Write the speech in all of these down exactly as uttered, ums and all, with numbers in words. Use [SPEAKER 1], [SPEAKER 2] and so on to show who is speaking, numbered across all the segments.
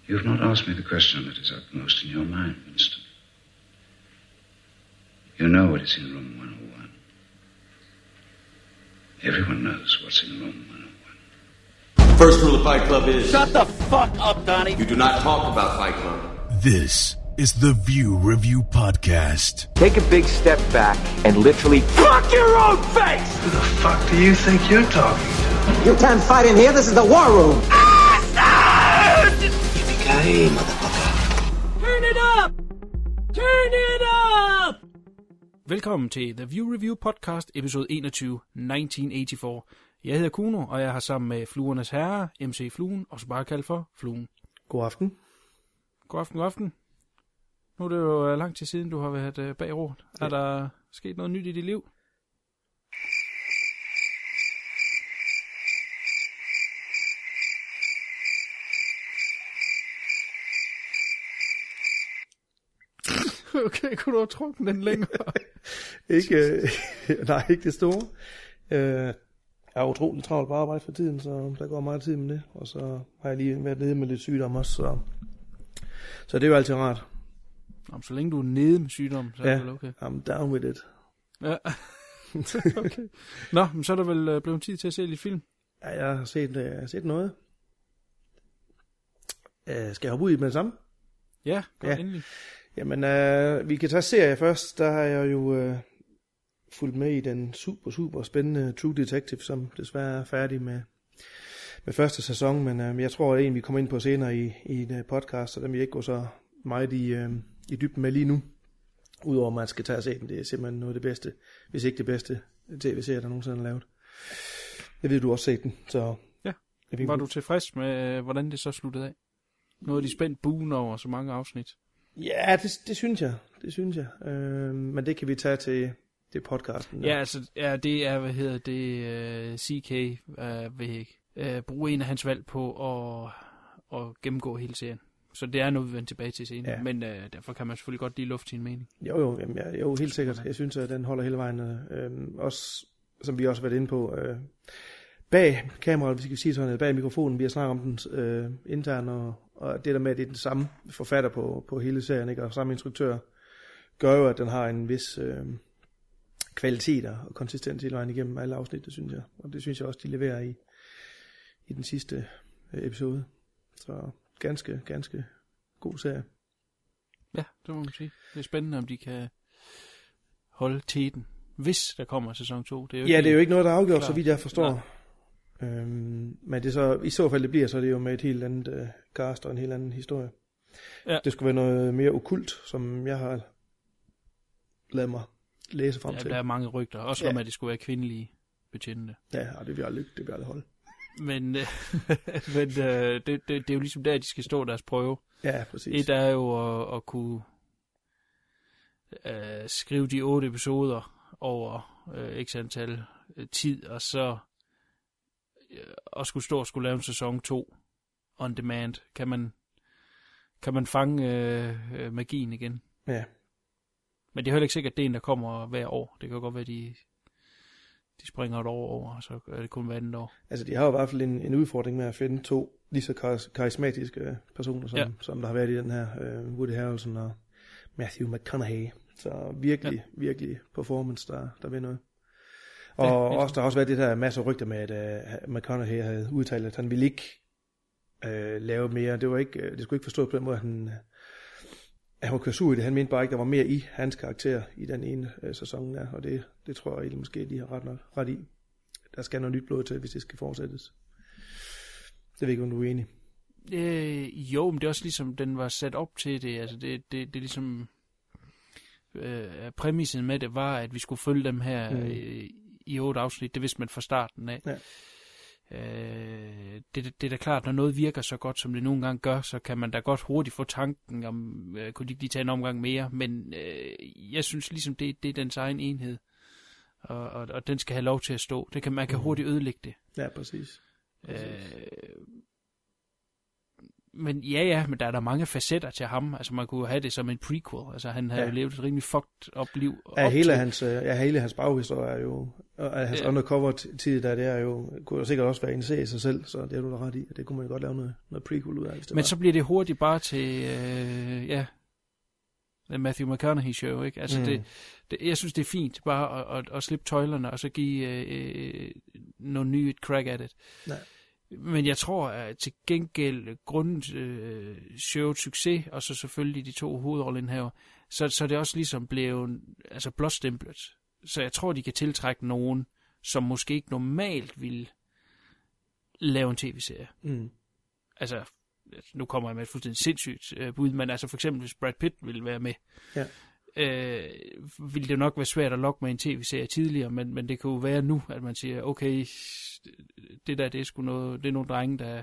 [SPEAKER 1] You have not asked me the question that is upmost in your mind, Winston. You know what is in room one oh one. Everyone knows what's in room one oh one.
[SPEAKER 2] First rule of Fight Club is...
[SPEAKER 3] Shut the fuck up, Donnie!
[SPEAKER 2] You do not talk about Fight Club.
[SPEAKER 4] This is the View Review Podcast.
[SPEAKER 5] Take a big step back and literally fuck your own face!
[SPEAKER 6] Who the fuck do you think you're talking to?
[SPEAKER 7] You can't fight in here, this is the war room!
[SPEAKER 6] Yippee-ki-yay, motherfucker.
[SPEAKER 3] Turn it up! Turn it up! Velkommen til The View Review Podcast, episode enogtyve, nitten eighty-four. Jeg hedder Kuno, og jeg har sammen med Fluernes Herre, M C Fluen, også bare kaldt for Fluen.
[SPEAKER 8] God aften.
[SPEAKER 3] God aften, god aften. Nu er det jo lang tid siden, du har været bag roret. Ja. Er der sket noget nyt i dit liv? Okay, kunne du have trukket den længere?
[SPEAKER 8] ikke, øh, nej, ikke det store. Øh, jeg er utrolig travlt på arbejde for tiden, så der går meget tid med det. Og så har jeg lige været nede med lidt sygdom også, så, så det er jo altid rart.
[SPEAKER 3] Jamen, så længe du er nede med sygdom, så
[SPEAKER 8] ja,
[SPEAKER 3] er det vel okay.
[SPEAKER 8] I'm down with it.
[SPEAKER 3] Ja, okay. Nå, men så er der vel blevet tid til at se lidt film?
[SPEAKER 8] Ja, jeg har set, jeg har set noget. Uh, skal jeg hoppe ud i med det samme?
[SPEAKER 3] Ja, godt
[SPEAKER 8] ja.
[SPEAKER 3] Endelig.
[SPEAKER 8] Jamen, øh, vi kan tage serie først. Der har jeg jo øh, fulgt med i den super, super spændende True Detective, som desværre er færdig med, med første sæson. Men øh, jeg tror, at en vi kommer ind på senere i, i en podcast, så den vil jeg ikke gå så meget i, øh, i dybden med lige nu. Udover at man skal tage og se den. Det er simpelthen noget af det bedste, hvis ikke det bedste tv-serie, der nogensinde er lavet. Jeg ved, du også set den. Så
[SPEAKER 3] ja, var du tilfreds med, hvordan det så sluttede af? Nu er de spændt buen over så mange afsnit.
[SPEAKER 8] Ja, det, det synes jeg. Det synes jeg. Øh, men det kan vi tage til, til podcasten.
[SPEAKER 3] Ja, altså, ja, det er, hvad hedder det, uh, C K uh, vil uh, bruge en af hans valg på at, at gennemgå hele serien. Så det er noget, vi vender tilbage til senere. Ja. Men uh, derfor kan man selvfølgelig godt lige lufte sin mening.
[SPEAKER 8] Jo, jo, jamen, jeg, jo helt sikkert. Jeg synes, at den holder hele vejen. Øh, også, som vi også har været inde på, øh, bag kameraet, vi skal sige sådan, bag mikrofonen, vi har snakket om den øh, intern, og, og det der med, at det er den samme forfatter på, på hele serien, ikke? Og samme instruktør, gør jo, at den har en vis øh, kvalitet og konsistens hele vejen igennem alle afsnit, det synes jeg. Og det synes jeg også, de leverer i, i den sidste øh, episode. Så ganske, ganske god serie.
[SPEAKER 3] Ja, det må man sige. Det er spændende, om de kan holde teten, hvis der kommer sæson to. Det er jo
[SPEAKER 8] ja, det er jo ikke noget, der er afgjort,
[SPEAKER 3] klar.
[SPEAKER 8] Så vidt jeg forstår. Øhm, men det så, i så fald det bliver, så er det jo med et helt andet øh, cast og en helt anden historie. Ja. Det skulle være noget mere okkult, som jeg har lavet mig læse frem
[SPEAKER 3] ja,
[SPEAKER 8] til.
[SPEAKER 3] Der er mange rygter, også ja. Om at det skulle være kvindelige betjente.
[SPEAKER 8] Ja, og det vil jeg aldrig, det vil jeg aldrig holde.
[SPEAKER 3] Men, øh, men øh, det, det, det er jo ligesom der, de skal stå deres prøve.
[SPEAKER 8] Ja, præcis.
[SPEAKER 3] Et er jo at, at kunne øh, skrive de otte episoder over øh, x antal øh, tid, og så øh, og skulle stå og skulle lave en sæson to on demand. Kan man, kan man fange øh, magien igen?
[SPEAKER 8] Ja.
[SPEAKER 3] Men det er heller ikke sikkert, at det er en, der kommer hver år. Det kan godt være, at de, de springer et år over, og så er det kun hver andet år.
[SPEAKER 8] Altså, de har jo i hvert fald en, en udfordring med at finde to lige så kar- karismatiske personer, som, ja. som der har været i den her øh, Woody Harrelson og Matthew McConaughey. Så virkelig, ja. virkelig performance, der, der vil noget. Og ja, også, der har også været det der masser af rygter med, at uh, McConaughey havde udtalt, at han ville ikke uh, lave mere. Det var ikke, uh, det skulle ikke forstås på den måde, at han, uh, han var kørt sur i det. Han mente bare ikke, der var mere i hans karakter i den ene uh, sæson der. Og det, det tror jeg egentlig måske, de har ret, nok, ret i. Der skal noget nyt blod til, hvis det skal fortsættes. Det ved ikke, om du er enig.
[SPEAKER 3] Øh, jo, men det er også ligesom, den var sat op til det. Altså, det, det, det er ligesom... Øh, præmissen med det var, at vi skulle følge dem her mm. øh, i otte afsnit. Det vidste man fra starten af. Ja. Øh, det, det er da klart, når noget virker så godt, som det nogle gange gør, så kan man da godt hurtigt få tanken om, øh, kunne de ikke lige tage en omgang mere, men øh, jeg synes ligesom, det, det er dens egen enhed, og, og, og den skal have lov til at stå. Det kan, man kan hurtigt ødelægge det.
[SPEAKER 8] Ja, præcis. præcis.
[SPEAKER 3] Øh, men ja, ja, men der er der mange facetter til ham. Altså, man kunne have det som en prequel. Altså, han havde ja. jo levet et rimelig fucked up liv.
[SPEAKER 8] Ja, hele hans, ja, hele hans baghistorie er jo, og hans ja. undercover-tid, der det er jo, kunne jo sikkert også være en serie i sig selv, så det er du da ret i. Det kunne man godt lave noget, noget prequel ud af.
[SPEAKER 3] Men var. Så bliver det hurtigt bare til, øh, ja, Matthew McConaughey show, ikke? Altså, mm. det, det, jeg synes, det er fint bare at, at, at slippe tøjlerne, og så give øh, noget nyt crack at det. Nej. Men jeg tror, at til gengæld grundet øh, showets succes, og så selvfølgelig de to hovedrollenhaver, så, så er det også ligesom blevet altså blåstemplet. Så jeg tror, de kan tiltrække nogen, som måske ikke normalt vil lave en tv-serie. Mm. Altså, nu kommer jeg med et fuldstændig sindssygt øh, bud, men altså for eksempel, hvis Brad Pitt ville være med, ja. øh, ville det nok være svært at lokke med en tv-serie tidligere, men, men det kan jo være nu, at man siger, okay, det der, det er sgu noget, det er nogle drenge, der,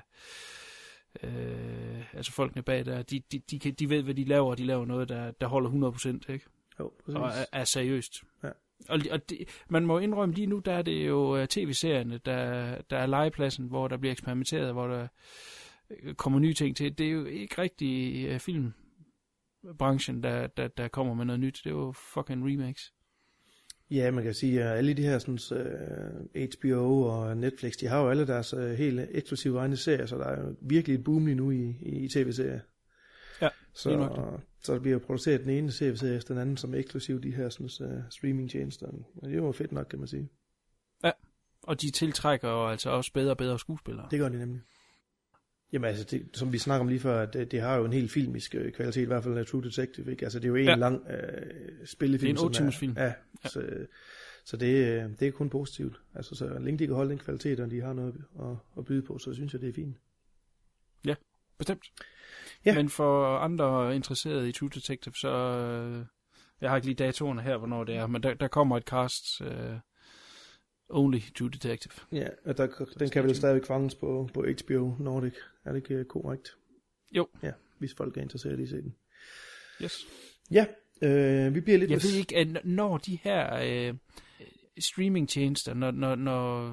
[SPEAKER 3] øh, altså folkene bag der, de, de, de, de ved, hvad de laver, og de laver noget, der, der holder hundrede procent, ikke? Jo, præcis. Og er, er seriøst. Ja. Og, og det, man må indrømme, lige nu, der er det jo tv-serierne, der, der er legepladsen, hvor der bliver eksperimenteret, hvor der kommer nye ting til. Det er jo ikke rigtig uh, filmbranchen, der, der, der kommer med noget nyt. Det er jo fucking remakes.
[SPEAKER 8] Ja, man kan sige, at alle de her sådan, uh, H B O og Netflix, de har jo alle deres uh, helt eksklusive egne serier, så der er jo virkelig et boom lige nu i, i, i tv-serier. Ja, så, så der bliver jo produceret den ene tv-serie efter den anden, som er eksklusiv de her sådan, uh, streaming-tjenester. Og det er jo fedt nok, kan man sige. Ja,
[SPEAKER 3] og de tiltrækker jo altså også bedre og bedre skuespillere.
[SPEAKER 8] Det gør de nemlig. Jamen altså, det, som vi snakker om lige før, det, det har jo en helt filmisk øh, kvalitet, i hvert fald af True Detective, ikke? Altså det er jo en ja. lang øh, spillefilm.
[SPEAKER 3] Det er en otte timers film.
[SPEAKER 8] Ja, ja. Så, så det, det er kun positivt. Altså så længe de kan holde den kvalitet, og de har noget at, at byde på, så synes jeg, det er fint.
[SPEAKER 3] Ja, bestemt. Ja. Men for andre interesserede i True Detective, så øh, jeg har ikke lige datoerne her, hvornår det er, men der, der kommer et cast... Øh, Only True Detective.
[SPEAKER 8] Ja, og der, den kan vel stadigvæk fanges på, på H B O Nordic. Er det ikke korrekt?
[SPEAKER 3] Jo.
[SPEAKER 8] Ja, hvis folk er interesseret i at se den.
[SPEAKER 3] Yes.
[SPEAKER 8] Ja, øh, vi bliver lidt...
[SPEAKER 3] Jeg ved ikke, at når de her øh, streamingtjenester, når, når, når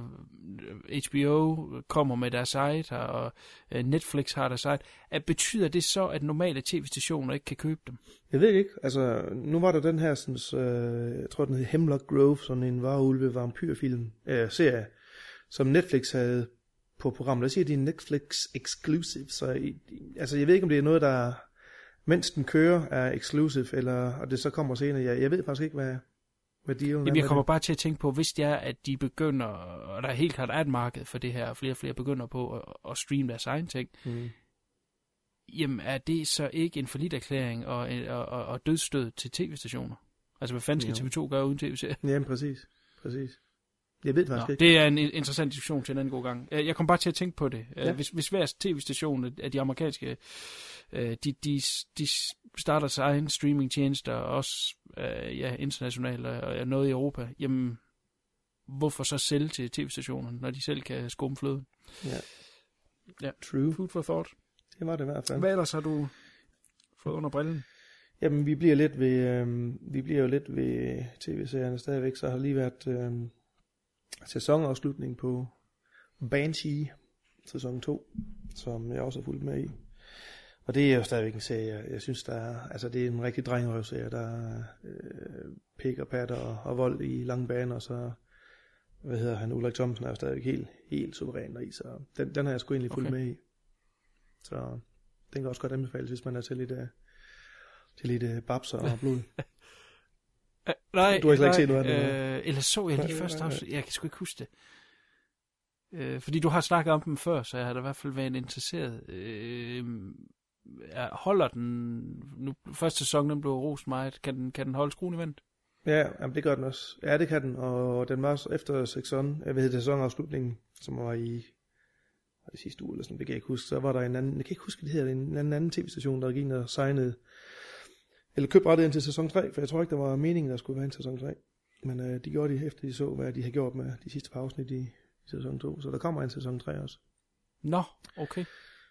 [SPEAKER 3] H B O kommer med deres site, og øh, Netflix har deres site, at betyder det så, at normale tv-stationer ikke kan købe dem?
[SPEAKER 8] Jeg ved ikke. Altså, nu var der den her, sådan, øh, jeg tror den hed Hemlock Grove, sådan en varulve vampyrfilm, øh, serie, som Netflix havde på programmet. Jeg siger, det er Netflix exclusive, så i, altså, jeg ved ikke, om det er noget, der mens den kører er exclusive, eller og det så kommer senere. Jeg, jeg ved faktisk ikke, hvad...
[SPEAKER 3] Jamen, jeg kommer bare til at tænke på, hvis det er, at de begynder, og der helt klart er et marked for det her, og flere og flere begynder på at, at streame deres egen ting, mm. jamen er det så ikke en forlitterklæring og, og, og, og dødsstød til tv-stationer? Altså, hvad fanden skal T V to gøre uden tv-serier?
[SPEAKER 8] Jamen, præcis. præcis. Jeg ved faktisk
[SPEAKER 3] Nå,
[SPEAKER 8] ikke.
[SPEAKER 3] Det er en interessant diskussion til en anden god gang. Jeg kom bare til at tænke på det. Ja. Hvis, hvis hver tv-station af de amerikanske, de, de, de starter sig egen streamingtjenester, også ja, internationalt og noget i Europa, jamen, hvorfor så sælge til tv-stationerne, når de selv kan skumme fløden?
[SPEAKER 8] Ja.
[SPEAKER 3] Ja.
[SPEAKER 8] True.
[SPEAKER 3] Food for thought.
[SPEAKER 8] Det var det i hvert fald.
[SPEAKER 3] Hvad ellers har du fået under brillen?
[SPEAKER 8] Jamen, vi bliver lidt ved, øh, vi bliver jo lidt ved tv-serierne stadigvæk, så har lige været... Øh, sæsonafslutning på Banshee, sæson to, som jeg også har fulgt med i. Og det er jo stadigvæk en serie, jeg, jeg synes, der er, altså det er en rigtig drengerøvserie, der er øh, pik og patter og, og vold i lange baner, og så, hvad hedder han, Ulrik Thomsen er jo stadigvæk helt, helt suveræn i, så den, den har jeg sgu egentlig fulgt okay. med i. Så den kan også godt anbefales, hvis man er til lidt, uh, til lidt uh, babser og blod.
[SPEAKER 3] Uh, nej,
[SPEAKER 8] du har ikke
[SPEAKER 3] nej,
[SPEAKER 8] set noget af det?
[SPEAKER 3] Øh, eller så jeg lige først afsnit. Jeg kan sgu ikke huske det. Øh, fordi du har snakket om dem før, så jeg har da i hvert fald været interesseret. Øh, holder den... Nu, første sæson, den blev rost meget. Kan den, kan den holde skruen i vand?
[SPEAKER 8] Ja, jamen, det gør den også. Ja, det kan den. Og den var efter sæson, jeg ved, sæsonafslutningen, som var i, var i sidste uge, eller sådan, det kan jeg ikke huske. Så var der en anden, jeg kan ikke huske, det hedder, en anden, anden tv-station, der gik ind og signede eller købte rettet ind til sæson tre, for jeg tror ikke, der var meningen, der skulle være en sæson tre. Men øh, de gjorde det efter, de så, hvad de har gjort med de sidste par afsnit i, i sæson to. Så der kommer en sæson tre også.
[SPEAKER 3] Nå, okay.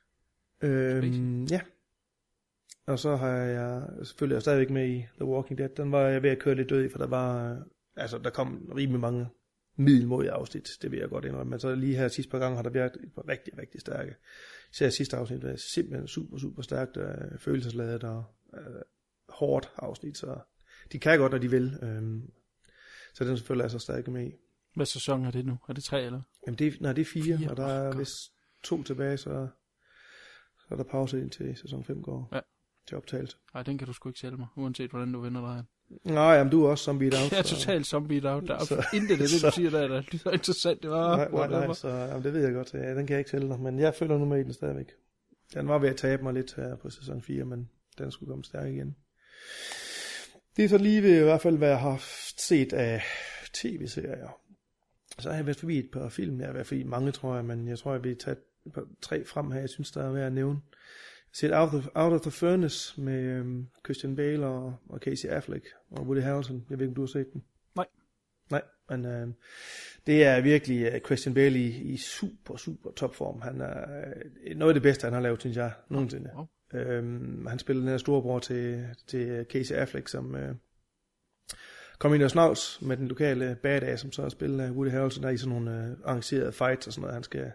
[SPEAKER 8] Øhm, ja. Og så har jeg selvfølgelig jeg stadigvæk med i The Walking Dead. Den var jeg ved at køre lidt død i, for der var, altså der kom rimelig mange middelmådige afsnit, det vil jeg godt indrømme. Men så lige her sidste par gange har der været et par rigtig, rigtig stærke. Især sidste afsnit var simpelthen super, super stærkt, øh, følelsesladet og øh, hårdt afsnit, så de kan godt, når de vil. Øh, så den selvfølgelig er så stærk med i.
[SPEAKER 3] Hvad sæson er det nu? Er det tre, eller?
[SPEAKER 8] Jamen, det er, nej, det er fire,
[SPEAKER 3] fire.
[SPEAKER 8] og der er
[SPEAKER 3] oh,
[SPEAKER 8] vist to tilbage, så, så er der pause indtil sæson fem går
[SPEAKER 3] ja.
[SPEAKER 8] til optagelse.
[SPEAKER 3] Nej, den kan du sgu ikke sælge mig, uanset hvordan du vender dig.
[SPEAKER 8] Nej, jamen du er også zombie out.
[SPEAKER 3] Jeg er totalt zombie out. Der er så, intet af det, du siger, der, der lyder interessant. Det var,
[SPEAKER 8] nej, nej, nej, så jamen, det ved jeg godt. Ja, den kan jeg ikke sælge dig, men jeg følger nu med i den stadigvæk. Den var ved at tabe mig lidt her på sæson fire, men den skulle komme stærk igen. Det er så lige ved i hvert fald, hvad jeg har set af tv-serier. Så har jeg været forbi et par film. Jeg har været forbi mange, tror jeg, men jeg tror, jeg vil tage et par, tre frem her, jeg synes, der er værd at nævne. Jeg har set Out of, Out of the Furnace med um, Christian Bale og, og Casey Affleck og Woody Harrelson. Jeg ved ikke, om du har set den?
[SPEAKER 3] Nej.
[SPEAKER 8] Nej, men øh, det er virkelig uh, Christian Bale i, i super, super topform. Han er uh, noget af det bedste, han har lavet, synes jeg, nogensinde. Oh. Øhm, han spiller den her storebror til, til Casey Affleck, som uh, kom ind og snavs med den lokale badass, som så har spillet uh, Woody Harrelson, der er i sådan nogle uh, arrangerede fights og sådan noget. Han skal...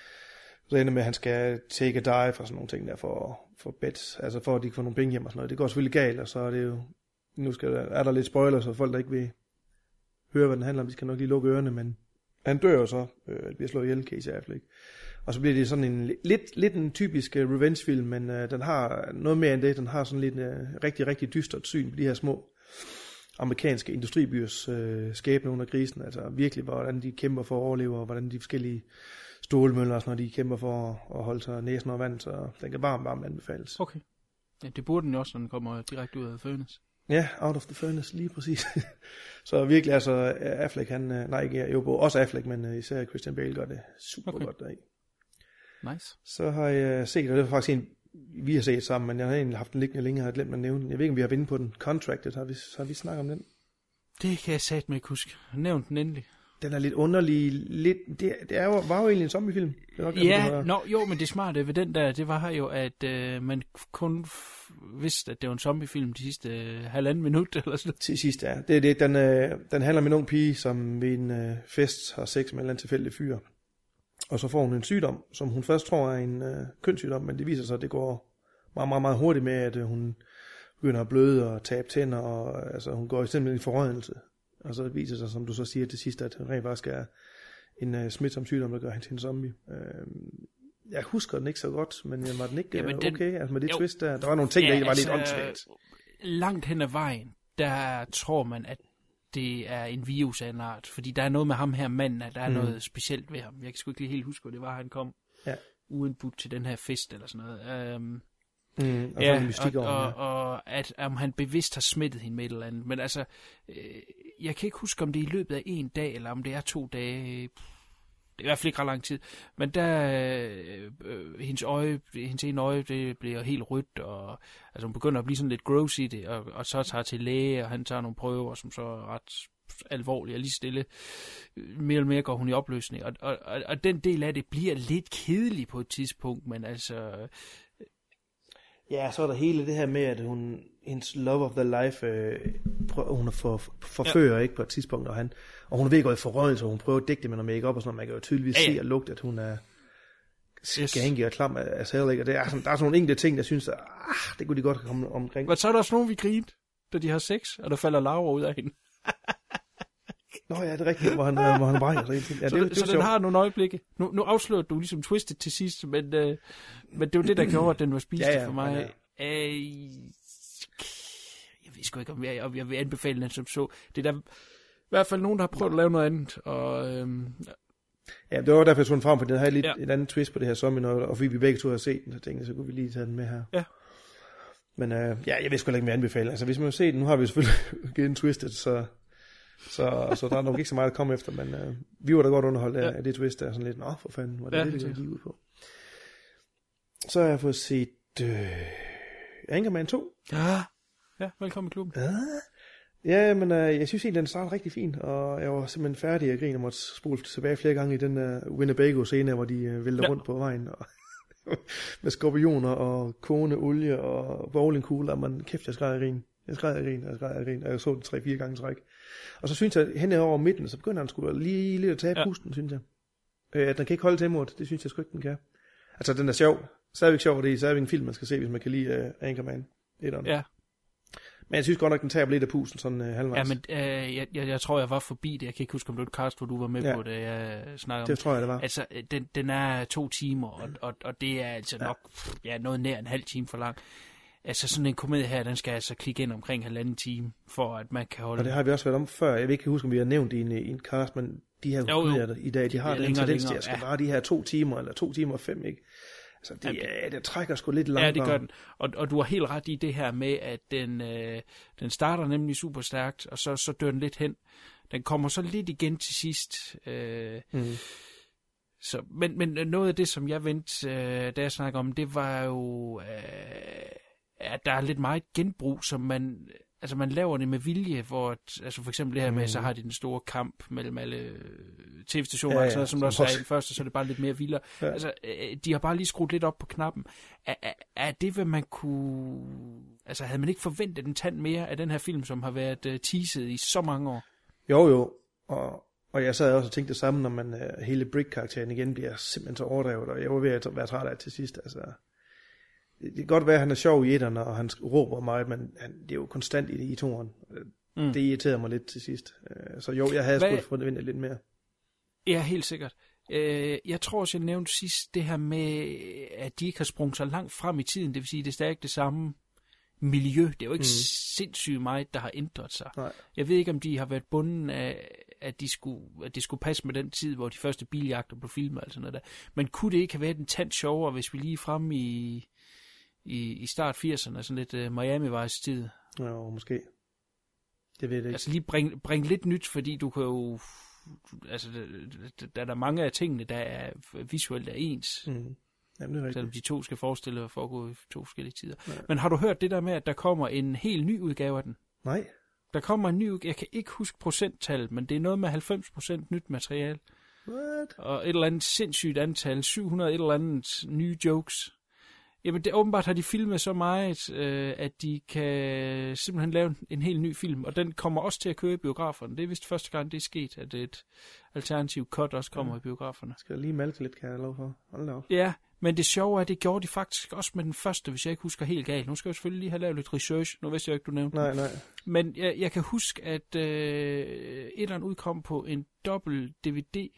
[SPEAKER 8] Så ender med, at han skal take a dive og sådan nogle ting der for, for bets, altså for at de kan få nogle penge hjem og sådan noget. Det går selvfølgelig galt, og så er det jo, nu skal der, er der lidt spoilers, så folk der ikke vil høre, hvad den handler om, de skal nok lige lukke ørerne, men han dør jo så, øh, bliver slået ihjel, Casey Affleck. Og så bliver det sådan en, lidt, lidt en typisk uh, revenge-film, men uh, den har noget mere end det, den har sådan lidt uh, rigtig, rigtig dystert syn på de her små amerikanske industribyers uh, skæbne under krisen, altså virkelig, hvordan de kæmper for at overleve, og hvordan de forskellige stålmøller, når de kæmper for at holde sig næsen over vand, så den kan varmt, varmt anbefales.
[SPEAKER 3] Okay. Ja, det burde den jo også, når den kommer direkte ud af Furnace.
[SPEAKER 8] Ja, Out of the Furnace, lige præcis. Så virkelig, altså, Affleck, han, nej ikke, jo, også Affleck, men især Christian Bale gør det super okay. godt deri.
[SPEAKER 3] Nice.
[SPEAKER 8] Så har jeg set, og det er faktisk en, vi har set sammen, men jeg har egentlig haft den liggende længe, og har glemt at nævne den. Jeg ved ikke, om vi har vundet på den. Contracted, har vi, har vi snakket om den?
[SPEAKER 3] Det kan jeg satme ikke huske. Nævn den endelig.
[SPEAKER 8] Den er lidt underlig, lidt, det, det er jo, var jo egentlig en zombiefilm. Det nok,
[SPEAKER 3] ja, no, jo, men det smarte ved den der, det var jo, at øh, man kun f- vidste, at det var en zombiefilm de sidste øh, halvanden minut, eller sådan noget.
[SPEAKER 8] Til sidst, ja. Det er det, den, øh, den handler om en ung pige, som ved en øh, fest har sex med en eller anden tilfældig fyr. Og så får hun en sygdom, som hun først tror er en øh, kønssygdom, men det viser sig, at det går meget, meget, meget hurtigt med, at øh, hun begynder at bløde og tabe tænder, og øh, altså, hun går simpelthen i forrådnelse. Og så viser det sig, som du så siger til sidst, at hun rent faktisk er en uh, smitsom sygdom, der gør hende til en zombie. Uh, jeg husker den ikke så godt, men var den ikke uh, den, okay? Altså med det jo, twist der, der var nogle ting, ja, der var altså, lidt åndssvagt.
[SPEAKER 3] Langt hen ad vejen, der tror man, at det er en virus af en art, fordi der er noget med ham her manden, at der er mm. noget specielt ved ham. Jeg kan sgu ikke lige helt huske, hvad det var, han kom ja. uindbudt til den her fest eller sådan noget. Um,
[SPEAKER 8] Mm, og
[SPEAKER 3] ja,
[SPEAKER 8] så og,
[SPEAKER 3] over, ja, og, og at om han bevidst har smittet hende med et eller andet. Men altså, øh, jeg kan ikke huske, om det er i løbet af en dag, eller om det er to dage. Det er i hvert fald ikke ret lang tid. Men der, øh, øh, hendes øje, hendes ene øje, det bliver helt rødt, og altså hun begynder at blive sådan lidt gross i det, og, og så tager til læge, og han tager nogle prøver, som så er ret alvorlige og lige stille. Mere eller mere går hun i opløsning. Og, og, og, og den del af det bliver lidt kedelig på et tidspunkt, men altså...
[SPEAKER 8] Ja, så er der hele det her med, at hun, hendes love of the life, øh, prøver, hun er for, forfører ja. ikke på et tidspunkt, og, han, og hun er ved at gå i forrøjelse, og hun prøver at dække det med noget make-up og sådan noget. Man kan jo tydeligvis ja, ja. se og lugte, at hun er skængig og klam af sædelig, og det er sådan, der er sådan nogle enkelte ting, der synes, at ah, det kunne de godt komme omkring.
[SPEAKER 3] Men så er der også nogen, vi grinte, da de har sex, og der falder larver ud af hende.
[SPEAKER 8] Nå ja, det er rigtigt, hvor han, hvor han brænger sig ind til. Ja,
[SPEAKER 3] så
[SPEAKER 8] det,
[SPEAKER 3] det, det så den har nogle øjeblikke. Nu, nu afslører du ligesom twistet til sidst, men, øh, men det var det, der gjorde, at den var spist ja, ja, for mig. Ja. Øh, jeg ved sgu ikke, om jeg, om jeg vil anbefale den som så. Det er der i hvert fald nogen, der har prøvet at lave noget andet. Og, øhm, ja.
[SPEAKER 8] ja, det var derfor, jeg tog den frem, for den havde lidt ja. et andet twist på det her zombie, og fordi vi begge to har set den, så tænkte jeg, så kunne vi lige tage den med her.
[SPEAKER 3] Ja.
[SPEAKER 8] Men øh, ja, jeg ved sgu ikke, hvad jeg anbefale. Altså, hvis man har set den, nu har vi selvfølgelig givet en twistet, så... Så, så der er nok ikke så meget at komme efter, men øh, vi var da godt underholdt af ja. det twist, der er sådan lidt, nå for fanden, var det ja, det, det lige ud på. Så har jeg fået set øh, Anchorman to.
[SPEAKER 3] Ja, ja, velkommen i klubben.
[SPEAKER 8] Ja, ja men øh, jeg synes egentlig, den startede rigtig fint, og jeg var simpelthen færdig at grine og måtte spole tilbage flere gange i den der Winnebago-scene, hvor de øh, vælter ja. rundt på vejen, og med skorpioner og kogende olie og bowlingkugler, og man kæft, jeg skræd i rin. Jeg skrev af grin, jeg skrev af grin, og jeg så det tre-fire gange træk. Og så synes jeg, hen over midten, så begynder han sgu lige lidt at tage ja. pusten, synes jeg. Øh, at den kan ikke holde tempoet, det synes jeg sgu ikke, den kan. Altså, den er sjov. Stadigvæk sjov, det er stadigvæk en film, man skal se, hvis man kan lide uh, Anchorman. Ja. Men jeg synes godt nok, den tager lidt af pusten, sådan uh, halvvejs.
[SPEAKER 3] Ja, men øh, jeg, jeg, jeg tror, jeg var forbi det. Jeg kan ikke huske, om det var et cast, hvor du var med ja. på det, jeg snakkede om.
[SPEAKER 8] Det tror jeg, det var.
[SPEAKER 3] Altså, den, den er to timer, og, og, og det er altså ja. nok ja, noget nær en halv time for lang. Altså, sådan en komedie her, den skal altså klikke ind omkring halvanden time, for at man kan holde...
[SPEAKER 8] Og det har vi også været om før. Jeg vil ikke huske, om vi har nævnt i en, i en cast, men de her komedier i dag, de har den tendens til, at skal ja. bare de her to timer, eller to timer og fem, ikke? Altså, det, ja, det trækker sgu lidt langt.
[SPEAKER 3] Ja, det gør den. Og, og du har helt ret i det her med, at den, øh, den starter nemlig super stærkt, og så, så dør den lidt hen. Den kommer så lidt igen til sidst. Øh, mm. så, men, men noget af det, som jeg vendte, øh, da jeg snakkede om, det var jo, øh, at der er lidt meget genbrug, som man... Altså, man laver det med vilje, hvor, altså for eksempel det her med, mm. så har de den store kamp mellem alle tv-stationer, ja, ja, sådan, som der også er i den første, så er det bare lidt mere vildere. Ja. Altså, de har bare lige skruet lidt op på knappen. Er, er, er det, hvad man kunne... Altså, havde man ikke forventet en tand mere af den her film, som har været uh, teaset i så mange år?
[SPEAKER 8] Jo, jo. Og, og jeg sad også og tænkte det samme, når man uh, hele Brick-karakteren igen bliver simpelthen så overdrevet, og jeg var ved at være træt af til sidst, altså... Det kan godt være, at han er sjov i etterne, og han råber meget, men han, det er jo konstant i det i toeren. Mm. Det irriterede mig lidt til sidst. Så jo, jeg havde sgu forventet lidt mere.
[SPEAKER 3] Ja, helt sikkert. Jeg tror også, jeg nævnte sidst det her med, at de ikke har sprunget så langt frem i tiden. Det vil sige, det er stadig det samme miljø. Det er jo ikke mm. sindssygt meget, der har ændret sig. Nej. Jeg ved ikke, om de har været bunden af, at de skulle, at det skulle passe med den tid, hvor de første biljagter blev filmet og sådan noget der. Men kunne det ikke have været en tand sjovere, hvis vi lige frem i... I, i start firserne, sådan lidt uh, Miami-Vice tid.
[SPEAKER 8] Ja, måske. Det ved jeg ikke.
[SPEAKER 3] Altså lige bring, bring lidt nyt, fordi du kan jo... Altså, der er der mange af tingene, der er visuelt er ens. Mm.
[SPEAKER 8] Jamen, det er rigtigt.
[SPEAKER 3] Selvom de to skal forestille at foregå i to forskellige tider. Ja. Men har du hørt det der med, at der kommer en helt ny udgave af den?
[SPEAKER 8] Nej.
[SPEAKER 3] Der kommer en ny udgave. Jeg kan ikke huske procenttallet, men det er noget med halvfems procent nyt materiale.
[SPEAKER 8] What?
[SPEAKER 3] Og et eller andet sindssygt antal, syv hundrede et eller andet nye jokes. Jamen, det, åbenbart har de filmet så meget, øh, at de kan simpelthen lave en, en helt ny film, og den kommer også til at køre i biograferne. Det er vist første gang, det er sket, at et alternativ cut også kommer ja. i biograferne.
[SPEAKER 8] Skal jeg lige malke lidt, kan jeg lov for? Hold da op.
[SPEAKER 3] Ja, men det sjove er, at det gjorde de faktisk også med den første, hvis jeg ikke husker helt galt. Nu skal jeg selvfølgelig lige have lavet lidt research, nu vidste jeg ikke, du nævnte
[SPEAKER 8] Nej, nej.
[SPEAKER 3] Men jeg, jeg kan huske, at øh, etteren udkom på en dobbelt D V D,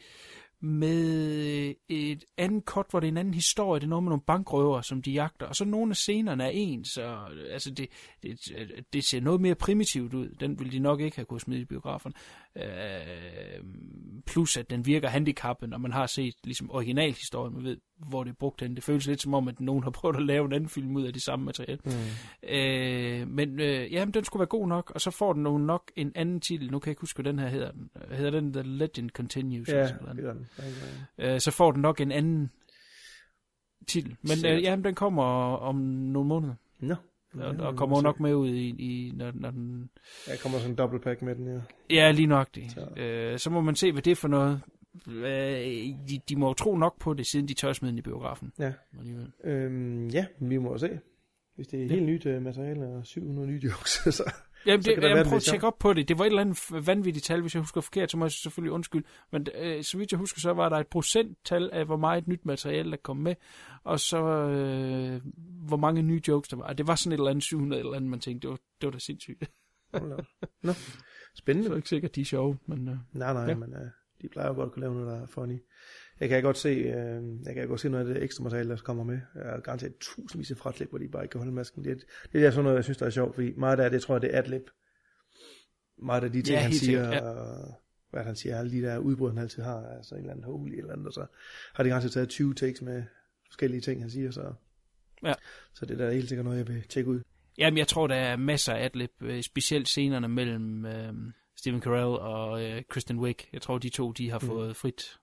[SPEAKER 3] med et andet cut, hvor det er en anden historie. Det er noget med nogle bankrøver, som de jagter. Og så nogle af scenerne er ens. Så, altså det, det, det ser noget mere primitivt ud. Den ville de nok ikke have kunnet smide i biografen. Øh, plus at den virker handicappet, når man har set ligesom originalhistorien, man ved, hvor det er brugt hen. Det føles lidt som om, at nogen har prøvet at lave en anden film ud af det samme materiale. Mm. Øh, men øh, jamen, den skulle være god nok, og så får den nu nok en anden titel. Nu kan jeg ikke huske, hvad den her hedder. Hedder den The Legend Continues?
[SPEAKER 8] Ja, det gør den.
[SPEAKER 3] Øh, så får den nok en anden titel. Men øh, jamen, den kommer om nogle måneder.
[SPEAKER 8] Nå.
[SPEAKER 3] No. Og, og kommer nok med ud i, i når, når den...
[SPEAKER 8] Ja, kommer sådan en double pack med den, ja.
[SPEAKER 3] Ja, lige nok det. Så. Øh, så må man se, hvad det er for noget. Øh, de, de må jo tro nok på det, siden de tør smide den i biografen.
[SPEAKER 8] Ja. Øhm, ja, vi må se. Hvis det er ja. helt nyt uh, materiale og syv hundrede nye jokes, så...
[SPEAKER 3] Jamen, det, jeg prøver at tjekke op på det. Det var et eller andet vanvittigt tal, hvis jeg husker forkert, så må jeg selvfølgelig undskylde. Men øh, så vidt jeg husker, så var der et procenttal af, hvor meget nyt materiale, der kom med. Og så, øh, hvor mange nye jokes der var. Og det var sådan et eller andet syv hundrede eller andet, man tænkte, det var, det var da sindssygt.
[SPEAKER 8] Nå, spændende.
[SPEAKER 3] Så er ikke sikkert, de er sjove. Men, øh,
[SPEAKER 8] nej, nej, ja. men øh, de plejer jo godt at kunne lave noget, der er funny. Jeg kan godt se, øh, jeg kan godt se noget af det ekstra materiale, der kommer med. Jeg har garanteret tusindvis af fraklip, hvor de bare ikke kan holde masken. Det er, det er sådan noget, jeg synes, der er sjovt, fordi meget af det, tror jeg, det er adlib. Meget af de ting, ja, han siger, sikkert, ja. og hvad han siger, alle de der udbrud, han altid har, altså en eller anden holy eller andet, og så har de garanteret taget tyve takes med forskellige ting, han siger, så,
[SPEAKER 3] ja.
[SPEAKER 8] så det der er helt sikkert noget, jeg vil tjekke ud.
[SPEAKER 3] Jamen, jeg tror, der er masser af adlib, specielt scenerne mellem øh, Stephen Carell og øh, Kristen Wiig. Jeg tror, de to, de har fået mm. frit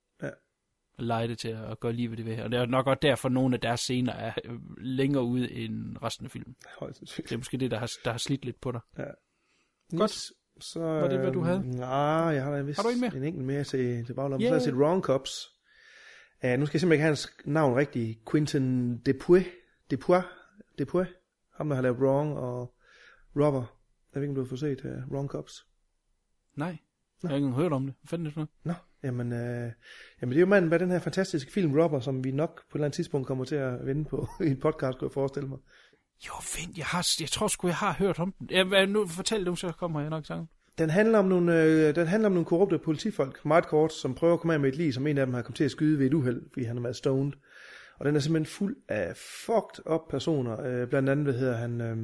[SPEAKER 3] lejde til at gøre lige ved det ved her. Og det er nok også derfor, at nogle af deres scener er længere ude end resten af filmen. Det er måske det, der har, der har slidt lidt på dig. Ja.
[SPEAKER 8] Godt. Så,
[SPEAKER 3] var det, hvad du havde?
[SPEAKER 8] Nej, jeg har da vist
[SPEAKER 3] har du en, mere?
[SPEAKER 8] en enkelt mere til, til baglommen. Yeah. Så har jeg set Wrong Cops. Uh, nu skal jeg simpelthen ikke have hans navn rigtigt. Quentin Dupieux. Dupieux. Dupieux. Ham, der har lavet Wrong og Robber. Jeg ved ikke, om du har fået set uh, Wrong Cops.
[SPEAKER 3] Nej, jeg har ikke engang hørt om det. Hvad fanden er det for noget?
[SPEAKER 8] Nå, jamen, øh, jamen det er jo manden bag den her fantastiske film Robber, som vi nok på et eller andet tidspunkt kommer til at vende på i en podcast, kunne jeg forestille mig.
[SPEAKER 3] Jo, fint, jeg, har, jeg tror sgu, jeg har hørt om den. Jeg, nu fortæl det, så kommer jeg nok sammen.
[SPEAKER 8] Den handler om nogle, øh, den handler om nogle korrupte politifolk, meget kort, som prøver at komme af med et lig, som en af dem har kommet til at skyde ved et uheld, fordi han er meget stoned. Og den er simpelthen fuld af fucked up personer. Øh, blandt andet, hvad hedder han, øh,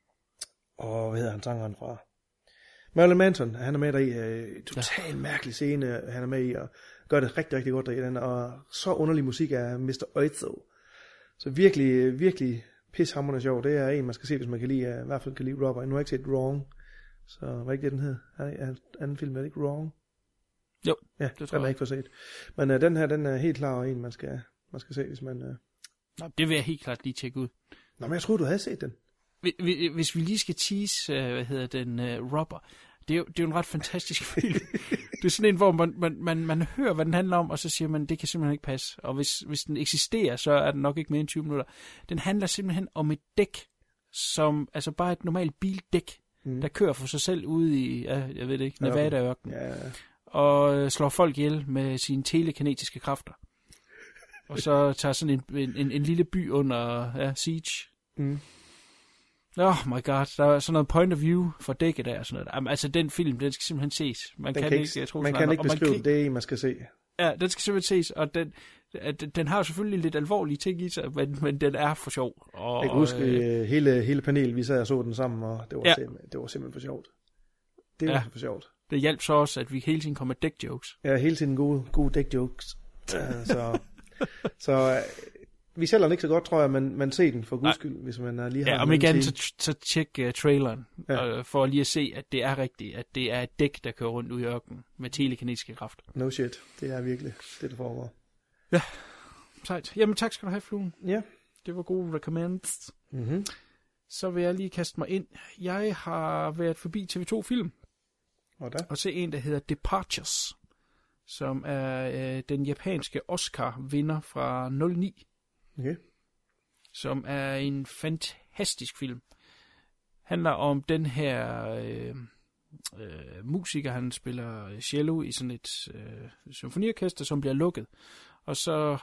[SPEAKER 8] og hvad hedder han, sangeren fra? Marilyn Manson, han er med der i, øh, totalt ja. mærkelig scene, han er med i, og gør det rigtig, rigtig godt der i den, og så underlig musik af mister Oizo. Så virkelig, virkelig pishamrende sjov. Det er en, man skal se, hvis man kan lide, i hvert fald kan lide Robber. Nu har jeg ikke set Wrong, så hvad ikke det, den hed? Er anden film, er det ikke Wrong?
[SPEAKER 3] Jo,
[SPEAKER 8] ja, det tror jeg. Den er ikke for set. Men uh, den her, den er helt klar, og en, man skal, man skal se, hvis man... Uh...
[SPEAKER 3] Nå, det vil jeg helt klart lige tjekke ud.
[SPEAKER 8] Nå, men jeg troede, du havde set den.
[SPEAKER 3] Hvis vi lige skal tease, uh, hvad hedder den, uh, Robber, det er, jo, det er jo en ret fantastisk film. Det er sådan en, hvor man, man, man, man hører, hvad den handler om, og så siger man, det kan simpelthen ikke passe. Og hvis, hvis den eksisterer, så er den nok ikke mere end tyve minutter. Den handler simpelthen om et dæk, som, altså bare et normalt bildæk, mm. der kører for sig selv ude i, ja, jeg ved det ikke, Nevada-ørkenen, ja, ja. og slår folk ihjel med sine telekinetiske kræfter. Og så tager sådan en, en, en lille by under ja, siege. Mm. Oh my god, der er sådan noget point of view for dækket der og sådan noget. Altså den film, den skal simpelthen ses. Man
[SPEAKER 8] den
[SPEAKER 3] kan,
[SPEAKER 8] kan
[SPEAKER 3] ikke, jeg tror,
[SPEAKER 8] man kan ikke beskrive man kan, det, man skal se.
[SPEAKER 3] Ja, den skal simpelthen ses, og den, den har jo selvfølgelig lidt alvorlige ting i sig, men, men den er for sjov. Og,
[SPEAKER 8] jeg kan huske, øh, hele, hele panelet, vi sad og så den sammen, og det var,
[SPEAKER 3] ja.
[SPEAKER 8] simpelthen, det var simpelthen for sjovt. Det var
[SPEAKER 3] ja.
[SPEAKER 8] for sjovt.
[SPEAKER 3] Det hjalp så også, at vi hele tiden kom med dæk-jokes.
[SPEAKER 8] Ja, hele tiden gode, gode dæk-jokes. så så vi sælger den ikke så godt, tror jeg, men man ser den for guds skyld, hvis man lige har...
[SPEAKER 3] Ja, om igen, så, så tjek uh, traileren, ja. uh, for lige at se, at det er rigtigt, at det er et dæk, der kører rundt ud i ørkenen med telekinetiske kraft.
[SPEAKER 8] No shit, det er virkelig det, der foregår.
[SPEAKER 3] Ja, sejt. Jamen tak skal du have, Fluen.
[SPEAKER 8] Ja.
[SPEAKER 3] Det var gode recommends.
[SPEAKER 8] Mm-hmm.
[SPEAKER 3] Så vil jeg lige kaste mig ind. Jeg har været forbi T V to Film,
[SPEAKER 8] og, der?
[SPEAKER 3] og se en, der hedder Departures, som er øh, den japanske Oscar-vinder fra nul ni.
[SPEAKER 8] Okay.
[SPEAKER 3] Som er en fantastisk film. Handler om den her øh, øh, musiker, han spiller cello i sådan et øh, symfoniorkester, som bliver lukket. Og så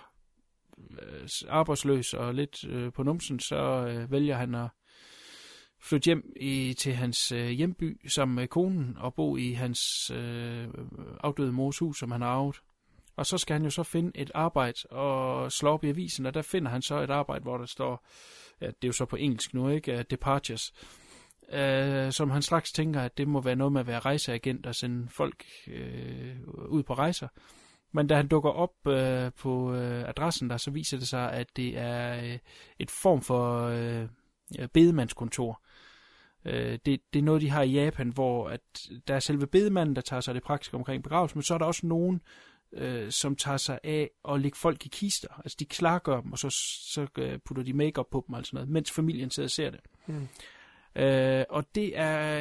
[SPEAKER 3] øh, arbejdsløs og lidt øh, på numsen, så øh, vælger han at flytte hjem i, til hans øh, hjemby sammen med konen og bo i hans øh, afdøde mors hus, som han har arvet. Og så skal han jo så finde et arbejde og slå op i avisen, og der finder han så et arbejde, hvor der står, ja, det er jo så på engelsk nu, ikke, Departures, øh, som han straks tænker, at det må være noget med at være rejseagent og sende folk øh, ud på rejser. Men da han dukker op øh, på øh, adressen der, så viser det sig, at det er øh, et form for øh, bedemandskontor. Øh, det, det er noget, de har i Japan, hvor at der er selve bedemanden, der tager sig det praktiske omkring begravelse, men så er der også nogen, Øh, som tager sig af at lægge folk i kister. Altså de klargør dem, og så, så øh, putter de make-up på dem, altså noget, mens familien sidder og ser det. Mm. Øh, og det er,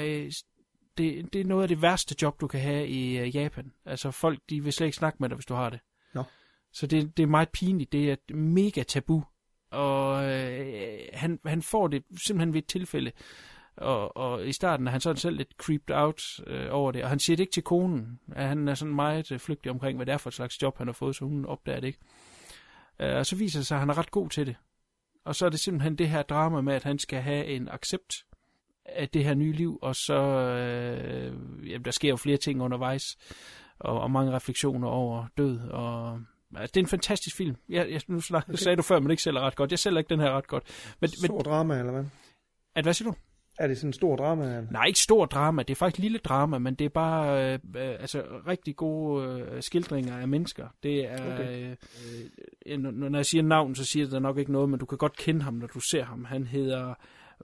[SPEAKER 3] det, det er noget af det værste job, du kan have i uh, Japan. Altså folk, de vil slet ikke snakke med dig, hvis du har det.
[SPEAKER 8] No.
[SPEAKER 3] Så det, det er meget pinligt. Det er et mega tabu. Og øh, han, han får det simpelthen ved et tilfælde. Og, og i starten er han sådan selv lidt creeped out øh, over det, og han siger det ikke til konen. Han er sådan meget øh, flygtig omkring, hvad det er for et slags job, han har fået, så hun opdager det ikke. Øh, og så viser det sig, at han er ret god til det. Og så er det simpelthen det her drama med, at han skal have en accept af det her nye liv, og så øh, jamen, der sker jo flere ting undervejs, og, og mange refleksioner over død. Og, altså, det er en fantastisk film. Jeg, jeg, nu snak, okay. sagde du før, men ikke sælger ret godt. Jeg sælger ikke den her ret godt. Men,
[SPEAKER 8] Stor men, drama, eller hvad?
[SPEAKER 3] At, hvad siger du?
[SPEAKER 8] Er det sådan en stor drama? Eller?
[SPEAKER 3] Nej, ikke stor drama. Det er faktisk lille drama, men det er bare øh, altså rigtig gode øh, skildringer af mennesker. Det er okay. øh, når jeg siger navn, så siger det nok ikke noget, men du kan godt kende ham, når du ser ham. Han hedder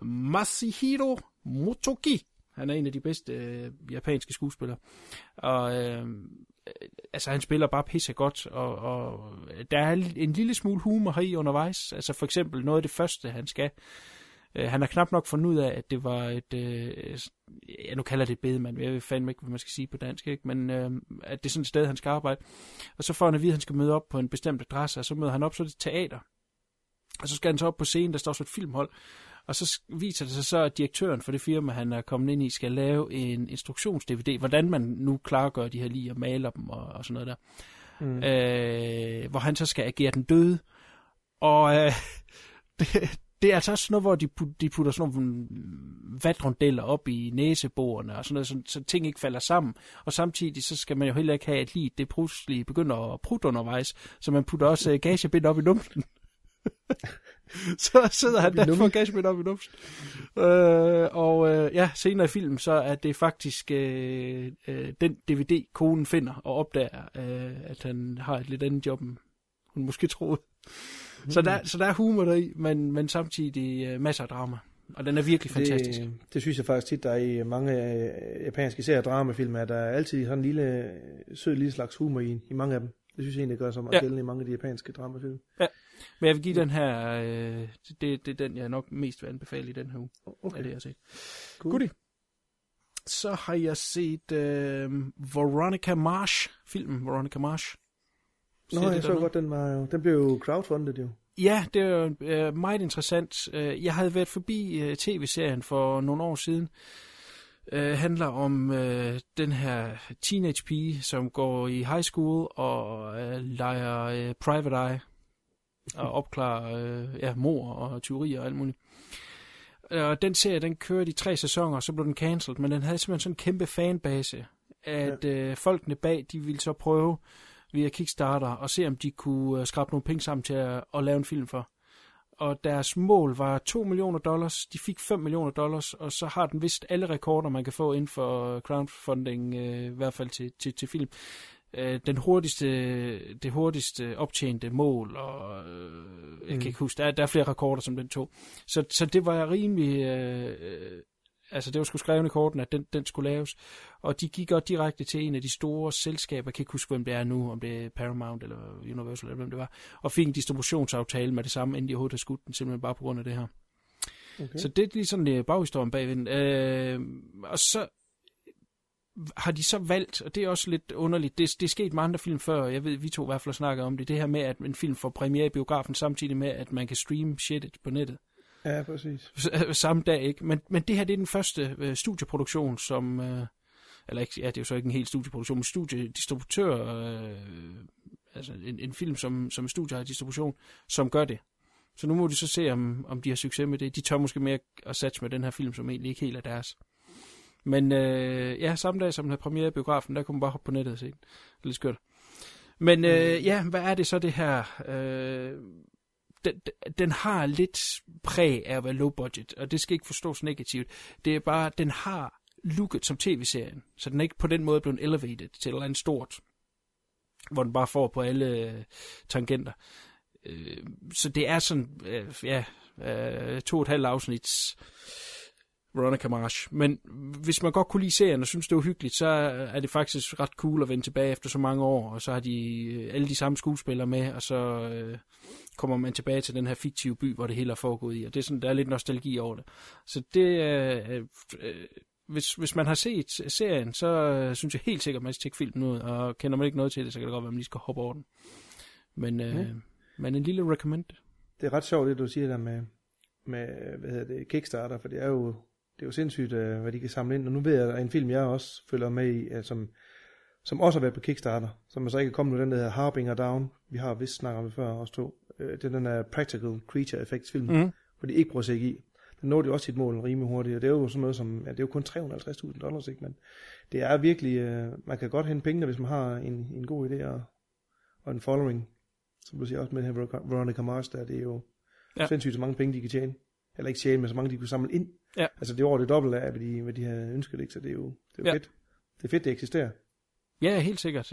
[SPEAKER 3] Masahiro Motoki. Han er en af de bedste øh, japanske skuespillere. Og øh, altså han spiller bare pisse godt, og, og der er en lille smule humor heri undervejs. Altså for eksempel noget af det første, han skal. Han har knap nok fundet ud af, at det var et, øh, ja, nu kalder det et bedemand, jeg ved fandme ikke, hvad man skal sige på dansk, ikke? Men øh, at det er sådan et sted, han skal arbejde. Og så får han at vide, at han skal møde op på en bestemt adresse, og så møder han op, så er det teater. Og så skal han så op på scenen, der står så et filmhold, Og så viser det sig så, at direktøren for det firma, han er kommet ind i, skal lave en instruktions-D V D, hvordan man nu klargør de her lige og maler dem og, og sådan noget der. Mm. Øh, hvor han så skal agere den døde. Og øh, det, det er altså også noget, hvor de, put, de putter sådan nogle vatrundeller op i næseborene og sådan noget, så, så ting ikke falder sammen. Og samtidig så skal man jo heller ikke have, at lige det pludselig begynder at prutte undervejs, så man putter også uh, gagebind op i numsen. Så sidder han der for gagebind op i numsen. Øh, og øh, ja, senere i filmen, så er det faktisk øh, øh, den D V D, konen finder og opdager, øh, at han har et lidt andet job, end hun måske troede. Mm. Så, der, så der er humor deri, men, men samtidig øh, masser af drama. Og den er virkelig fantastisk.
[SPEAKER 8] Det, det synes jeg faktisk tit, der er i mange øh, japanske serier og dramafilm, at der er altid sådan en lille, sød lille slags humor i, i mange af dem. Det synes jeg egentlig gør så meget ja. gældende i mange af de japanske dramafilm. Ja,
[SPEAKER 3] men jeg vil give den her, øh, det, det er den, jeg nok mest vil anbefale i den her uge. Okay. Af det, jeg har set. Cool. Goodie. Så har jeg set øh, Veronica Mars, filmen Veronica Mars.
[SPEAKER 8] Nå, jeg så godt, den var jo, den blev jo crowdfundet jo.
[SPEAKER 3] Ja, det er jo øh, meget interessant. Jeg havde været forbi øh, tv-serien for nogle år siden. Øh, handler om øh, den her teenage pige, som går i high school og øh, leger øh, private eye og opklarer øh, ja, mord og tyverier og alt muligt. Og den serie, den kørte i tre sæsoner, så blev den cancelled, men den havde simpelthen sådan en kæmpe fanbase, at ja. øh, folkene bag, de ville så prøve via Kickstarter og se, om de kunne skrabe nogle penge sammen til at, at lave en film for. Og deres mål var to millioner dollars. De fik fem millioner dollars, og så har den vist alle rekorder, man kan få inden for crowdfunding, øh, i hvert fald til, til, til film. Øh, den hurtigste, det hurtigste optjente mål, og øh, jeg kan ikke huske, der, der er flere rekorder, som den tog. Så, så det var rimelig... Øh, Altså, det var sgu skrevet i korten, at den, den skulle laves. Og de gik godt direkte til en af de store selskaber, jeg kan ikke huske, hvem det er nu, om det er Paramount eller Universal, eller hvem det var, og fik en distributionsaftale med det samme, inden de overhovedet havde skudt den, simpelthen bare på grund af det her. Okay. Så det er lige sådan en baghistorien bagved. Øh, og så har de så valgt, og det er også lidt underligt, det, det er sket med andre film før, jeg ved, vi to i hvert fald snakker om det, det her med, at en film får premiere i biografen, samtidig med, at man kan streame shit på nettet.
[SPEAKER 8] Ja, præcis.
[SPEAKER 3] Samme dag, ikke? Men, men det her, det er den første øh, studieproduktion, som... Øh, eller ikke, ja, det er jo så ikke en hel studieproduktion, men studiedistributør... Øh, altså en, en film, som, som studie har distribution, som gør det. Så nu må de så se, om, om de har succes med det. De tør måske mere at satse med den her film, som egentlig ikke helt er deres. Men øh, ja, samme dag, som den har premiere i biografen, der kunne man bare hoppe på nettet og se den. Det er lidt skørt. Men øh, ja, hvad er det så, det her... Øh, Den, den har lidt præg af at være low budget, og det skal ikke forstås negativt. Det er bare, den har looket som tv-serien, så den er ikke på den måde blevet elevated til et eller andet stort, hvor den bare får på alle uh, tangenter. Uh, så det er sådan, uh, ja, uh, to og et halvt afsnits Veronica Mars. Men hvis man godt kunne lide serien og synes, det var hyggeligt, så er det faktisk ret cool at vende tilbage efter så mange år, og så har de alle de samme skuespillere med, og så øh, kommer man tilbage til den her fiktive by, hvor det hele er foregået i, og det er sådan, der er lidt nostalgi over det. Så det øh, øh, hvis, hvis man har set serien, så øh, synes jeg helt sikkert, at man skal tjekke filmen ud, og kender man ikke noget til det, så kan det godt være, at man lige skal hoppe over den. Men, øh, ja. men en lille recommend. Det
[SPEAKER 8] er ret sjovt, det du siger der med, med hvad hedder det, Kickstarter, for det er jo Det er jo sindssygt, hvad de kan samle ind. Og nu ved jeg, at der er en film, jeg også følger med i, som, som også har været på Kickstarter, som er så ikke kommet med den, der hedder Harbinger Down. Vi har vist snakket om det før, også to. Det er den der Practical Creature Effects film, mm. hvor de ikke bruger C G I. Den når de også sit mål rimelig hurtigt, og det er jo sådan noget som, ja, det er jo kun tre hundrede og halvtreds tusind dollars, ikke? Men det er virkelig, man kan godt hente pengene, hvis man har en, en god idé og, og en following. Som du siger også med den her Veronica Mars, der det er jo ja. sindssygt så mange penge, de kan tjene. Eller ikke tjene, men så mange, de kunne samle ind. Ja. Altså det er over det dobbelte af, hvad de, hvad de havde ønsket, ikke? Så det er jo, det er jo ja. fedt. Det er fedt, det eksisterer.
[SPEAKER 3] Ja, helt sikkert.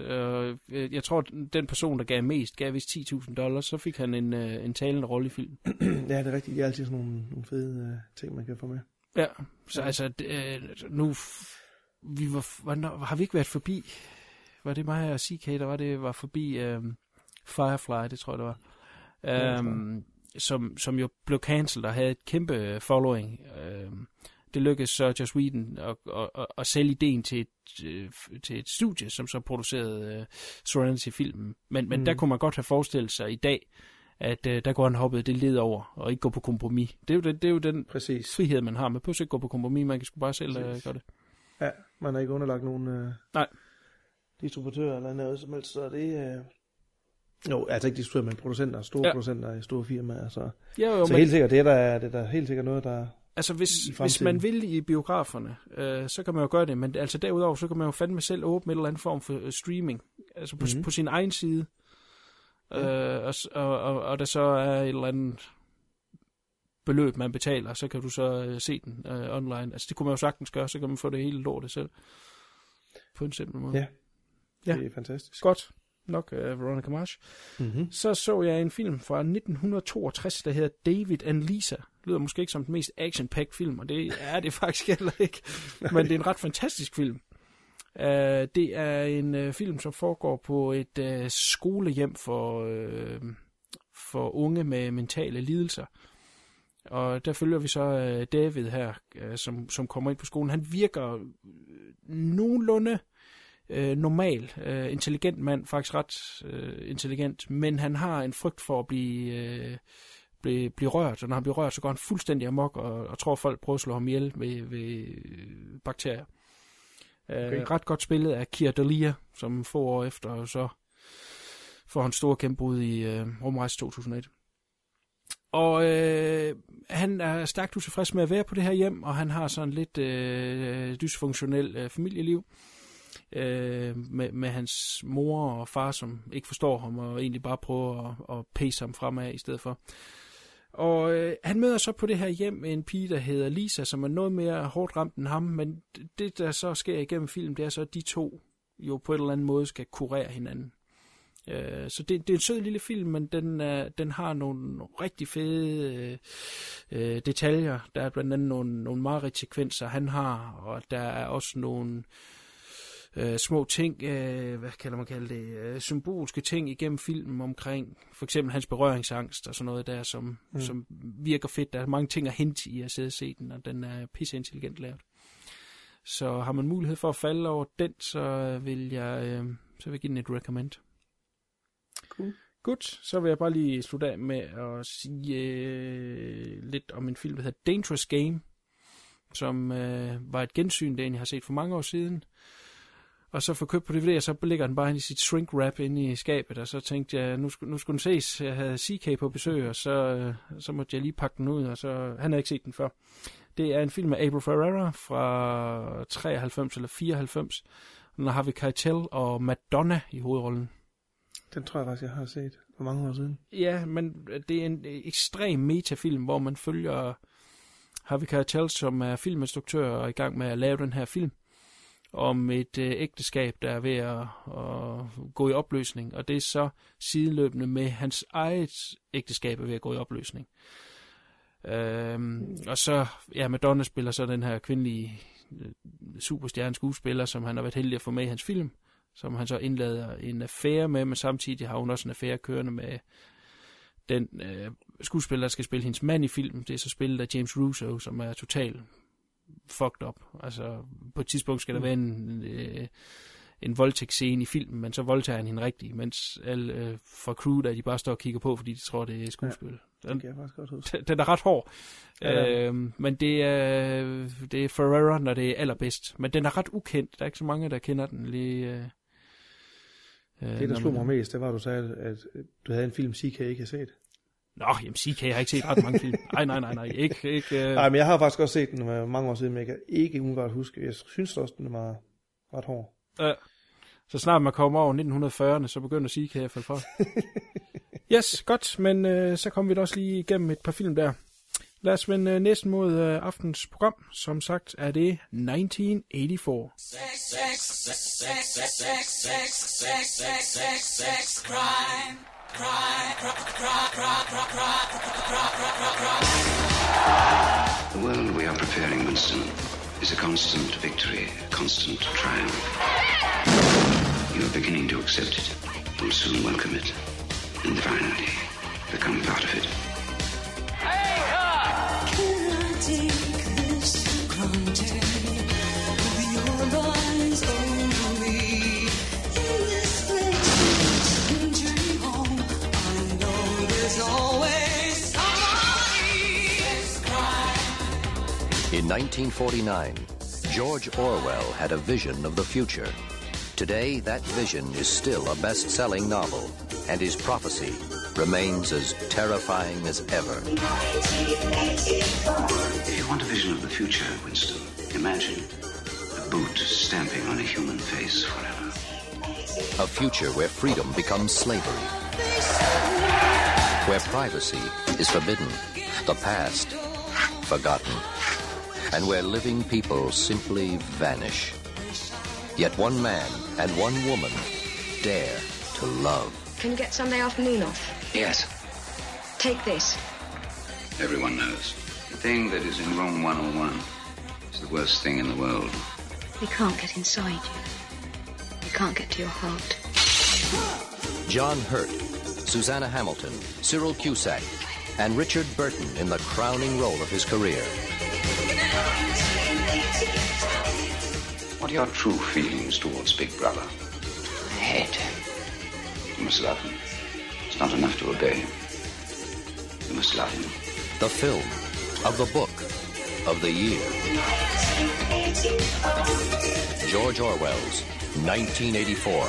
[SPEAKER 3] Jeg tror, at den person, der gav mest, gav vist ti tusind dollars, så fik han en, en talende rolle i filmen.
[SPEAKER 8] Ja, det er rigtigt. Det er altid sådan nogle, nogle fede ting, man kan få med.
[SPEAKER 3] Ja, så ja. altså, nu vi var, har vi ikke været forbi, var det mig og C K, der var det, var forbi um, Firefly, det tror jeg, det var. Um, Som, som jo blev cancelled og havde et kæmpe following. Øh, det lykkedes så Joss Whedon at, at, at, at sælge ideen til et, øh, til et studie, som så producerede øh, Serenity-filmen. Men, men mm. der kunne man godt have forestillet sig i dag, at øh, der går han hoppet det led over, og ikke gå på kompromis. Det er jo, det, det er jo den
[SPEAKER 8] Præcis.
[SPEAKER 3] frihed, man har. Man behøver ikke gå på kompromis, man kan sgu bare selv øh, gøre det.
[SPEAKER 8] Ja, man har ikke underlagt nogen øh,
[SPEAKER 3] Nej.
[SPEAKER 8] distributører eller noget som helst, så det... Øh... Jo, altså ikke distributører, men producenter, store ja. producenter i store firmaer. Så,
[SPEAKER 3] ja, jo,
[SPEAKER 8] så
[SPEAKER 3] men...
[SPEAKER 8] helt sikkert, det er der, det er der helt sikkert noget, der...
[SPEAKER 3] Altså hvis, hvis man vil i biograferne, øh, så kan man jo gøre det, men altså derudover, så kan man jo fandme selv åbne en eller anden form for øh, streaming, altså på, mm-hmm. på sin egen side, ja. øh, og, og, og, og der så er et eller andet beløb, man betaler, så kan du så øh, se den øh, online. Altså det kunne man jo sagtens gøre, så kan man få det hele lortet selv, på en simpel måde.
[SPEAKER 8] Ja, det ja. er fantastisk.
[SPEAKER 3] Godt. Nok uh, Veronica Mars. Mm-hmm. Så så jeg en film fra nitten toogtres, der hedder David and Lisa. Det lyder måske ikke som den mest action-packed film, og det er det faktisk heller ikke. Men det er en ret fantastisk film. Uh, det er en uh, film, som foregår på et uh, skolehjem for, uh, for unge med mentale lidelser. Og der følger vi så uh, David her, uh, som, som kommer ind på skolen. Han virker nogenlunde... Øh, normal, øh, intelligent mand, faktisk ret øh, intelligent, men han har en frygt for at blive, øh, blive, blive rørt, og når han bliver rørt, så går han fuldstændig amok, og, og tror, folk prøver at slå ham ihjel ved, ved bakterier. Okay. Øh, ret godt spillet af Keir Dalia, som få år efter, og så får han store gennembrud i øh, Rumrejse to tusind og et. Og øh, han er stærkt utilfreds med at være på det her hjem, og han har sådan lidt øh, dysfunktionel øh, familieliv. Øh, med, med hans mor og far, som ikke forstår ham, og egentlig bare prøver at, at pace ham fremad i stedet for. Og øh, han møder så på det her hjem en pige, der hedder Lisa, som er noget mere hårdt ramt end ham, men det, der så sker igennem film, det er så, at de to jo på en eller anden måde skal kurere hinanden. Øh, så det, det er en sød lille film, men den, er, den har nogle rigtig fede øh, detaljer. Der er blandt andet nogle, nogle mareridtsekvenser, han har, og der er også nogle... Øh, små ting, øh, hvad kan man kalde det, øh, symbolske ting igennem filmen omkring, for eksempel hans berøringsangst og sådan noget der, som, mm. som virker fedt. Der er mange ting at hente i at sidde og se den, og den er pisseintelligent lavet. Så har man mulighed for at falde over den, så vil jeg, øh, så vil jeg give den et recommend. Cool. Godt, så vil jeg bare lige slutte af med at sige øh, lidt om en film, der hedder Dangerous Game, som øh, var et gensyn, det jeg har set for mange år siden. Og så for købt på D V D, og så ligger den bare inde i sit shrink wrap inde i skabet, og så tænkte jeg, nu, nu skulle den ses. Jeg havde C K på besøg, og så, så måtte jeg lige pakke den ud, og så han havde ikke set den før. Det er en film af Abel Ferrara fra treoghalvfems eller fireoghalvfems. Den har Harvey Keitel og Madonna i hovedrollen. Den tror jeg faktisk, jeg har set for mange år siden. Ja, men det er en ekstrem metafilm, hvor man følger Harvey Keitel, som er filminstruktør og er i gang med at lave den her film, om et øh, ægteskab, der er ved at, at gå i opløsning, og det er så sideløbende med hans eget ægteskab er ved at gå i opløsning. Øhm, og så, ja, Madonna spiller så den her kvindelige øh, superstjerne skuespiller, som han har været heldig at få med i hans film, som han så indlader en affære med, men samtidig har hun også en affære kørende med den øh, skuespiller, der skal spille hendes mand i filmen. Det er så spillet af James Russo, som er totalt fucked up. Altså, på et tidspunkt skal der være en, øh, en voldtægtsscene i filmen, men så voldtager han hende rigtigt, mens alle øh, fra crew, der de bare står og kigger på, fordi de tror, det er skuespil. Ja, den, det faktisk godt huske. Den er ret hård. Ja. Øh, men det er, det er Ferrara, når det er allerbedst. Men den er ret ukendt. Der er ikke så mange, der kender den lige. Øh, det, der slog mig mest, det var, at du sagde, at du havde en film, C K ikke har set. Nå, jamen C K, jeg har ikke set ret mange film. Nej, nej, nej, nej, ikke... ikke uh... Nej, men jeg har faktisk også set den mange år siden, men jeg kan ikke umiddelbart huske. Jeg synes også, den var ret hård. Ja. Så snart man kommer over nitten fyrrerne, så begynder C K at falde fra. Yes, godt, men uh, så kommer vi da også lige igennem et par film der. Lad os vende uh, næsten mod uh, aftens program. Som sagt er det nitten eighty-four. Sex, sex, sex, sex, sex, sex, sex, sex, sex, sex, sex, crime.
[SPEAKER 1] The world we are preparing, Winston, is a constant victory, a constant triumph. You are beginning to accept it, will soon welcome it, and finally become part of it.
[SPEAKER 9] Hey, uh! Can I take this for granted? With your eyes over me, in this place, this dream home, I know there's all
[SPEAKER 10] In nineteen forty-nine, George Orwell had a vision of the future. Today, that vision is still a best-selling novel, and his prophecy remains as terrifying as ever.
[SPEAKER 1] If you want a vision of the future, Winston, imagine a boot stamping on a human face forever.
[SPEAKER 10] A future where freedom becomes slavery, where privacy is forbidden, the past forgotten, and where living people simply vanish. Yet one man and one woman dare to love.
[SPEAKER 11] Can you get Sunday afternoon off?
[SPEAKER 1] Yes.
[SPEAKER 11] Take this.
[SPEAKER 1] Everyone knows. The thing that is in room one oh one is the worst thing in the world.
[SPEAKER 11] We can't get inside you. We can't get to your heart.
[SPEAKER 10] John Hurt, Susanna Hamilton, Cyril Cusack, and Richard Burton in the crowning role of his career.
[SPEAKER 1] What are your true feelings towards Big Brother?
[SPEAKER 7] I hate him.
[SPEAKER 1] You must love him. It's not enough to obey him. You must love him.
[SPEAKER 10] The film of the book of the year. George Orwell's nineteen eighty-four.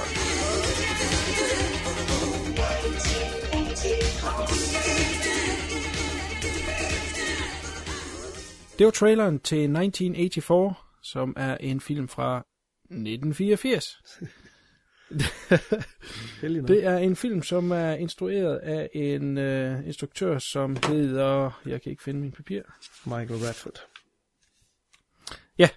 [SPEAKER 3] Det var traileren til nineteen eighty-four, som er en film fra nitten fireogfirs. Det er en film, som er instrueret af en øh, instruktør, som hedder... Jeg kan ikke finde min papir.
[SPEAKER 8] Michael Radford.
[SPEAKER 3] Ja.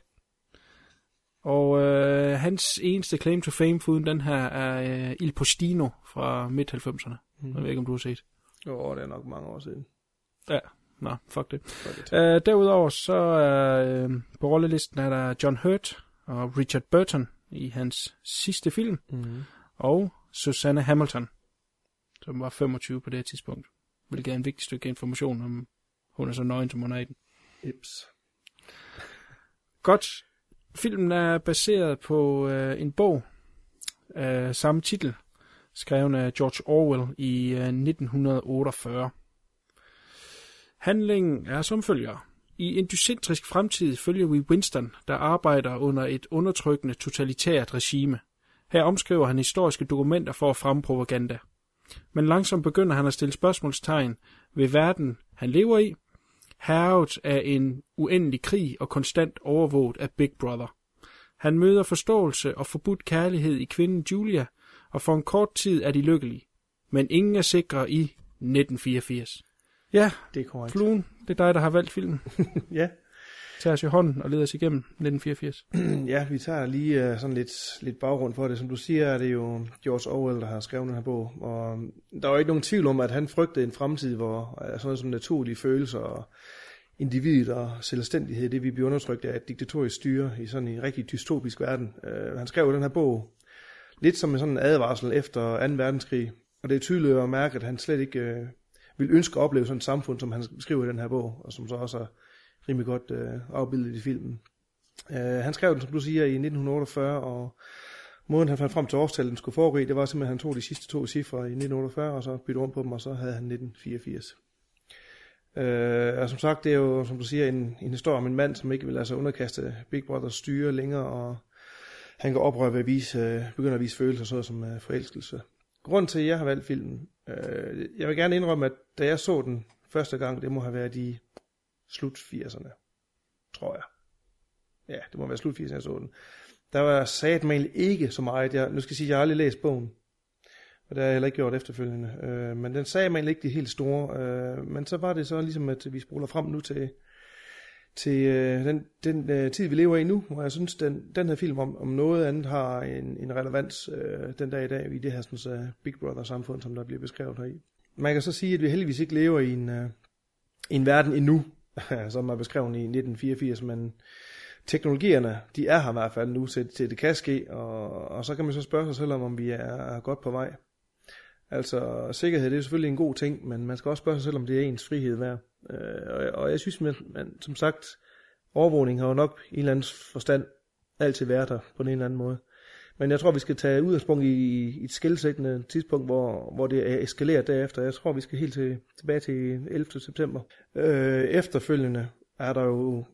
[SPEAKER 3] Og øh, hans eneste claim to fame foruden den her er øh, Il Postino fra midt halvfemserne. Mm. Jeg ved ikke, om du har set.
[SPEAKER 8] Jo, oh, det er nok mange år siden.
[SPEAKER 3] Ja, nå, fuck det. Fuck it. Uh, derudover så er uh, på rollelisten er der John Hurt og Richard Burton i hans sidste film. Mm. Og Susanna Hamilton, som var femogtyve på det tidspunkt. Hvilket er en vigtig stykke information om, hun er så nøgen, som hun er i den.
[SPEAKER 8] Ips.
[SPEAKER 3] Godt. Filmen er baseret på uh, en bog af samme titel, skrevet af George Orwell i uh, nitten otteogfyrre. Handlingen er som følger. I en dycentrisk fremtid følger vi Winston, der arbejder under et undertrykkende totalitært regime. Her omskriver han historiske dokumenter for at fremme propaganda. Men langsomt begynder han at stille spørgsmålstegn ved verden, han lever i, hærget af en uendelig krig og konstant overvåget af Big Brother. Han møder forståelse og forbudt kærlighed i kvinden Julia, og for en kort tid er de lykkelige. Men ingen er sikre i nitten fireogfirs. Ja,
[SPEAKER 8] det er korrekt.
[SPEAKER 3] Fluen, det er dig, der har valgt filmen.
[SPEAKER 8] Ja.
[SPEAKER 3] Tag os i hånden og leder os igennem nitten fireogfirs.
[SPEAKER 8] Ja, vi tager lige uh, sådan lidt, lidt baggrund for det. Som du siger, er det jo George Orwell, der har skrevet den her bog. Og der er jo ikke nogen tvivl om, at han frygtede en fremtid, hvor uh, sådan noget som naturlige følelser og individet og selvstændighed, det vi bliver undertrykt af et diktatorisk styre i sådan en rigtig dystopisk verden. Uh, han skrev den her bog lidt som en sådan en advarsel efter anden verdenskrig. Og det er tydeligt at mærke, at han slet ikke... Uh, vil ønske at opleve sådan et samfund, som han skriver i den her bog, og som så også er rimelig godt øh, afbildet i filmen. Øh, han skrev den, som du siger, i nitten otteogfyrre, og måden han fandt frem til årstallet, den skulle foregå, det var simpelthen, at han tog de sidste to cifre i nitten otteogfyrre, og så byttede rundt på dem, og så havde han nitten fireogfirs. Øh, og som sagt, det er jo, som du siger, en, en historie om en mand, som ikke vil lade sig underkaste Big Brothers styre længere, og han går oprør ved at vise, øh, begynder at vise følelser, sådan som øh, forelskelse. Grunden til, at jeg har valgt filmen, øh, jeg vil gerne indrømme, at da jeg så den første gang, det må have været i slut firserne, tror jeg. Ja, det må være slut firserne, jeg så den. Der var sagt mig egentlig ikke så meget. Jeg, nu skal jeg sige, at jeg har aldrig læst bogen, og det har jeg heller ikke gjort efterfølgende. Øh, men den sagde mig egentlig ikke det helt store. Øh, men så var det så ligesom, at vi spoler frem nu til, til øh, den, den øh, tid, vi lever i nu, hvor jeg synes, den, den her film om, om noget andet har en, en relevans øh, den dag i dag i det her sådan, uh, Big Brother-samfund, som der bliver beskrevet heri. Man kan så sige, at vi heldigvis ikke lever i en, uh, en verden endnu, som er beskrevet i nitten fireogfirs, men teknologierne, de er her i hvert fald nu, til, til det kan ske, og, og så kan man så spørge sig selv om, om vi er godt på vej. Altså, sikkerhed, det er selvfølgelig en god ting, men man skal også spørge sig selv, om det er ens frihed værd. Øh, og, og jeg synes, man, man, som sagt, overvågning har jo nok i en eller anden forstand altid været der på en eller anden måde. Men jeg tror, vi skal tage udgangspunkt i, i et skelsættende tidspunkt, hvor, hvor det er eskaleret derefter. Jeg tror, vi skal helt til, tilbage til ellevte september. Øh, efterfølgende er der jo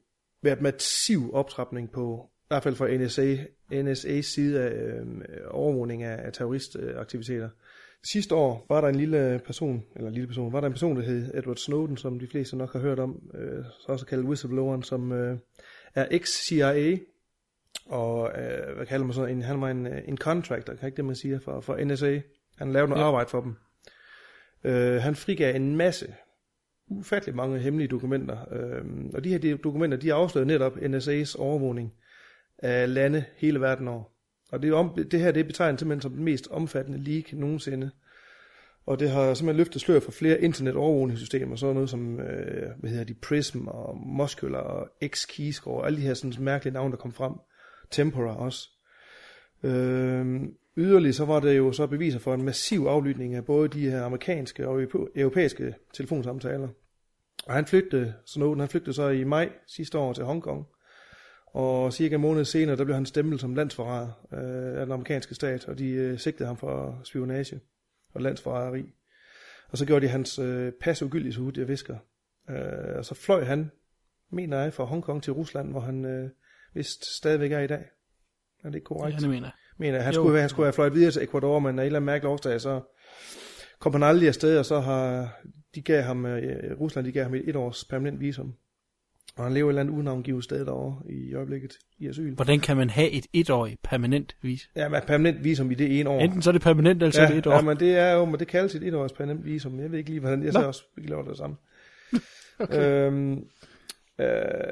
[SPEAKER 8] været massiv optrapning på, i hvert fald fra N S A, N S A's side af øh, overvågning af, af terroristaktiviteter. Sidste år var der en lille person, eller en lille person, var der en person, der hed Edward Snowden, som de fleste nok har hørt om, øh, så også kaldet whistlebloweren, som øh, er ex-C I A, og øh, hvad kalder man så, en, han var en, en contractor, kan ikke det man siger, for, for N S A. Han lavede noget ja. arbejde for dem. Øh, han frigav en masse, ufattelig mange hemmelige dokumenter, øh, og de her de dokumenter, de afslørede netop N S A's overvågning af lande hele verden over. Og det, om, det her det er betegnet simpelthen som den mest omfattende leak nogensinde. Og det har simpelthen løftet slør for flere internet-overvågningssystemer, sådan noget som, øh, hvad hedder de, Prism og Muscular og X-Keyscore, og alle de her sådan mærkelige navne, der kom frem. Tempora også. Øh, yderligere så var det jo så beviser for en massiv aflytning af både de her amerikanske og europæiske telefonsamtaler. Og han flygtede, Snowden, han flygtede så i maj sidste år til Hongkong. Og cirka en måned senere, der blev han stemplet som landsforræder øh, af den amerikanske stat, og de øh, sigtede ham for spionage og landsforræderi. Og så gjorde de hans øh, pas ugyldigt, så ud jeg visker. Øh, og så fløj han, mener jeg, fra Hongkong til Rusland, hvor han øh, vist stadigvæk er i dag. Er det ikke korrekt?
[SPEAKER 3] Ja, det mener jeg.
[SPEAKER 8] Mener jeg. Han, skulle, han skulle have fløjet videre til Ecuador, men af en eller anden mærkelig årsdag, så kom han aldrig afsted, og så har de gav ham, øh, Rusland de gav ham et, et års permanent visum. Og han lever et eller andet unavngivet sted derovre i øjeblikket i asyl.
[SPEAKER 3] Hvordan kan man have et etårigt permanent visum?
[SPEAKER 8] Ja, men permanent visum i det ene år.
[SPEAKER 3] Enten så er det permanent, eller så
[SPEAKER 8] ja,
[SPEAKER 3] er det et år.
[SPEAKER 8] Ja, men det er jo, men det kaldes et etårs permanent visum. Jeg ved ikke lige, hvordan jeg så også ikke laver det samme. Okay. Øhm, øh,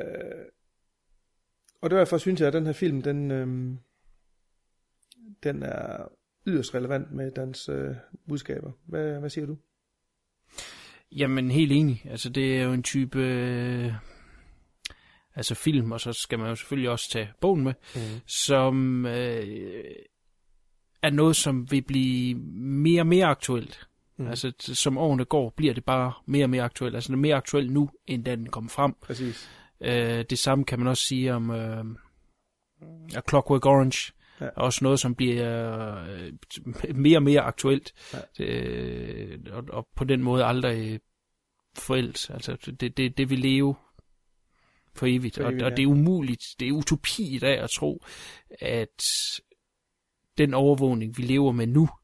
[SPEAKER 8] og derfor synes jeg, at den her film, den, øhm, den er yderst relevant med dens øh, budskaber. Hvad, hvad siger du?
[SPEAKER 3] Jamen, helt enig. Altså, det er jo en type... Øh... altså film, og så skal man jo selvfølgelig også tage bogen med, mm. som øh, er noget, som vil blive mere og mere aktuelt. Mm. Altså, som årene går, bliver det bare mere og mere aktuelt. Altså, det er mere aktuelt nu, end da den kom frem.
[SPEAKER 8] Præcis.
[SPEAKER 3] Øh, det samme kan man også sige om øh, A Clockwork Orange. Ja. Også noget, som bliver øh, mere og mere aktuelt. Ja. Øh, og, og på den måde aldrig forældt. Altså, det, det, det vil leve for evigt, for evigt og, og det er umuligt, det er utopi i dag at tro, at den overvågning, vi lever med nu,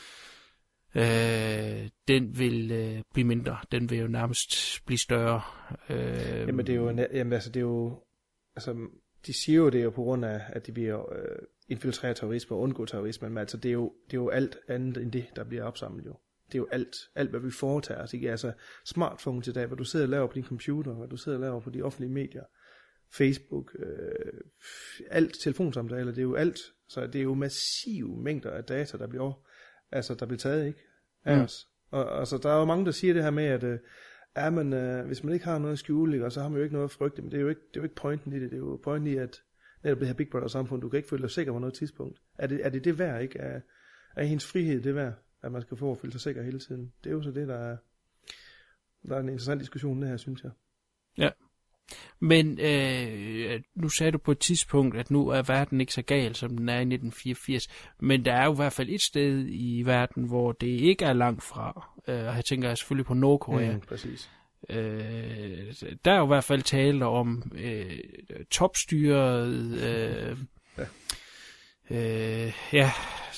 [SPEAKER 3] øh, den vil øh, blive mindre, den vil jo nærmest blive større. Øh,
[SPEAKER 8] jamen det er jo, jamen, altså det er jo, altså de siger jo det er jo på grund af, at de vil øh, infiltrere terrorisme og undgå terrorisme, men altså det er jo, det er jo alt andet end det, der bliver opsamlet jo. Det er jo alt, alt hvad vi foretager os, ikke? Altså smartphone til dag, hvad du sidder og laver på din computer, hvad du sidder og laver på de offentlige medier, Facebook, øh, alt telefonsamtaler, det er jo alt, så det er jo massive mængder af data, der bliver, altså der bliver taget, ikke? Af mm. os. Og altså der er jo mange, der siger det her med, at øh, er man, øh, hvis man ikke har noget at skjule, ikke, og så har man jo ikke noget at frygte, men det er jo ikke, det er jo ikke pointen i det, det er jo pointen i, at netop det her Big Brother samfund, du kan ikke føle dig sikker på noget tidspunkt. Er det, er det det værd, ikke? Er, er hendes frihed det værd? At man skal få at føle sig sikker hele tiden. Det er jo så det, der er, der er en interessant diskussion, det her, synes jeg.
[SPEAKER 3] Ja, men øh, nu sagde du på et tidspunkt, at nu er verden ikke så gal, som den er i nitten fireogfirs, men der er jo i hvert fald et sted i verden, hvor det ikke er langt fra, øh, og jeg tænker selvfølgelig på Nordkorea.
[SPEAKER 8] Mm, præcis.
[SPEAKER 3] Øh, der er jo i hvert fald tale om øh, topstyret, øh, ja, øh, ja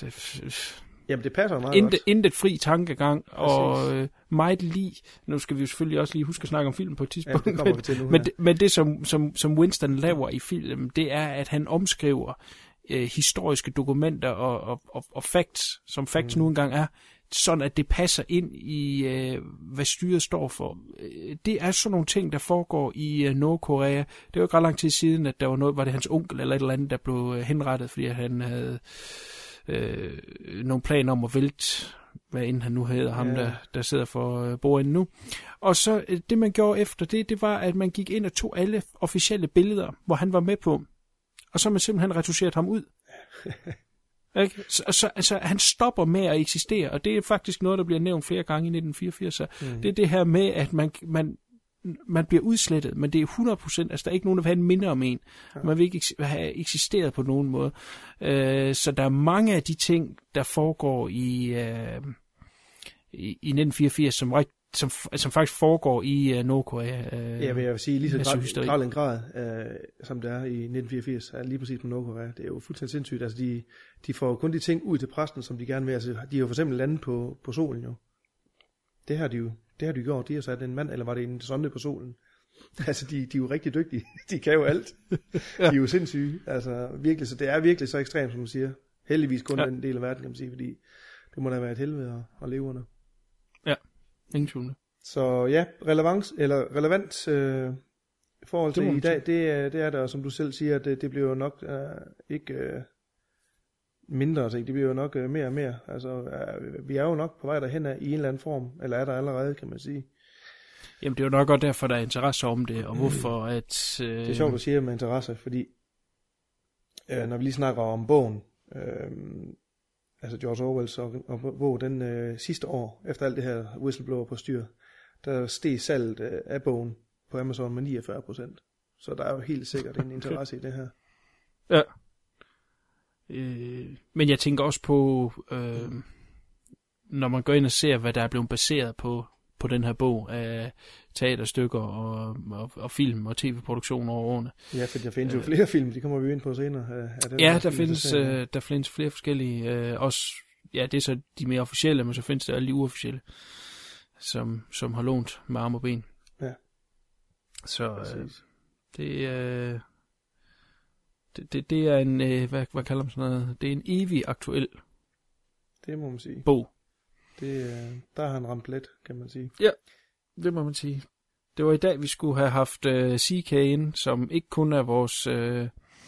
[SPEAKER 8] Jamen det passer meget
[SPEAKER 3] intet,
[SPEAKER 8] godt.
[SPEAKER 3] Intet fri tankegang, præcis. Og øh, meget lige, nu skal vi jo selvfølgelig også lige huske at snakke om film på et tidspunkt, ja, det kommer vi til nu, men, ja. det, men det som, som, som Winston laver i filmen, det er, at han omskriver øh, historiske dokumenter og, og, og, og facts, som facts mm. nu engang er, sådan at det passer ind i, øh, hvad styret står for. Det er sådan nogle ting, der foregår i øh, Nordkorea. Det var jo ikke ret lang tid siden, at der var noget, var det hans onkel eller et eller andet, der blev øh, henrettet, fordi han havde øh, nogle planer om at vælte, hvad end han nu hedder, ham ja. der, der sidder for øh, bordenden nu. Og så øh, det man gjorde efter det, det var, at man gik ind og tog alle officielle billeder, hvor han var med på, og så har man simpelthen retuscheret ham ud. Ikke? Så, så altså, han stopper med at eksistere, og det er faktisk noget, der bliver nævnt flere gange i nitten fireogfirs. Mm. Det er det her med, at man, man, man bliver udslettet, men det er hundrede procent, altså der er ikke nogen, der vil have en minde om en. Ja. Man vil ikke have eksisteret på nogen måde. Uh, så der er mange af de ting, der foregår i, uh, i, i nitten fireogfirs, som rigt, som, som faktisk foregår i uh, Nordkorea. Uh,
[SPEAKER 8] ja, men jeg vil sige lige så grad, grad en grad, uh, som det er i nitten fireogfirs, er lige præcis på Nordkorea. Det er jo fuldstændig sindssygt. Altså, de, de får kun de ting ud til præsten, som de gerne vil. Altså, de har jo for eksempel landet på, på solen jo. Det har de jo det har de gjort. De har sat en mand, eller var det en sonde på solen? Altså, de, de er jo rigtig dygtige. De kan jo alt. Ja. De er jo sindssyge. Altså, virkelig. Så det er virkelig så ekstremt, som man siger. Heldigvis kun ja. Den del af verden, kan man sige, fordi det må da være et helvede at, at leve under.
[SPEAKER 3] Ja, ingen tvivl.
[SPEAKER 8] Så ja, relevans, eller relevant øh, i forhold til i dag, det, det er der, som du selv siger, det, det bliver jo nok øh, ikke øh, mindre ting, det bliver jo nok øh, mere og mere. Altså, øh, vi er jo nok på vej derhen af i en eller anden form, eller er der allerede, kan man sige.
[SPEAKER 3] Jamen, det er jo nok godt derfor, der er interesse om det, og hvorfor at... Øh...
[SPEAKER 8] Det er sjovt, du siger med interesse, fordi øh, når vi lige snakker om bogen, øh, altså George Orwells og, og bog, den øh, sidste år, efter alt det her whistleblower på styr, der steg salget øh, af bogen på Amazon med niogfyrre procent. Så der er jo helt sikkert en interesse okay. i det her.
[SPEAKER 3] Ja. Øh, men jeg tænker også på, øh, når man går ind og ser, hvad der er blevet baseret på, på den her bog af teaterstykker og, og, og film og tv-produktion over årene.
[SPEAKER 8] Ja, for der findes jo øh, flere film, de kommer vi ind på senere. Af den
[SPEAKER 3] ja, der findes, øh, der findes flere forskellige, øh, også, ja, det er så de mere officielle, men så findes der alle de uofficielle, som, som har lånt med arm og ben.
[SPEAKER 8] Ja.
[SPEAKER 3] Så øh, det, øh, det, det, det er en, øh, hvad, hvad kalder man sådan noget, det er en evig aktuel
[SPEAKER 8] det må man sige.
[SPEAKER 3] Bog.
[SPEAKER 8] Det, der har han ramt let, kan man sige.
[SPEAKER 3] Ja, det må man sige. Det var i dag, vi skulle have haft uh, C K ind, som ikke kun er vores, uh,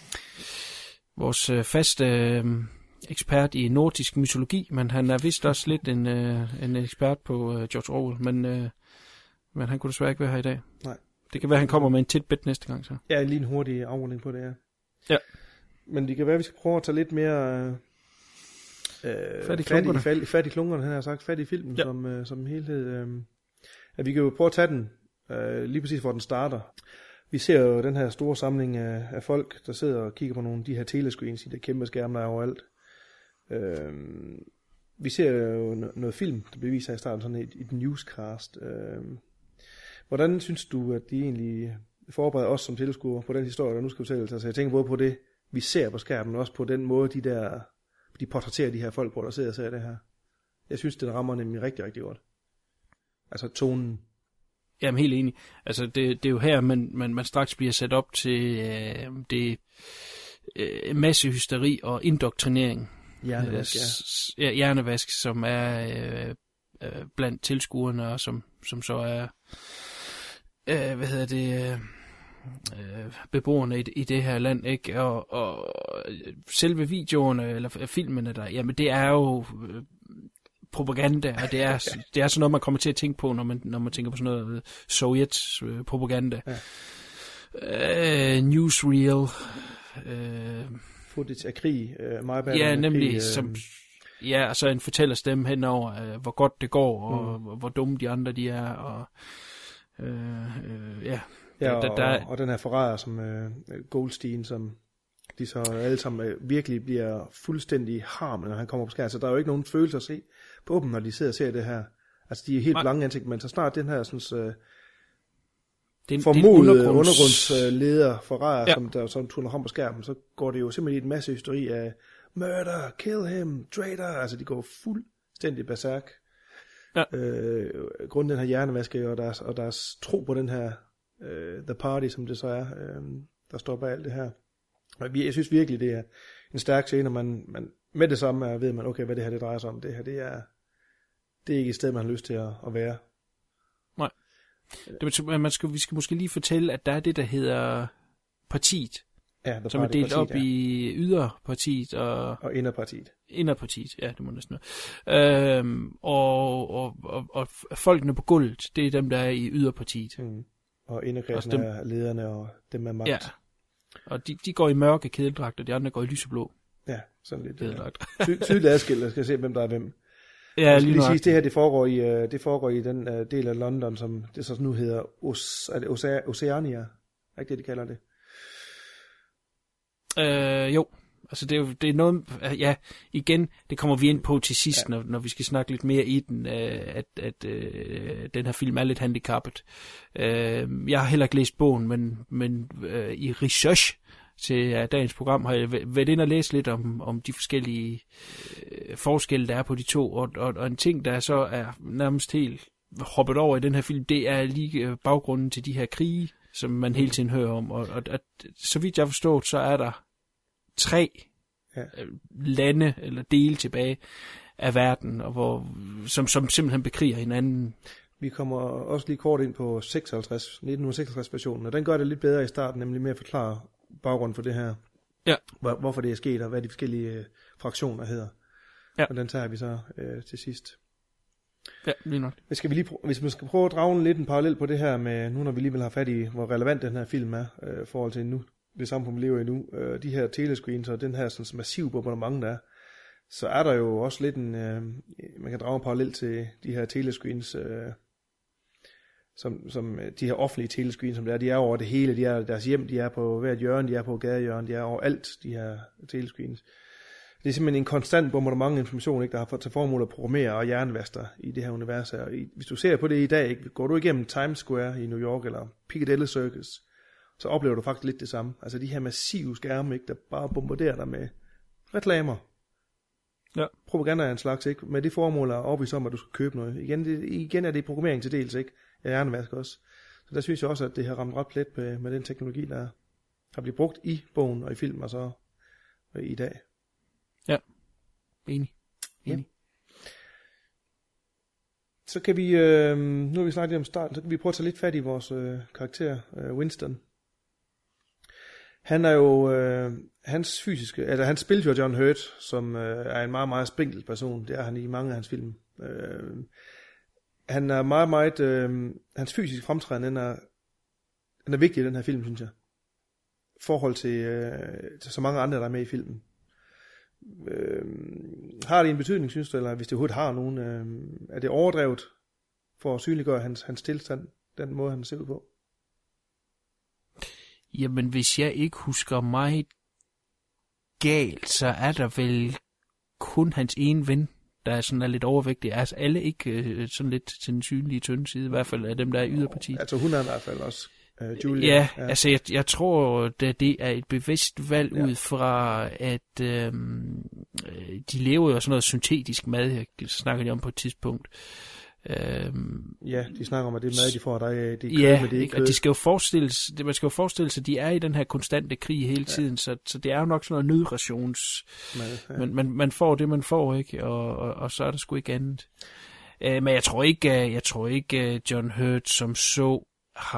[SPEAKER 3] vores uh, faste uh, ekspert i nordisk mytologi, men han er vist også lidt en, uh, en ekspert på uh, George Orwell, men, uh, men han kunne desværre ikke være her i dag.
[SPEAKER 8] Nej.
[SPEAKER 3] Det kan være, at han kommer med en tidbit næste gang. Så.
[SPEAKER 8] Ja, lige en hurtig afrunding på det, ja.
[SPEAKER 3] Ja.
[SPEAKER 8] Men det kan være, at vi skal prøve at tage lidt mere... Uh... Øh, fat i klunkerne. Fat, fat i klunkerne, han har sagt, fat i filmen ja. som, øh, som helhed. Øh, at vi kan jo prøve at tage den, øh, lige præcis hvor den starter. Vi ser jo den her store samling af, af folk, der sidder og kigger på nogle af de her telescreens, i de kæmpe skærme, der er overalt. Øh, vi ser jo noget film, der bliver vist her i starten, sådan et, et newscast. Øh, hvordan synes du, at de egentlig forbereder os som tilskuere på den historie, der nu skal fortælles? Altså jeg tænker både på det, vi ser på skærmen, men også på den måde, de der... de portrætterer de her folk på, der sidder og ser det her. Jeg synes, det rammer nemlig rigtig, rigtig godt. Altså tonen.
[SPEAKER 3] Jamen helt enig. Altså det, det er jo her, man, man, man straks bliver sat op til øh, det øh, masse hysteri og indoktrinering.
[SPEAKER 8] Hjernevask,
[SPEAKER 3] ja. ja. Hjernevask, som er øh, øh, blandt tilskuerne, og som, som så er, øh, hvad hedder det... Øh, beboerne i, i det her land, ikke? Og, og selve videoerne eller filmene der, jamen det er jo øh, propaganda, og det er det er sådan noget man kommer til at tænke på, når man når man tænker på sådan noget Sovjets øh, propaganda. Ja. Uh, newsreel. Uh,
[SPEAKER 8] Footage af krig, uh, meget
[SPEAKER 3] ja, nemlig
[SPEAKER 8] krig, uh...
[SPEAKER 3] som ja, og så en fortællerstemme henover, uh, hvor godt det går og mm. hvor dumme de andre de er og uh, uh, ja.
[SPEAKER 8] Ja, og, der, der... og den her forræder som uh, Goldstein, som de så alle sammen uh, virkelig bliver fuldstændig harme, når han kommer på skærmen. Så der er jo ikke nogen følelse at se på dem, når de sidder og ser det her. Altså, de er helt blanke ansigt, men så snart den her sådan, uh, den, formodede undergrundsleder forræder, ja. som der som tuner ham på skærmen, så går det jo simpelthen i en masse hysteri af murder, kill him, traitor. Altså, de går fuldstændig berserk. Ja. Øh, grunden den her hjernevaske og deres, og deres tro på den her Uh, The Party, som det så er, uh, der står bag alt det her. Og jeg synes virkelig, det er en stærk scene, og man, man med det samme er, ved man, okay, hvad det her det drejer sig om. Det her, det er, det er ikke et sted, man har lyst til at, at være.
[SPEAKER 3] Nej. Det, man skal, vi skal måske lige fortælle, at der er det, der hedder partiet,
[SPEAKER 8] ja,
[SPEAKER 3] som er delt op ja. i yderpartiet og,
[SPEAKER 8] og inderpartiet.
[SPEAKER 3] Inderpartiet, ja, det må næsten være. Øhm, og, og, og, og folkene på gulvet, det er dem, der er i yderpartiet.
[SPEAKER 8] Mm. Og inderkredsen er lederne og dem med magt.
[SPEAKER 3] Ja, og de, de går i mørke kædeldragter, de andre går i lyseblå.
[SPEAKER 8] Ja, sådan lidt kædeldragter. Ty, tydeligt adskilt, jeg skal se, hvem der er hvem.
[SPEAKER 3] Ja, lige
[SPEAKER 8] sige, det her, det foregår i, det foregår i den uh, del af London, som det så nu hedder Os, er det Oce- Oceania. Er ikke det, de kalder det?
[SPEAKER 3] Øh, jo. Altså det er jo det er noget, ja, igen, det kommer vi ind på til sidst, ja. når, når vi skal snakke lidt mere i den, øh, at, at øh, den her film er lidt handicappet. Øh, jeg har heller ikke læst bogen, men, men øh, i research til ja, dagens program har jeg været ind og læst lidt om, om de forskellige øh, forskelle, der er på de to, og, og, og en ting, der så er nærmest helt hoppet over i den her film, det er lige baggrunden til de her krige, som man hele tiden hører om, og, og at, så vidt jeg har forstået, så er der tre ja. lande eller dele tilbage af verden, og hvor, som, som simpelthen bekriger hinanden.
[SPEAKER 8] Vi kommer også lige kort ind på seksoghalvtreds, nitten seksoghalvtreds versionen, og den gør det lidt bedre i starten, nemlig med at forklare baggrunden for det her.
[SPEAKER 3] Ja.
[SPEAKER 8] Hvor, hvorfor det er sket, og hvad de forskellige øh, fraktioner hedder. Ja. Og den tager vi så øh, til sidst.
[SPEAKER 3] Ja, lige nok.
[SPEAKER 8] Hvis, skal vi lige prø- hvis man skal prøve at drage lidt en parallel på det her med, nu når vi alligevel har fat i, hvor relevant den her film er, øh, i forhold til nu, det samfund, vi lever i nu, øh, de her telescreens og den her sådan massive bombardement, der er, så er der jo også lidt en, øh, man kan drage en parallel til de her telescreens, øh, som, som de her offentlige telescreens, som det er, de er over det hele, de er deres hjem, de er på hvert hjørne, de er på gadehjørne, de er over alt, de her telescreens. Det er simpelthen en konstant bombardement af information, ikke, der har fået til formål at programmere og jernvaster i det her univers her. Hvis du ser på det i dag, ikke, går du igennem Times Square i New York eller Piccadilly Circus, så oplever du faktisk lidt det samme. Altså de her massive skærme, ikke, der bare bombarderer dig med reklamer.
[SPEAKER 3] Ja.
[SPEAKER 8] Propaganda er en slags, ikke, med det formål at overbevise om, at du skal købe noget. Igen, det, igen er det programmering til dels, ikke, af jernvask også. Så der synes jeg også, at det har ramt ret plet med, med den teknologi, der har blivet brugt i bogen og i film og så og i dag.
[SPEAKER 3] Ja, enig. enig.
[SPEAKER 8] Ja. Så kan vi, øh, nu har vi snakket om starten, så kan vi prøve at tage lidt fat i vores øh, karakter, øh, Winston. Han er jo, øh, hans fysiske, eller han spiller jo John Hurt, som øh, er en meget, meget spinkel person. Det er han i mange af hans film. Øh, han er meget, meget, øh, hans fysiske fremtræden, den er, den er vigtig i den her film, synes jeg. Forhold til, øh, til så mange andre, der er med i filmen. Øh, har det en betydning, synes du, eller hvis det overhovedet har nogen, øh, er det overdrevet for at synliggøre hans, hans tilstand, den måde, han ser ud på?
[SPEAKER 3] Jamen, hvis jeg ikke husker meget galt, så er der vel kun hans ene ven, der er sådan er lidt overvægtig. Altså alle ikke øh, sådan lidt til den synlige tynde side, i hvert fald af dem, der er i yderpartiet.
[SPEAKER 8] Altså hun er i hvert fald også. Uh, Julia.
[SPEAKER 3] Ja, ja, altså jeg, jeg tror, at det er et bevidst valg ja. ud fra, at øhm, de lever jo sådan noget syntetisk mad, jeg snakker de om på et tidspunkt. Øhm,
[SPEAKER 8] ja, de snakker om, at det er mad, de får, der er de
[SPEAKER 3] ja,
[SPEAKER 8] kød, men det er ikke
[SPEAKER 3] og de skal jo forestille sig, man skal jo forestille sig, at de er i den her konstante krig hele tiden, ja. så, så det er jo nok sådan noget nødrations, mad, ja. men man, man får det, man får, ikke, og, og, og så er der sgu ikke andet. Øh, men jeg tror ikke, jeg tror ikke John Hurt som så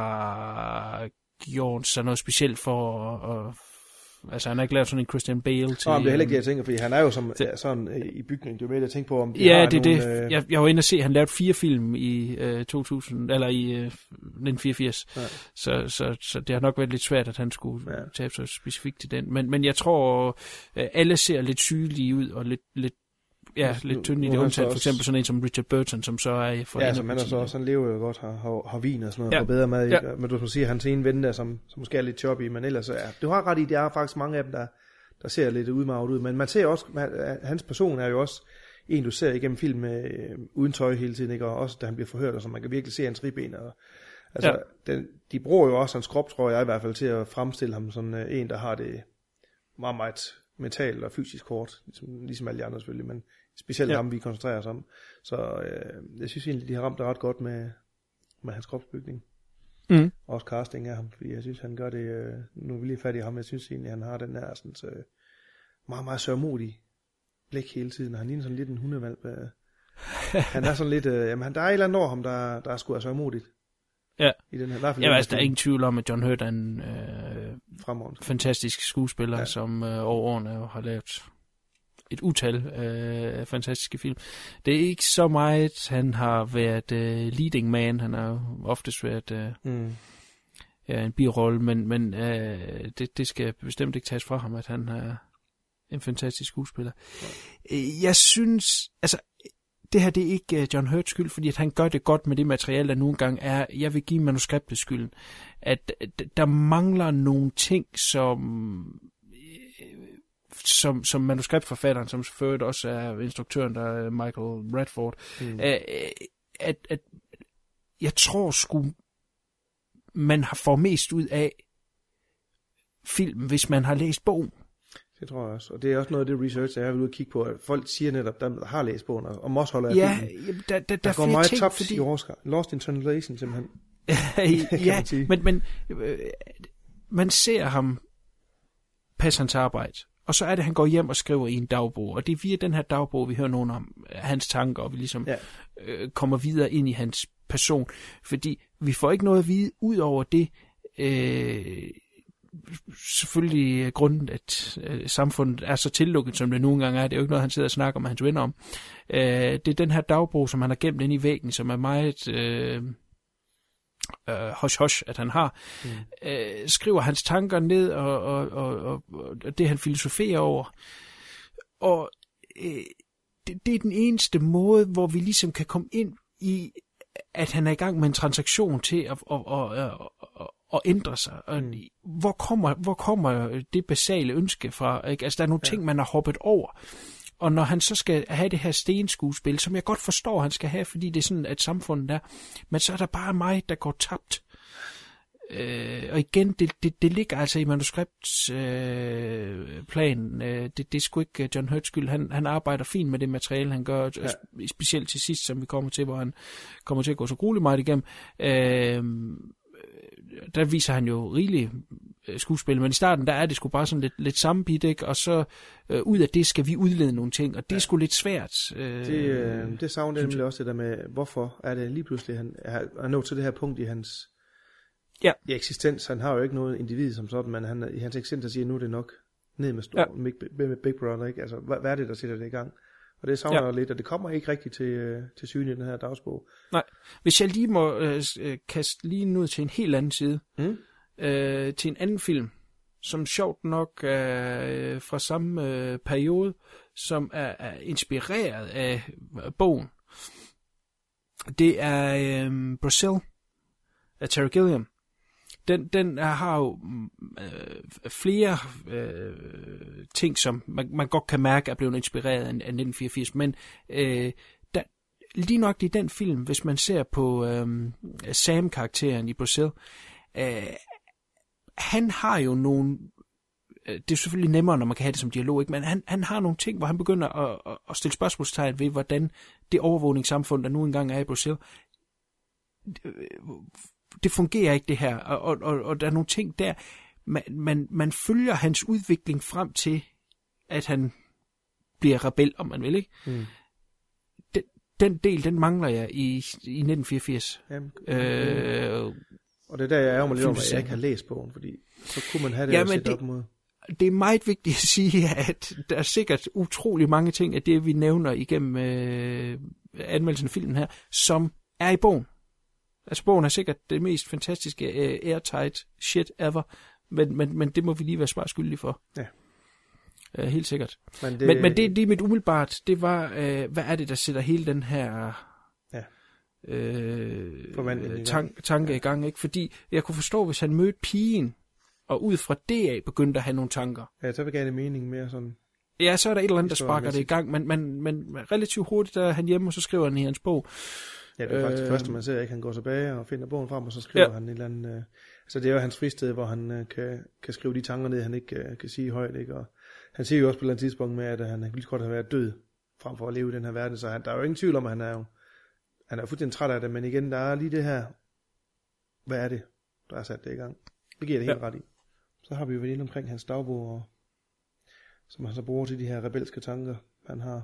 [SPEAKER 3] har gjort sig noget specielt for at, altså han har ikke lavet sådan en Christian Bale til...
[SPEAKER 8] Nå, det er heller ikke det, jeg tænker, fordi han er jo som, det, ja, sådan øh, i bygningen, det er jo med, jeg tænker på, om de
[SPEAKER 3] ja,
[SPEAKER 8] har
[SPEAKER 3] det,
[SPEAKER 8] nogle...
[SPEAKER 3] det.
[SPEAKER 8] Øh...
[SPEAKER 3] Jeg, jeg var inde og se, han lavede fire film i øh, to tusind, eller i øh, nitten fireogfirs, ja. så, så, så det har nok været lidt svært, at han skulle ja. tage sig specifikt til den, men, men jeg tror, øh, alle ser lidt sygelige ud, og lidt, lidt Ja, lidt tynde i det, undtaget for eksempel sådan en som Richard Burton, som så er for
[SPEAKER 8] ja, som han er så også, han lever jo godt, har, har, har vin og sådan noget, ja. og bedre mad, ja. men du må sige, at hans ene ven der, som, som måske er lidt choppy, men ellers er, du har ret i, der er faktisk mange af dem, der, der ser lidt udmaget ud, men man ser også, hans person er jo også en, du ser igennem film med, øh, uden tøj hele tiden, ikke? Og også da han bliver forhørt, og så man kan virkelig se hans ribben, og altså, ja. den, de bruger jo også hans krop, tror jeg i hvert fald, til at fremstille ham sådan øh, en, der har det meget, meget mentalt og fysisk hårdt, ligesom, ligesom alle de andre selvfølgelig, men specielt ja. ham, vi koncentrerer os om. Så øh, jeg synes egentlig, de har ramt det ret godt med, med hans kropsbygning. Mm. Også casting af ham, fordi jeg synes, han gør det, øh, nu er vi lige fat i ham, jeg synes egentlig, han har den her sådan, så, meget, meget sørmodig blik hele tiden, og han ligner sådan lidt en hundevalp. Øh. Han er sådan lidt, øh, jamen der er et eller andet over ham, der, der er sgu altså sørmodigt.
[SPEAKER 3] Ja,
[SPEAKER 8] i den her, i hvert fald
[SPEAKER 3] ja altså, der er ingen tvivl om, at John Hurt er en øh, fantastisk skuespiller, ja. som øh, over årene har lavet et utal af øh, fantastiske film. Det er ikke så meget, han har været øh, leading man, han har oftest været øh, mm. ja, en birolle, men, men øh, det, det skal bestemt ikke tages fra ham, at han er en fantastisk skuespiller. Ja. Jeg synes, altså, det her det er ikke John Hurts skyld, fordi at han gør det godt med det materiale, der nogle gange er, jeg vil give manuskriptet skylden, at der mangler nogle ting, som som, som manuskriptforfatteren, som selvfølgelig også er instruktøren, der er Michael Radford, mm. at, at, at jeg tror sgu, man har får mest ud af film, hvis man har læst bogen.
[SPEAKER 8] Det tror jeg også. Og det er også noget af det research, jeg vil ud og kigge på, at folk siger netop, der har læst bogen, og også holder af
[SPEAKER 3] ja,
[SPEAKER 8] filmen.
[SPEAKER 3] Der, der, der,
[SPEAKER 8] der
[SPEAKER 3] der
[SPEAKER 8] går meget
[SPEAKER 3] ting,
[SPEAKER 8] tabt
[SPEAKER 3] fordi...
[SPEAKER 8] i Oscar. Lost in Translation, simpelthen.
[SPEAKER 3] ja, men, men øh, man ser ham passe hans arbejde, og så er det, at han går hjem og skriver i en dagbog, og det er via den her dagbog, vi hører nogen om hans tanker, og vi ligesom ja. øh, kommer videre ind i hans person, fordi vi får ikke noget at vide ud over det, øh, selvfølgelig grunden, at øh, samfundet er så tillukket, som det nogle gange er. Det er jo ikke noget, han sidder og snakker med hans venner om. Øh, det er den her dagbog, som han har gemt inde i væggen, som er meget øh, øh, hush-hush, at han har. Mm. Øh, skriver hans tanker ned, og, og, og, og, og det han filosoferer over. Og øh, det, det er den eneste måde, hvor vi ligesom kan komme ind i, at han er i gang med en transaktion til at, at, at, at, at, at ændre sig. Og mm. hvor, kommer, hvor kommer det basale ønske fra? Ikke? Altså, der er nogle ja. ting, man har hoppet over. Og når han så skal have det her stenskuespil, som jeg godt forstår, han skal have, fordi det er sådan, at samfundet er, men så er der bare mig, der går tabt. Øh, og igen, det, det, det ligger altså i manuskriptplanen. Øh, øh, det, det er sgu ikke John Hurts skyld. Han, han arbejder fint med det materiale, han gør, ja. specielt til sidst, som vi kommer til, hvor han kommer til at gå så grueligt meget igennem. Øh, der viser han jo rigeligt skuespil, men i starten, der er det sgu bare sådan lidt, lidt sammenbit, ikke? Og så øh, ud af det skal vi udlede nogle ting, og det er sgu lidt svært. Øh,
[SPEAKER 8] det øh, det savner nemlig også det der med, hvorfor er det lige pludselig, han er, er nået til det her punkt i hans
[SPEAKER 3] ja.
[SPEAKER 8] i eksistens. Han har jo ikke noget individ som sådan, men han, i hans eksistens der siger, nu er det nok ned med, stor, ja. med, med Big Brother, ikke? Altså, hvad, hvad er det, der sætter det i gang? Og det savner ja. lidt, og det kommer ikke rigtigt til, til syne i den her dagsbog.
[SPEAKER 3] Nej, hvis jeg lige må øh, kaste lige ud til en helt anden side, mm. øh, til en anden film, som sjovt nok er øh, fra samme øh, periode, som er, er inspireret af bogen. Det er øh, Brazil af Terry Gilliam. Den, den har jo øh, flere øh, ting, som man, man godt kan mærke er blevet inspireret af, af nitten fireogfirs, men øh, der, lige nok i den film, hvis man ser på øh, Sam-karakteren i Brazil, øh, han har jo nogle, øh, det er selvfølgelig nemmere, når man kan have det som dialog, ikke? Men han, han har nogle ting, hvor han begynder at, at stille spørgsmålstegn ved, hvordan det overvågningssamfund, der nu engang er i Brazil, øh, det fungerer ikke det her, og, og, og, og der er nogle ting der, man, man, man følger hans udvikling frem til, at han bliver rebel, om man vil, ikke? Mm. Den, den del, den mangler jeg i, i nitten fireogfirs. Jamen, øh,
[SPEAKER 8] og det er der, jeg er jo lidt om, at jeg ikke har læst bogen, fordi så kunne man have det
[SPEAKER 3] ja,
[SPEAKER 8] set op mod.
[SPEAKER 3] Det er meget vigtigt at sige, at der er sikkert utrolig mange ting af det, vi nævner igennem øh, anmeldelsen af filmen her, som er i bogen. Altså, bogen er sikkert det mest fantastiske uh, airtight shit ever, men, men, men det må vi lige være svarskyldige for. Ja. Uh, helt sikkert. Men det, men, men det, det er mit umiddelbart, det var, uh, hvad er det, der sætter hele den her ja. uh, tank, tanke ja. i gang, ikke? Fordi jeg kunne forstå, hvis han mødte pigen, og ud fra det af begyndte at have nogle tanker.
[SPEAKER 8] Ja, så vil jeg gerne mening mere sådan.
[SPEAKER 3] Ja, så er der et eller andet, der sparker det i gang, men, men, men relativt hurtigt, der er han hjemme, og så skriver han i hans bog.
[SPEAKER 8] Ja, det er faktisk øh, det første, man ser, ikke? Han går tilbage og finder bogen frem, og så skriver ja. han et eller andet. Øh, altså, det er jo hans fristed, hvor han øh, kan, kan skrive de tanker ned, han ikke øh, kan sige højt, ikke? Og han siger jo også på et eller andet tidspunkt med, at han ville godt have været død, frem for at leve i den her verden, så han, der er jo ingen tvivl om, at han er jo, han er fuldstændig træt af det, men igen, der er lige det her, hvad er det, der er sat det i gang? Det giver det helt ja. ret i. Så har vi jo været inde omkring hans dagbog, og, som han så bruger til de her rebelske tanker, han har.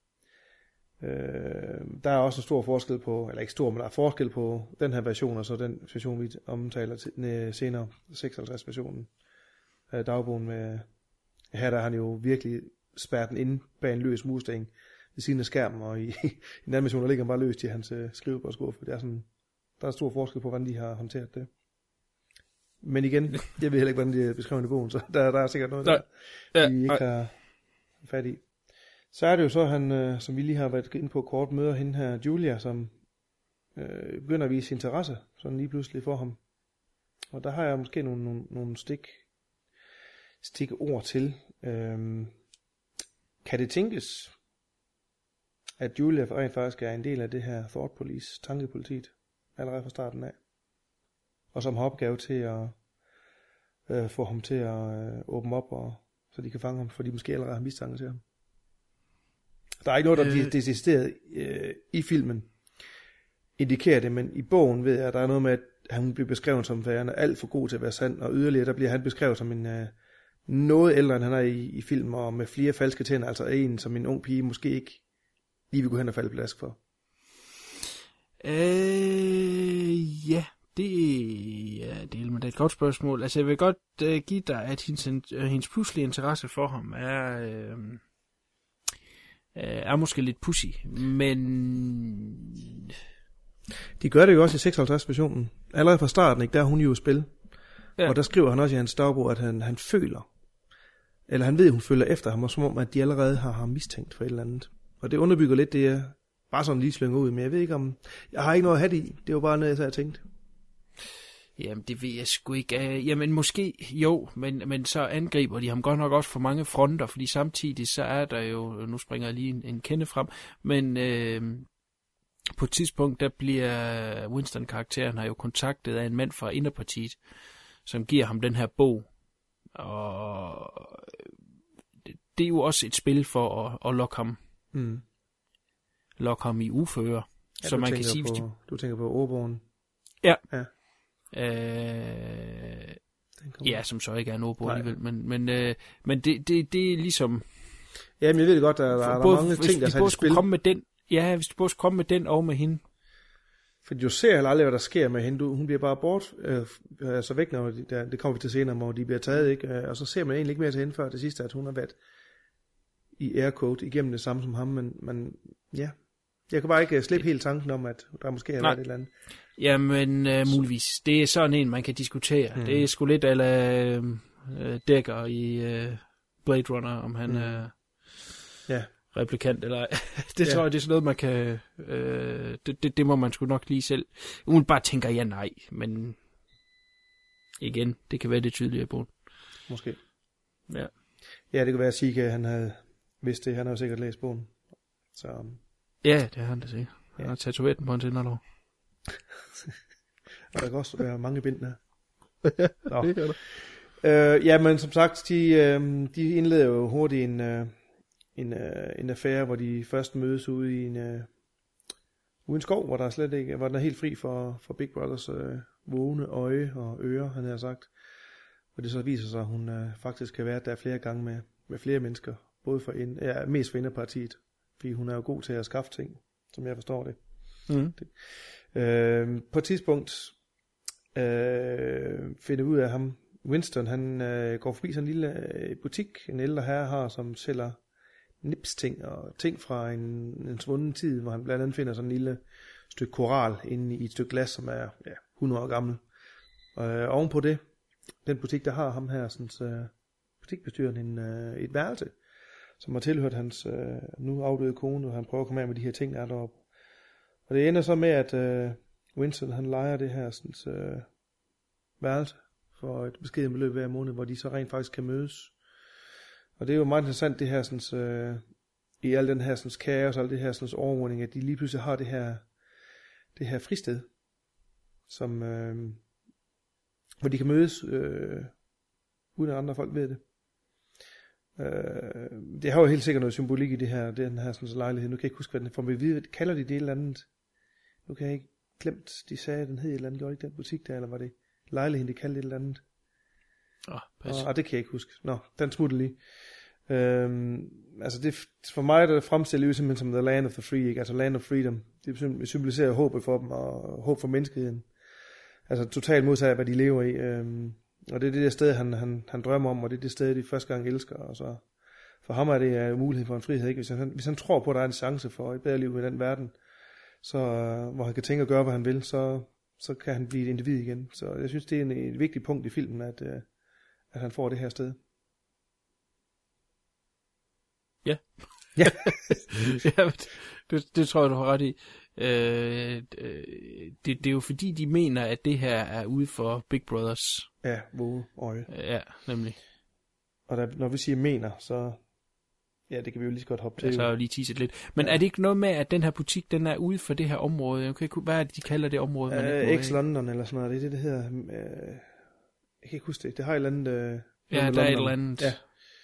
[SPEAKER 8] Øh, der er også en stor forskel på, eller ikke stor, men der er forskel på den her version, og så den version, vi omtaler til, næ, senere, seksoghalvtreds versionen af dagbogen med, her der har han jo virkelig spærret den inde bag en løs mursten ved siden af skærmen, og i, i den anden version, der ligger han bare løst i hans uh, skrivebordskuffe. Det er sådan, der er stor forskel på, hvordan de har håndteret det. Men igen, jeg ved heller ikke, hvordan de beskrevet i bogen, så der, der er sikkert noget, der ja, vi ikke ja. har fat i. Så er det jo så, han, øh, som vi lige har været inde på kort, møder hende her, Julia, som øh, begynder at vise interesse, sådan lige pludselig for ham. Og der har jeg måske nogle, nogle, nogle stik, stik ord til. Øhm, kan det tænkes, at Julia rent faktisk er en del af det her Thought Police, tankepolitiet, allerede fra starten af, og som har opgave til at øh, få ham til at øh, åbne op, og, så de kan fange ham, for de måske allerede har mistanke til ham. Der er ikke noget, der er decideret øh, i filmen indikerer det, men i bogen ved jeg, at der er noget med, at han bliver beskrevet som værende alt for god til at være sand, og yderligere, der bliver han beskrevet som en øh, noget ældre, end han er i, i film, og med flere falske tænder, altså en, som en ung pige måske ikke lige vil gå hen og falde plask for.
[SPEAKER 3] Øh, ja, det, ja, det er et godt spørgsmål. Altså, jeg vil godt uh, give dig, at hendes, uh, hendes pludselige interesse for ham er, uh, uh, er måske lidt pussy, men...
[SPEAKER 8] De gør det jo også i seksoghalvtreds-versionen. Allerede fra starten, ikke, der er hun jo i spil. Ja. Og der skriver han også i hans dagbog, at han, han føler, eller han ved, at hun følger efter ham, og som om, at de allerede har ham mistænkt for et eller andet. Og det underbygger lidt det, jeg bare sådan lige slynger ud, men jeg ved ikke om, jeg har ikke noget at have det i. Det var bare noget, jeg havde tænkt.
[SPEAKER 3] Jamen, det ved jeg sgu ikke. Jamen, måske jo, men, men så angriber de ham godt nok også for mange fronter, fordi samtidig så er der jo, nu springer jeg lige en, en kende frem, men øh, på et tidspunkt, der bliver Winston-karakteren har jo kontaktet af en mand fra Inderpartiet, som giver ham den her bog, og det er jo også et spil for at, at lokke ham, mm. lokke ham i uføre,
[SPEAKER 8] ja,
[SPEAKER 3] så man kan sige...
[SPEAKER 8] På,
[SPEAKER 3] de...
[SPEAKER 8] Du tænker på ordbogen?
[SPEAKER 3] Ja.
[SPEAKER 8] Ja.
[SPEAKER 3] Øh, ja, som så ikke er en ordbog alligevel, men, men, øh, men det, det, det er ligesom...
[SPEAKER 8] Jamen, jeg ved det godt, der, der, der
[SPEAKER 3] både,
[SPEAKER 8] er mange ting, der er sat i spil.
[SPEAKER 3] Komme med den, ja, hvis du både skulle komme med den og med hende.
[SPEAKER 8] For du ser heller aldrig, hvad der sker med hende. Du, hun bliver bare bort, øh, altså væk, når de, der, det kommer vi til senere, hvor de bliver taget, ikke? Og så ser man egentlig ikke mere til hende før det sidste, at hun har været i aircode igennem det samme som ham, men, men ja, jeg kan bare ikke slippe helt tanken om, at der måske har været et eller andet.
[SPEAKER 3] Jamen, øh, muligvis. Det er sådan en, man kan diskutere. Mm. Det er sgu lidt ala øh, Dækker i øh, Blade Runner, om han mm. er
[SPEAKER 8] ja.
[SPEAKER 3] replikant, eller det tror ja. jeg, det er sådan noget, man kan... Øh, det, det, det må man sgu nok lige selv... Hun bare tænker, ja nej, men igen, det kan være det tydelige i bogen.
[SPEAKER 8] Måske.
[SPEAKER 3] Ja.
[SPEAKER 8] Ja, det kan være, at Sika, han havde vidst det. Han har jo sikkert læst bogen. Så...
[SPEAKER 3] Ja, det har han da sikkert. Han ja. har tatoveret den på en sinderlov.
[SPEAKER 8] Og der kan også være mange bind der. Nå. Det er der. Øh, ja, men som sagt, de, øh, de indleder jo hurtigt en, øh, en, øh, en affære, hvor de først mødes ude i en, øh, ude i en skov, hvor der slet ikke, hvor den er helt fri for, for Big Brothers øh, vågne øje og ører, han har sagt. Og det så viser sig, at hun øh, faktisk kan være der flere gange med, med flere mennesker, både for ind, ja, mest for Inderpartiet, fordi hun er jo god til at skaffe ting, som jeg forstår det. Mm. det. Øh, på et tidspunkt øh, finder ud af ham, Winston, han øh, går forbi sådan en lille øh, butik, en ældre herre har, som sælger nipsting og ting fra en, en svunden tid, hvor han blandt andet finder sådan en lille stykke koral inde i et stykke glas, som er ja, hundrede år gammel. Og øh, ovenpå det, den butik, der har ham her, sådan, øh, butikbestyreren, en, øh, et værelse, som har tilhørt hans øh, nu afdøde kone, og han prøver at komme af med de her ting, der er deroppe. Og det ender så med, at øh, Winston, han lejer det her sådan, øh, værelse for et beskedent beløb hver måned, hvor de så rent faktisk kan mødes. Og det er jo meget interessant, det her sådan, øh, i al den her sådan, kaos, og al det her sådan, overvågning, at de lige pludselig har det her, det her fristed, som, øh, hvor de kan mødes, øh, uden at andre folk ved det. Øh, det har jo helt sikkert noget symbolik i det her, den her sådan, lejlighed. Nu kan jeg ikke huske, hvad den er, for vi ved, kalder de det et eller andet. Nu kan jeg ikke glemt, de sagde, at den hed et eller andet, gjorde ikke den butik der, eller var det lejligheden, de kaldte et eller andet?
[SPEAKER 3] Åh, oh,
[SPEAKER 8] pas. Og, og det kan jeg ikke huske. Nå, den smutter lige. Øhm, altså det, for mig, der fremstiller det jo simpelthen som The Land of the Free, ikke? Altså Land of Freedom. Det symboliserer håbet for dem, og håb for menneskeheden. Altså totalt modsat, hvad de lever i. Øhm, og det er det der sted, han, han, han drømmer om, og det er det sted, de første gang elsker. Og så for ham er det uh, mulighed for en frihed, ikke? Hvis han, hvis han tror på, at der er en chance for et bedre liv i den verden, så, uh, hvor han kan tænke og gøre, hvad han vil, så, så kan han blive et individ igen. Så jeg synes, det er en, et vigtigt punkt i filmen, at, uh, at han får det her sted.
[SPEAKER 3] Ja.
[SPEAKER 8] Ja.
[SPEAKER 3] ja det, det tror jeg, du har ret i. Øh, det, det er jo fordi, de mener, at det her er ude for Big Brothers.
[SPEAKER 8] Ja, våge øje.
[SPEAKER 3] Ja, nemlig.
[SPEAKER 8] Og der, når vi siger mener, så Ja, det kan vi jo lige så godt hoppe til.
[SPEAKER 3] Altså, jeg lige teaset lidt. Men ja. Er det ikke noget med, at den her butik, den er ude for det her område? Jeg kan ikke, hvad er det, de kalder det område?
[SPEAKER 8] Uh, X-London eller sådan noget. Det er det, det hedder. Uh, jeg kan ikke huske det. Det har et eller andet... Uh,
[SPEAKER 3] ja, der er et eller andet...
[SPEAKER 8] Ja.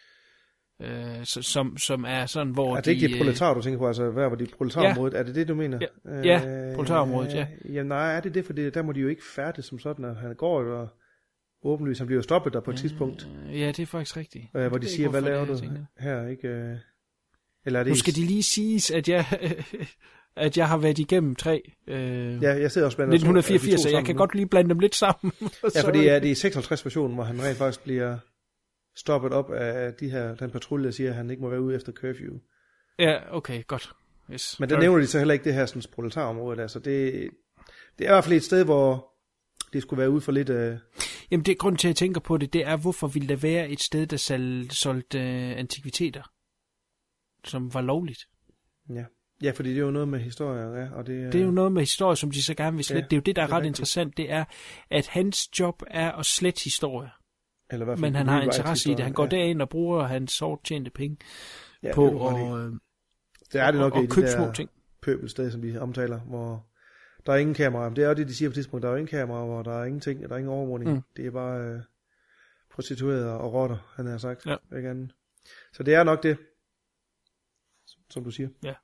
[SPEAKER 3] Uh, så, som, som er sådan, hvor
[SPEAKER 8] er det ikke
[SPEAKER 3] de...
[SPEAKER 8] det proletar, du tænker på? Altså, hvad var det proletarområdet? Ja. Er det det, du mener?
[SPEAKER 3] Ja, uh, ja proletarområdet, ja.
[SPEAKER 8] Jamen nej, er det det? For det, der må de jo ikke færdes som sådan, at han går og åbenlyst. Han bliver jo stoppet der på et uh, tidspunkt.
[SPEAKER 3] Ja, det er faktisk rigtigt.
[SPEAKER 8] Uh, hvor de siger, hvad laver du her? Ikke... Uh, Eller er det
[SPEAKER 3] nu skal de lige siges, at jeg, at jeg har været igennem tre øh,
[SPEAKER 8] ja, jeg sidder også blandt
[SPEAKER 3] nitten fireogfirs, så jeg kan nu. godt lige blande dem lidt sammen.
[SPEAKER 8] Ja, fordi ja, det er seksoghalvtreds-versionen, hvor han rent faktisk bliver stoppet op af de her, den patrulje, der siger, at han ikke må være ude efter curfew.
[SPEAKER 3] Ja, okay, godt. Yes.
[SPEAKER 8] Men der nævner de så heller ikke det her sådan proletarområde. Altså det, det er i hvert fald et sted, hvor det skulle være ude for lidt... Øh...
[SPEAKER 3] Jamen, det grund til, at jeg tænker på det, det er, hvorfor ville der være et sted, der sol- solgte øh, antikviteter? Som var lovligt.
[SPEAKER 8] Ja. Ja, fordi det er jo noget med historie, ja, og det,
[SPEAKER 3] det er jo noget med historie, som de så gerne vil slette. Ja, det er jo det, der er, er ret rigtigt. Interessant, det er, at hans job er at slette historie.
[SPEAKER 8] Eller hvad
[SPEAKER 3] men han har interesse i det. Han går ja. derind og bruger hans hårdt tjente penge
[SPEAKER 8] ja,
[SPEAKER 3] på
[SPEAKER 8] at
[SPEAKER 3] øh,
[SPEAKER 8] det er det nok
[SPEAKER 3] og,
[SPEAKER 8] i
[SPEAKER 3] og købe
[SPEAKER 8] de
[SPEAKER 3] små ting.
[SPEAKER 8] Pøbelsted, som vi omtaler, hvor der er ingen kamera. Det er jo det, de siger på tidspunkt. Der er jo ingen kamera, hvor der er ingenting, der er ingen overvågning. Mm. Det er bare øh, prostituerede og rotter, han har sagt. Ja. Ikke andet. Så det er nok det. Som du siger.
[SPEAKER 3] Ja.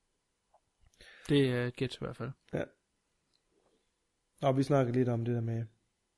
[SPEAKER 3] Det er et gæt i hvert fald.
[SPEAKER 8] Ja. Og vi snakker lidt om det der med,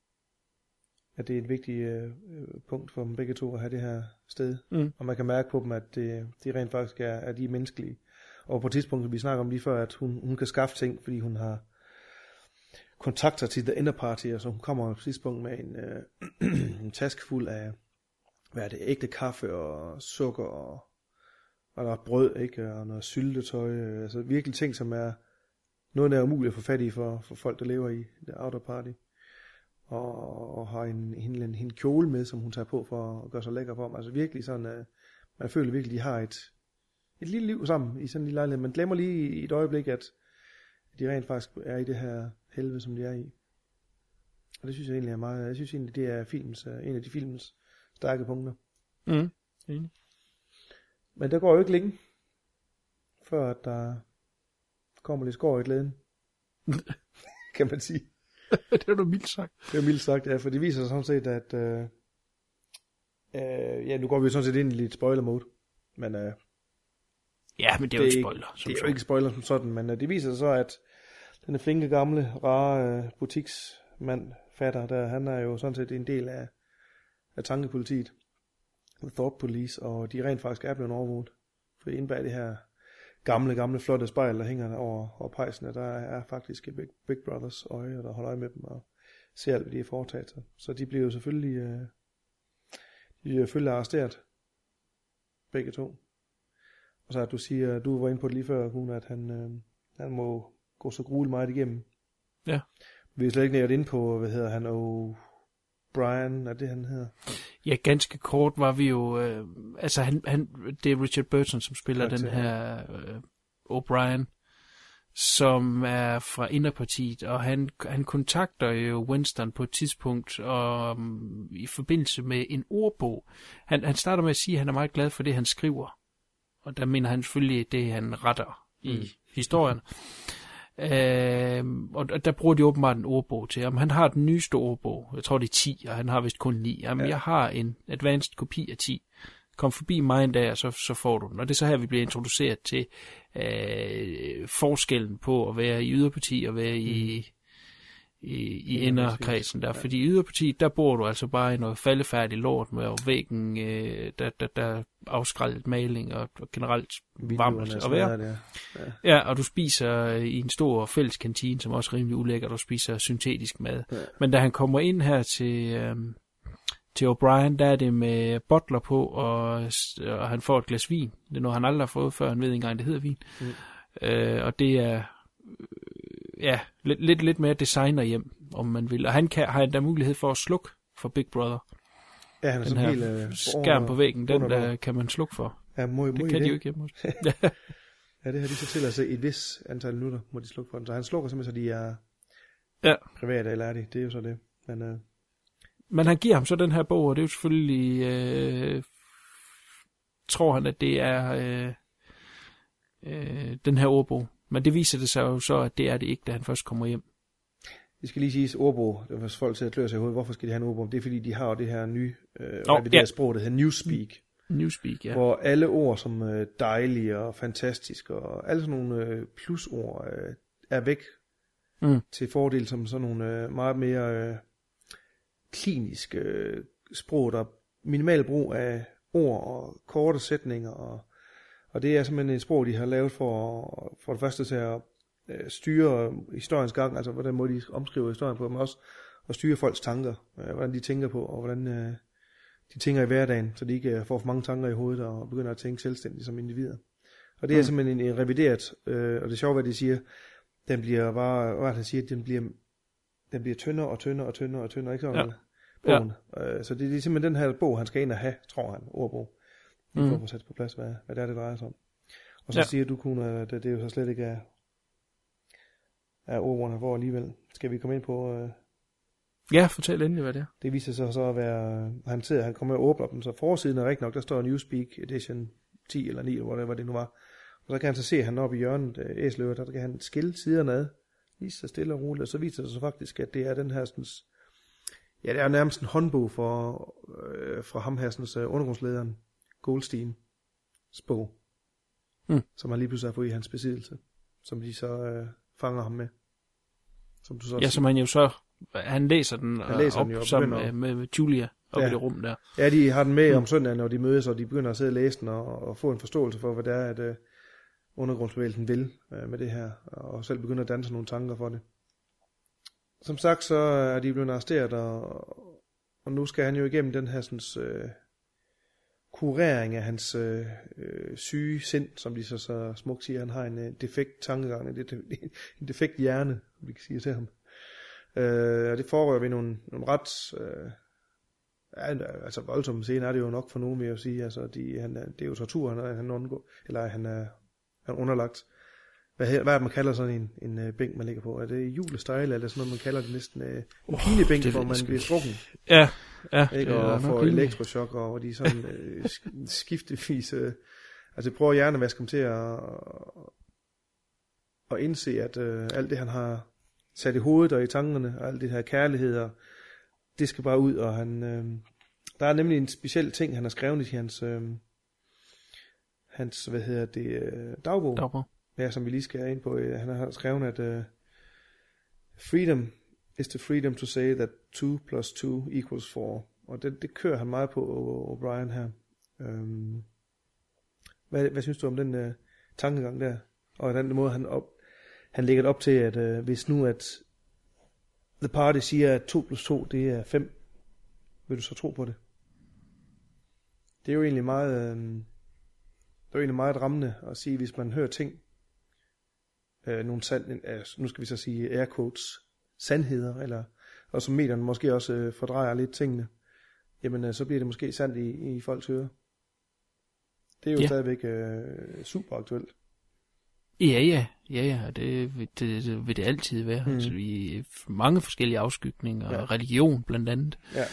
[SPEAKER 8] at det er et vigtigt øh, punkt for dem begge to at have det her sted. Mm. Og man kan mærke på dem, at det, de rent faktisk er, at de er menneskelige. Og på et tidspunkt, vi snakker om lige før, at hun, hun kan skaffe ting, fordi hun har kontakter til The Inner Party, og så hun kommer på et tidspunkt med en, øh, en taske fuld af, hvad er det, ægte kaffe og sukker og og der er brød, ikke, og noget syltetøj, altså virkelig ting, som er noget, der er umuligt at få fat i for, for folk, der lever i det outer party, og, og har en, en, en, en kjole med, som hun tager på for at gøre sig lækker for dem, altså virkelig sådan, uh, man føler virkelig, de har et, et lille liv sammen i sådan en lille lejlighed, man glemmer lige i et øjeblik, at de rent faktisk er i det her helvede, som de er i, og det synes jeg egentlig er meget, jeg synes egentlig, det er films, en af de filmens stærke punkter.
[SPEAKER 3] Mm. Mm.
[SPEAKER 8] Men der går jo ikke længe, før at der kommer lidt skår i glæden, kan man sige.
[SPEAKER 3] Det er jo mildt sagt.
[SPEAKER 8] Det er mildt sagt, ja, for det viser sig sådan set, at øh, øh, ja, nu går vi jo sådan set ind i lidt spoiler mode, men øh,
[SPEAKER 3] ja, men det er jo ikke spoiler.
[SPEAKER 8] Det er jo ikke spoiler som sådan, men øh, det viser sig så, at den flinke gamle, rare øh, butiksmand, fatter, der, han er jo sådan set en del af, af tankepolitiet. Thought Police, og de rent faktisk er blevet overvåget. For inde bag det her gamle, gamle, flotte spejl, der hænger over, over pejsene, der er faktisk Big, Big Brothers øje, der holder øje med dem og ser alt, hvad de har foretaget sig. Så de bliver jo selvfølgelig, øh, de bliver selvfølgelig arresteret. Begge to. Og så at du siger, du var inde på det lige før, Rune, at han, øh, han må gå så grueligt meget igennem.
[SPEAKER 3] Ja.
[SPEAKER 8] Vi er slet ikke nært inde på, hvad hedder han, og Brian, er det han hedder?
[SPEAKER 3] Ja, ganske kort var vi jo, øh, altså han, han, det er Richard Burton, som spiller
[SPEAKER 8] tak,
[SPEAKER 3] den her øh, O'Brien, som er fra Inderpartiet, og han, han kontakter jo Winston på et tidspunkt og, um, i forbindelse med en ordbog. Han, han starter med at sige, at han er meget glad for det, han skriver, og der mener han selvfølgelig det, han retter i mm. historien. Øh, og der bruger de åbenbart en ordbog til ham. Han har den nyeste ordbog. Jeg tror det er ti, og han har vist kun ni. Jamen, ja. Jeg har en advanced kopi af ti. Kom forbi mig en dag, og så, så får du den. Og det er så her, vi bliver introduceret til øh, forskellen på at være i yderparti og være i, mm. i, i inderkredsen der. Ja. Fordi i yderparti, der bor du altså bare i noget faldefærdigt lort med væggen, øh, der, der, der afskrællet maling og, og generelt varmt at være. Ja. Ja. ja, og du spiser i en stor fælles kantine, som også er rimelig ulækker, du spiser syntetisk mad. Ja. Men da han kommer ind her til, øh, til O'Brien, der er det med bottler på, og, og han får et glas vin. Det er noget, han aldrig har fået før, han ved ikke engang, det hedder vin. Mm. Øh, og det er ja, lidt, lidt, lidt mere designer hjem, om man vil. Og han kan, har der mulighed for at slukke for Big Brother.
[SPEAKER 8] Ja, han er
[SPEAKER 3] den
[SPEAKER 8] her
[SPEAKER 3] helt, øh, skærm på væggen, den der kan man slukke for.
[SPEAKER 8] Ja, må, må
[SPEAKER 3] det kan det. De jo ikke hjemme hos.
[SPEAKER 8] Ja, det har de så til at se. I et vis antal minutter må de slukke for den. Så han slukker simpelthen, så de er
[SPEAKER 3] ja.
[SPEAKER 8] private, eller er de? Det er jo så det. Men, øh...
[SPEAKER 3] Men han giver ham så den her bog, og det er jo selvfølgelig øh, tror han, at det er øh, øh, den her ordbog. Men det viser det sig jo så, at det er det ikke, da han først kommer hjem.
[SPEAKER 8] Det skal lige siges, ordbog, hvis folk sidder og klør sig i hovedet, hvorfor skal de have en ordbog? Det er fordi, de har jo det her nye øh,
[SPEAKER 3] oh,
[SPEAKER 8] reviderede
[SPEAKER 3] ja.
[SPEAKER 8] sprog, der hedder Newspeak.
[SPEAKER 3] Newspeak, ja.
[SPEAKER 8] Hvor alle ord som øh, dejlige og fantastisk og alle sådan nogle øh, plusord øh, er væk
[SPEAKER 3] mm.
[SPEAKER 8] til fordel som sådan nogle øh, meget mere øh, kliniske øh, sprog, der er minimal brug af ord og korte sætninger. Og, og det er simpelthen et sprog, de har lavet for, for det første til at øh, styre historiens gang, altså hvordan må de omskrive historien på, men også at styre folks tanker, øh, hvordan de tænker på, og hvordan øh, de tænker i hverdagen, så de ikke får for mange tanker i hovedet og begynder at tænke selvstændigt som individer. Og det er mm. simpelthen en, en revideret, øh, og det er sjovt, hvad de siger, den bliver bare, hvad han siger, den bliver, den bliver tyndere og tyndere og tyndere og tyndere, ikke sådan? Ja. Bogen. Ja. Øh, så det, det er simpelthen den her bog, han skal ind og have, tror han, ordbog, mm. for at få sat på plads, hvad, hvad det er, det drejer sig om. Og så ja. siger du, Kuno, at det, det er jo så slet ikke af, af ordene, hvor alligevel skal vi komme ind på... Øh,
[SPEAKER 3] Ja, fortæl endelig, hvad det er.
[SPEAKER 8] Det viser sig så at være, han sidder, han kommer og åbner dem, så forsiden er rigtig nok, der står Newspeak Edition ti eller ni, eller hvad det nu var. Og så kan han så se, at han oppe i hjørnet, øh, æsløver, der kan han skille siderne ad, lige så stille og roligt, og så viser det sig faktisk, at det er den her, sådan, ja, det er nærmest en håndbog for, øh, fra ham her, sådan, uh, undergrundslederen, Goldsteins bog, mm. som han lige pludselig har fået i hans besiddelse, som de så øh, fanger ham med. Som du så
[SPEAKER 3] ja, som han jo så... Han læser den
[SPEAKER 8] han læser
[SPEAKER 3] op
[SPEAKER 8] den jo,
[SPEAKER 3] sammen med, med Julia op
[SPEAKER 8] ja.
[SPEAKER 3] i det rum der.
[SPEAKER 8] Ja, de har den med mm. om søndagen, når de mødes, og de begynder at sidde og læse den, og, og få en forståelse for, hvad det er, at uh, undergrundsbevægelsen vil uh, med det her, og selv begynder at danse nogle tanker for det. Som sagt, så er de blevet arresteret, og, og nu skal han jo igennem den her sådan, uh, kurering af hans uh, syge sind, som de så, så smukt siger. Han har en uh, defekt tankegang, en, en defekt hjerne, som de kan sige til ham. Øh, og det foregår ved nogle, nogle ret øh, ja, altså voldsomme scener er det jo nok for nogen, vil jeg sige. Altså, de, han, det er jo tortur, han, han undgår, eller han er, han er underlagt. Hvad, hvad er det, man kalder sådan en, en uh, bænk, man ligger på? Er det julestyle, eller sådan noget, man kalder det næsten uh, en oh, pinebænk, hvor man bliver strukken?
[SPEAKER 3] Ja, ja.
[SPEAKER 8] Ikke? Og får elektroshock, og de sådan uh, skiftevis... Uh, altså prøver hjernevask ham til at, at indse, at uh, alt det, han har sat i hovedet og i tankerne, og alt det her kærlighed, og det skal bare ud, og han... Øh, der er nemlig en speciel ting, han har skrevet i hans... Øh, hans, hvad hedder det, øh, dagbog.
[SPEAKER 3] Dagbog.
[SPEAKER 8] Ja, som vi lige skal ind på. Øh, han har skrevet, at øh, freedom is the freedom to say that two plus two equals four. Og det, det kører han meget på, O'Brien her. Øhm, hvad, hvad synes du om den øh, tankegang der? Og den måde, han, op, han lægger det op til, at øh, hvis nu, at The Party siger, at to plus to, det er fem, vil du så tro på det? Det er jo egentlig meget... Øh, Det er jo egentlig meget rammende at sige, hvis man hører ting, øh, nogle sand, øh, nu skal vi så sige air quotes, sandheder, eller, og som medierne måske også øh, fordrejer lidt tingene, jamen øh, så bliver det måske sandt i, i folks ører. Det er jo ja. stadigvæk øh, super aktuelt.
[SPEAKER 3] Ja, ja, ja, ja, det, det, det vil det altid være. Mm. Altså, i mange forskellige afskygninger, ja. religion blandt andet. Ja.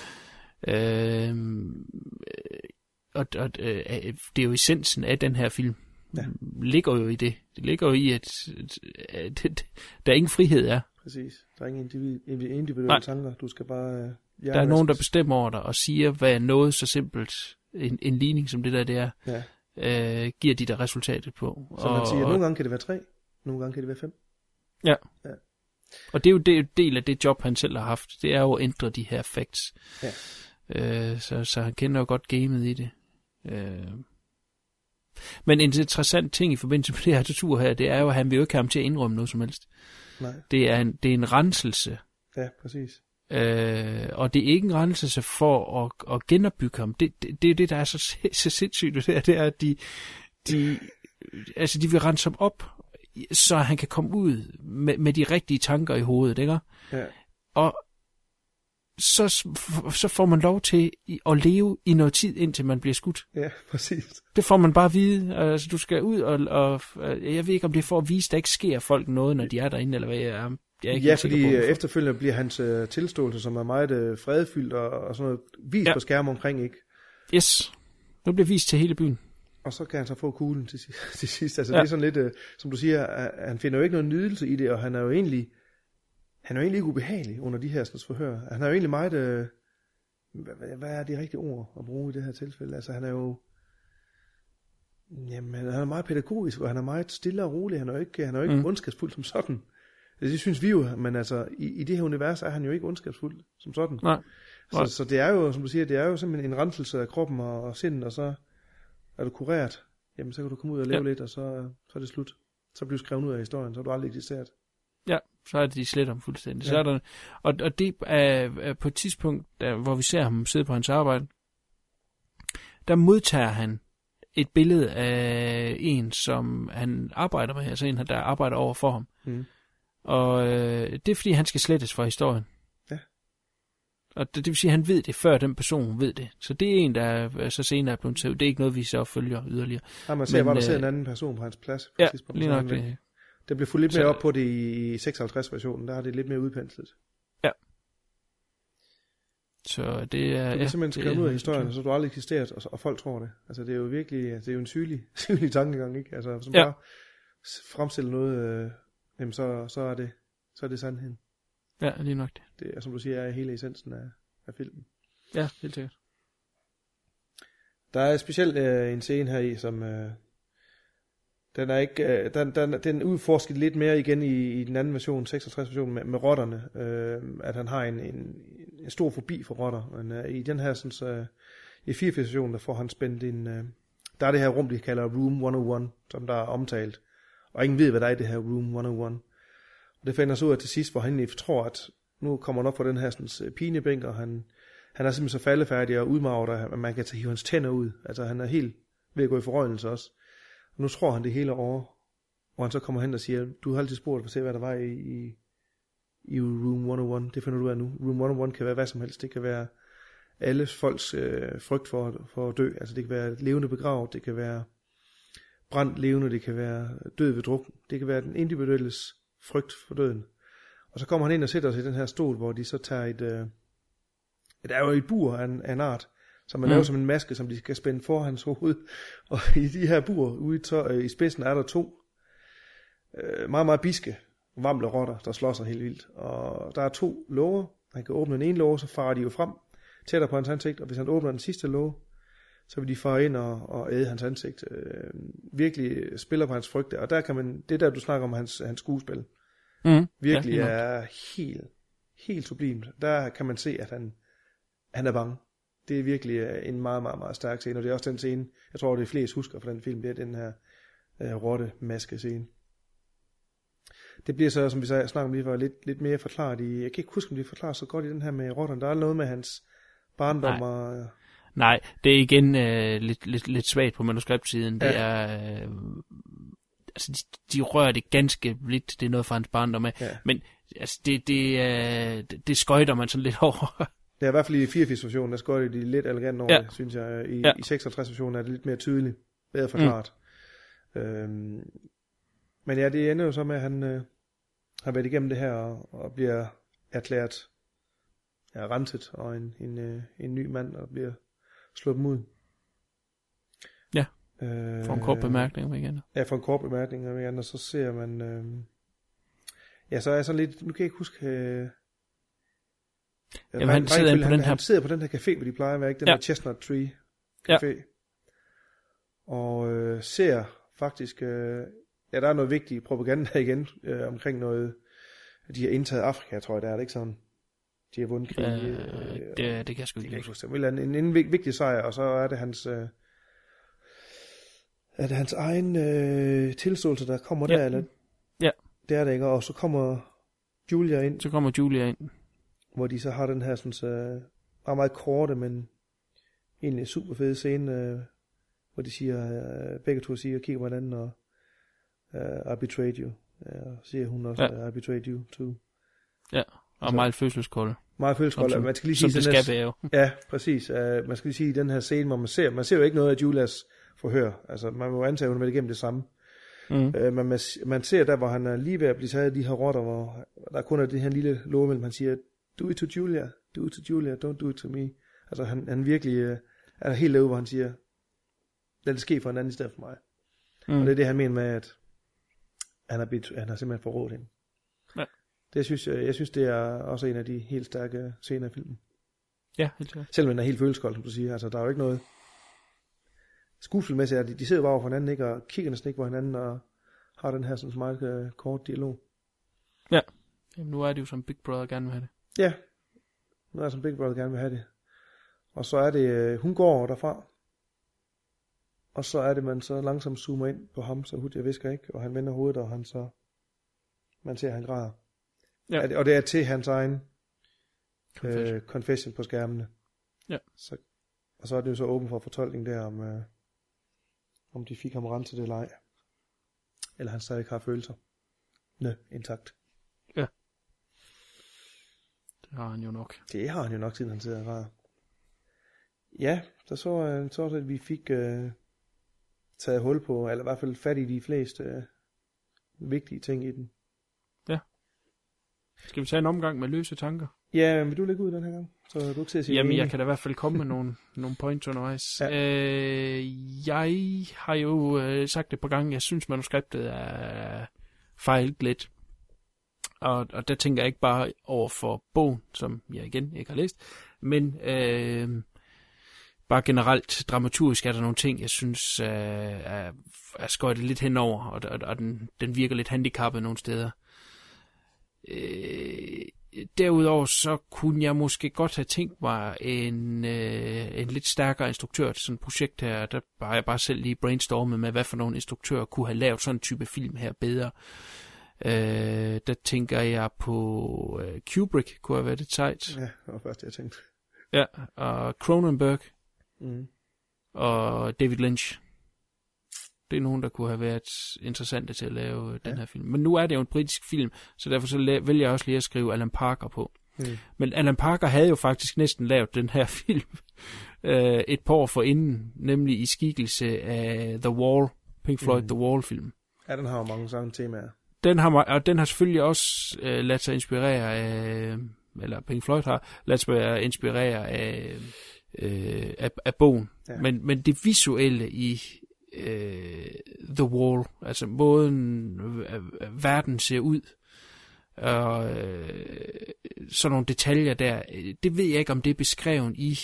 [SPEAKER 3] Øhm, Og, og øh, det er jo essensen af den her film. Ja. Ligger jo i det. Det ligger jo i, at, at, at der ingen frihed er.
[SPEAKER 8] Præcis. Der er ingen individuelle individuelle tanker. Du skal bare... Øh,
[SPEAKER 3] der er nogen, der bestemmer over dig og siger, hvad noget så simpelt, en, en ligning som det der, det er, ja. øh, giver de der resultatet på.
[SPEAKER 8] Så man siger, at nogle gange kan det være tre, nogle gange kan det være fem.
[SPEAKER 3] Ja.
[SPEAKER 8] ja.
[SPEAKER 3] Og det er jo det, del af det job, han selv har haft. Det er jo at ændre de her facts. Ja. Øh, så, så han kender jo godt gamet i det. Øh. Men en interessant ting i forbindelse med det her tortur her, det er jo, at han vil jo ikke have ham til at indrømme noget som helst.
[SPEAKER 8] Nej.
[SPEAKER 3] Det er en, det er en renselse.
[SPEAKER 8] Ja, præcis.
[SPEAKER 3] Øh, og det er ikke en renselse for at, at genopbygge ham. Det, det, det er det, der er så, så sindssygt, det, er, det er, at de, de, altså de vil rense ham op, så han kan komme ud med, med de rigtige tanker i hovedet, ikke?
[SPEAKER 8] Ja.
[SPEAKER 3] Og Så, så får man lov til at leve i noget tid, indtil man bliver skudt.
[SPEAKER 8] Ja, præcis.
[SPEAKER 3] Det får man bare at vide. Altså, du skal ud, og, og jeg ved ikke, om det er for at vise, at der ikke sker folk noget, når de er derinde, eller hvad jeg er. Jeg er ikke
[SPEAKER 8] ja, fordi på, efterfølgende bliver hans uh, tilståelse, som er meget uh, fredfyldt og, og sådan noget, vist ja. på skærmen omkring, ikke?
[SPEAKER 3] Yes. Nu bliver vist til hele byen.
[SPEAKER 8] Og så kan han så få kuglen til, til sidst. Altså
[SPEAKER 3] Ja.
[SPEAKER 8] det er sådan lidt, øh, som du siger, at han finder jo ikke noget nydelse i det, og han er jo egentlig, han er jo egentlig ikke ubehagelig under de her slags forhør. Han er jo egentlig meget, øh, hvad, hvad er det rigtige ord at bruge i det her tilfælde? Altså han er jo, jamen han er meget pædagogisk, og han er meget stille og rolig. Han er jo ikke, han er jo ikke
[SPEAKER 3] Mm.
[SPEAKER 8] mm. ondskabsfuld som sådan. Det synes vi jo, men altså i, i det her univers er han jo ikke ondskabsfuld som sådan.
[SPEAKER 3] Nej.
[SPEAKER 8] Så, så det er jo, som du siger, det er jo simpelthen en renselse af kroppen og, og sindet, og så er du kureret, jamen så kan du komme ud og leve
[SPEAKER 3] Ja.
[SPEAKER 8] lidt, og så, så er det slut. Så bliver du skrevet ud af historien, så er du aldrig eksisteret.
[SPEAKER 3] Ja, så er det de slet om fuldstændig.
[SPEAKER 8] Ja.
[SPEAKER 3] Så er der, og, og det er, er på et tidspunkt, der, hvor vi ser ham sidde på hans arbejde, der modtager han et billede af en, som han arbejder med, altså en, der arbejder over for ham.
[SPEAKER 8] Mm.
[SPEAKER 3] Og øh, det er, fordi han skal slettes fra historien.
[SPEAKER 8] Ja.
[SPEAKER 3] Og det, det vil sige, at han ved det, før den person ved det. Så det er en, der er, så senere er blevet taget. Det er ikke noget, vi så følger yderligere.
[SPEAKER 8] Ja, man ser,
[SPEAKER 3] Men,
[SPEAKER 8] hvor der
[SPEAKER 3] øh,
[SPEAKER 8] sidder en anden person på hans plads. På
[SPEAKER 3] Ja,
[SPEAKER 8] et tidspunkt,
[SPEAKER 3] lige
[SPEAKER 8] så
[SPEAKER 3] nok
[SPEAKER 8] han væk.
[SPEAKER 3] det.
[SPEAKER 8] Det bliver fuldt lidt mere
[SPEAKER 3] Så-
[SPEAKER 8] op på det i seksoghalvtreds-versionen, der er det lidt mere udpenslet.
[SPEAKER 3] Ja. Så det er...
[SPEAKER 8] Du kan
[SPEAKER 3] ja,
[SPEAKER 8] simpelthen
[SPEAKER 3] det
[SPEAKER 8] skrive
[SPEAKER 3] er-
[SPEAKER 8] ud af historien, så du aldrig eksisteret, og, og folk tror det. Altså det er jo virkelig, det er jo en sygelig, sygelig tankegang, ikke? Altså som
[SPEAKER 3] Ja.
[SPEAKER 8] bare fremstiller noget, øh, jamen så, så er det, så er det sandheden.
[SPEAKER 3] Ja, lige nok det.
[SPEAKER 8] Det er, som du siger, er hele essensen af, af filmen.
[SPEAKER 3] Ja, helt sikkert.
[SPEAKER 8] Der er specielt øh, en scene her i, som øh, den er ikke, øh, den, den, den udforsket lidt mere igen i, i den anden version, seksogtres-versionen med, med rotterne, øh, at han har en, en, en stor fobi for rotter. Men øh, i den her, sådan, så, i fireogfirs-versionen, der får han spændt en, øh, der er det her rum, de kalder Room et nul et, som der er omtalt. Og ingen ved, hvad der er i det her Room et nul et. Og det finder så ud af til sidst, hvor han egentlig tror, at nu kommer han op på den her sådan, pinebænk, og han, han er simpelthen så faldefærdig og udmarvet, at man kan tage hive hans tænder ud. Altså han er helt ved at gå i forrøgelse også. Og nu tror han det hele over, hvor han så kommer hen og siger, du har altid spurgt for at se, hvad der var i, i, i Room et nul et. Det finder du ud af nu. Room et nul et kan være hvad som helst. Det kan være alle folks øh, frygt for, for at dø. Altså det kan være levende begravet, det kan være brændt levende, det kan være død ved druk. Det kan være den individuelles frygt for døden. Og så kommer han ind og sætter sig i den her stol, hvor de så tager et, øh, det er jo et bur af en, af en art, som man mm. laver som en maske, som de skal spænde for hans hoved. Og i de her bur ude i, tør, øh, i spidsen er der to øh, meget, meget biske vamle rotter, der slår sig helt vildt. Og der er to låger. Han kan åbne den ene låge, så farer de jo frem tættere på hans ansigt, og hvis han åbner den sidste låge, så vil de fare ind og, og æde hans ansigt. Øh, virkelig spiller på hans frygte. Og der kan man, det der du snakker om hans, hans skuespil,
[SPEAKER 3] Mm.
[SPEAKER 8] virkelig
[SPEAKER 3] ja,
[SPEAKER 8] er helt, helt sublimt. Der kan man se, at han, han er bange. Det er virkelig en meget, meget, meget stærk scene, og det er også den scene, jeg tror, det er flest husker fra den film, det er den her uh, rotte-maske-scene. Det bliver så, som vi snakker om lige før, lidt, lidt mere forklaret i, jeg kan ikke huske, om det er forklaret så godt i den her med rotterne. Der er noget med hans barndom
[SPEAKER 3] Nej.
[SPEAKER 8] og...
[SPEAKER 3] Nej, det er igen øh, lidt, lidt, lidt svagt på manuskriptsiden. Det
[SPEAKER 8] Ja.
[SPEAKER 3] er... Øh, altså, de, de rører det ganske lidt. Det er noget fra hans barndom af.
[SPEAKER 8] Ja.
[SPEAKER 3] Men altså, det, det, øh, det, det skøjter man sådan lidt over.
[SPEAKER 8] Det er i hvert fald i fireogfirs-versionen, der skøjter de lidt elegant over
[SPEAKER 3] Ja.
[SPEAKER 8] det, synes jeg. I,
[SPEAKER 3] Ja.
[SPEAKER 8] i seksoghalvtreds-versionen er det lidt mere tydeligt, bedre forklaret. Mm. Øhm, men ja, det ender jo så med, at han øh, har været igennem det her, og, og bliver erklæret ja, renset, og en, en, øh, en ny mand, og bliver slået dem ud.
[SPEAKER 3] Ja,
[SPEAKER 8] øh,
[SPEAKER 3] for en kort bemærkning om igen.
[SPEAKER 8] Ja, for en kort bemærkning om igen, og så ser man... Øh, ja, så er jeg sådan lidt... Nu kan jeg ikke huske... Øh,
[SPEAKER 3] Jamen, han sidder inde på
[SPEAKER 8] han,
[SPEAKER 3] den her...
[SPEAKER 8] han sidder på den her café, hvor de plejer at være, ikke? Den
[SPEAKER 3] Ja.
[SPEAKER 8] der Chestnut Tree Café. Ja. Og øh, ser faktisk... Øh, ja, der er noget vigtig propaganda igen, øh, omkring noget... De har indtaget Afrika, tror jeg, der er det ikke sådan? De har vundet krig.
[SPEAKER 3] Øh,
[SPEAKER 8] øh,
[SPEAKER 3] det, det kan jeg sgu ikke
[SPEAKER 8] huske. En, en, en, en vigtig sejr, og så er det hans... Øh, er det hans egen øh, tilståelse, der kommer
[SPEAKER 3] ja.
[SPEAKER 8] der, eller?
[SPEAKER 3] Ja.
[SPEAKER 8] Det er det ikke, og så kommer Julia ind.
[SPEAKER 3] Så kommer Julia ind.
[SPEAKER 8] Hvor de så har den her sådan så meget, meget korte, men egentlig super fede scene, øh, hvor de siger, øh, begge to siger, kigger på hinanden, og uh, I betrayed you. Ja, og siger hun også, ja. I betrayed you too.
[SPEAKER 3] Ja, og så, meget følelseskold.
[SPEAKER 8] Meget følelseskold.
[SPEAKER 3] Som,
[SPEAKER 8] man skal lige
[SPEAKER 3] som
[SPEAKER 8] sige,
[SPEAKER 3] det skal være jo.
[SPEAKER 8] Ja, præcis. Uh, man skal lige sige, i den her scene, hvor man ser, man ser jo ikke noget af Julias forhør. Altså, man må antage, at hun er igennem det samme. Mm. Uh, men man, man ser der, hvor han er lige ved at blive taget af de her rotter, hvor der kun er det her lille love mellem, han siger, do it to Julia, do it to Julia, don't do it to me. Altså, han, han virkelig uh, er helt derude, hvor han siger, lad det ske for en anden i stedet for mig.
[SPEAKER 3] Mm.
[SPEAKER 8] Og det er det, han mener med, at han har, blivet, han har simpelthen forrådt hende.
[SPEAKER 3] Ja.
[SPEAKER 8] Det synes jeg, jeg synes, det er også en af de helt stærke scener i filmen.
[SPEAKER 3] Ja, helt klart.
[SPEAKER 8] Selvom den er helt følelseskold, som du siger. Altså, der er jo ikke noget skuespilmæssigt. De, de sidder bare over for hinanden, ikke? Og kigger næsten ikke på hinanden, og har den her sådan meget uh, kort dialog.
[SPEAKER 3] Ja. Jamen, nu er det jo som Big Brother gerne vil have det.
[SPEAKER 8] Ja. Nu er det som Big Brother gerne vil have det. Og så er det, uh, hun går derfra. Og så er det, man så langsomt zoomer ind på ham, så hurtigt jeg visker ikke. Og han vender hovedet, og han så... Man ser, at han græder. Ja. Og det er til hans egen confession, øh, confession på skærmene.
[SPEAKER 3] Ja.
[SPEAKER 8] Så, og så er det jo så åben for fortolkning der, om, øh, om de fik ham rent til det leg. Eller han stadig har følelser. Nø, intakt.
[SPEAKER 3] Ja. Det har han jo nok.
[SPEAKER 8] Det har han jo nok, siden han sidder og græder. Ja, der så, øh, så at vi fik øh, taget hul på, eller i hvert fald fat i de fleste øh, vigtige ting i den.
[SPEAKER 3] Ja. Skal vi tage en omgang med løse tanker?
[SPEAKER 8] Ja, vil du lægge ud den her gang? Så du ikke til at sige
[SPEAKER 3] Jamen,
[SPEAKER 8] enig.
[SPEAKER 3] jeg kan da i hvert fald komme med nogle, nogle points undervejs.
[SPEAKER 8] Ja.
[SPEAKER 3] Øh, jeg har jo øh, sagt det et par gange, jeg synes manuskriptet er fejlet lidt. Og, og der tænker jeg ikke bare over for bogen, som jeg igen ikke har læst, men øh, bare generelt dramaturgisk er der nogle ting, jeg synes øh, er, er skøjtet lidt henover, og, og, og den, den virker lidt handicappet nogle steder. Øh, derudover så kunne jeg måske godt have tænkt mig en, øh, en lidt stærkere instruktør til sådan et projekt her. Der har jeg bare selv lige brainstormet med, hvad for nogle instruktører kunne have lavet sådan en type film her bedre. Øh, der tænker jeg på øh, Kubrick, kunne have været det sejt.
[SPEAKER 8] Ja, det var først, jeg tænkte.
[SPEAKER 3] Ja, og Cronenberg
[SPEAKER 8] Mm.
[SPEAKER 3] og David Lynch. Det er nogen, der kunne have været interessante til at lave ja. den her film. Men nu er det jo en britisk film, så derfor så la- vælger jeg også lige at skrive Alan Parker på. Mm. Men Alan Parker havde jo faktisk næsten lavet den her film øh, et par år forinden, nemlig i skikkelse af The Wall, Pink Floyd mm. The Wall-film.
[SPEAKER 8] Ja, den har jo mange samme temaer.
[SPEAKER 3] Den har, og den har selvfølgelig også øh, ladet sig inspirere af, eller Pink Floyd har ladet sig inspirere af, øh, af, af bogen. Ja. Men, men det visuelle i øh, The Wall, altså måden øh, verden ser ud, og øh, sådan nogle detaljer der, det ved jeg ikke, om det er beskrevet i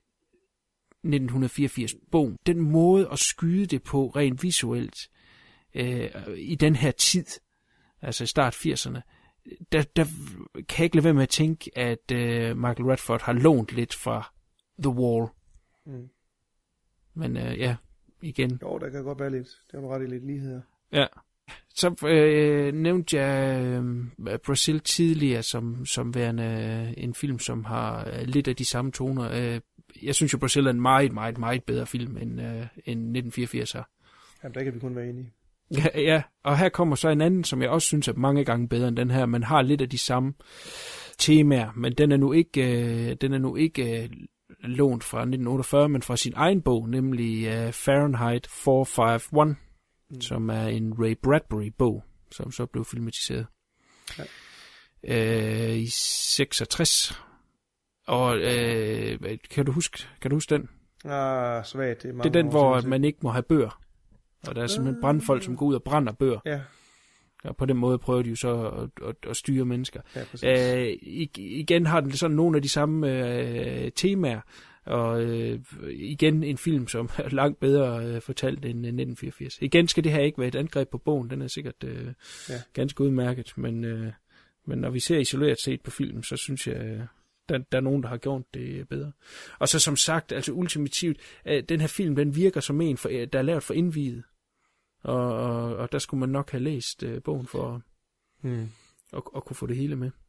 [SPEAKER 3] nitten fireogfirs-bogen. Den måde at skyde det på rent visuelt øh, i den her tid, altså i start firserne, der, der kan jeg ikke lade være med at tænke, at øh, Michael Radford har lånt lidt fra The Wall. Mm. Men øh, ja, igen.
[SPEAKER 8] Jo, der kan godt være lidt, det er jo ret i lidt ligheder.
[SPEAKER 3] Ja. Så øh, nævnte jeg øh, Brazil tidligere som, som værende øh, en film, som har øh, lidt af de samme toner. Øh, jeg synes jo, Brazil er en meget, meget, meget bedre film, end, øh, end nitten fireogfirs har.
[SPEAKER 8] Jamen, der kan vi kun være enige.
[SPEAKER 3] Ja, ja, og her kommer så en anden, som jeg også synes er mange gange bedre end den her. Man har lidt af de samme temaer, men den er nu ikke, øh, den er nu ikke øh, lånt fra nitten otteogfyrre, men fra sin egen bog, nemlig øh, Fahrenheit fire fem et, mm. som er en Ray Bradbury-bog, som så blev filmatiseret ja. øh, i seksogtres. Og øh, kan du huske, kan du huske den?
[SPEAKER 8] Ah, svagt. Det er,
[SPEAKER 3] det er den, hvor man ikke må have bøger. Og der er simpelthen brandfolk, som går ud og brænder bøger.
[SPEAKER 8] Ja.
[SPEAKER 3] Og på den måde prøver de jo så at, at, at styre mennesker.
[SPEAKER 8] Ja,
[SPEAKER 3] øh, igen har den sådan nogle af de samme øh, temaer. Og øh, igen en film, som er langt bedre øh, fortalt end øh, nitten fireogfirs. Igen skal det her ikke være et angreb på bogen. Den er sikkert øh, ja. ganske udmærket. Men, øh, men når vi ser isoleret set på filmen, så synes jeg... Øh, Der, der er nogen, der har gjort det bedre. Og så som sagt, altså ultimativt, øh, den her film, den virker som en, for, der er lavet for indviet. Og, og, og der skulle man nok have læst øh, bogen for hmm. at, at kunne få det hele med.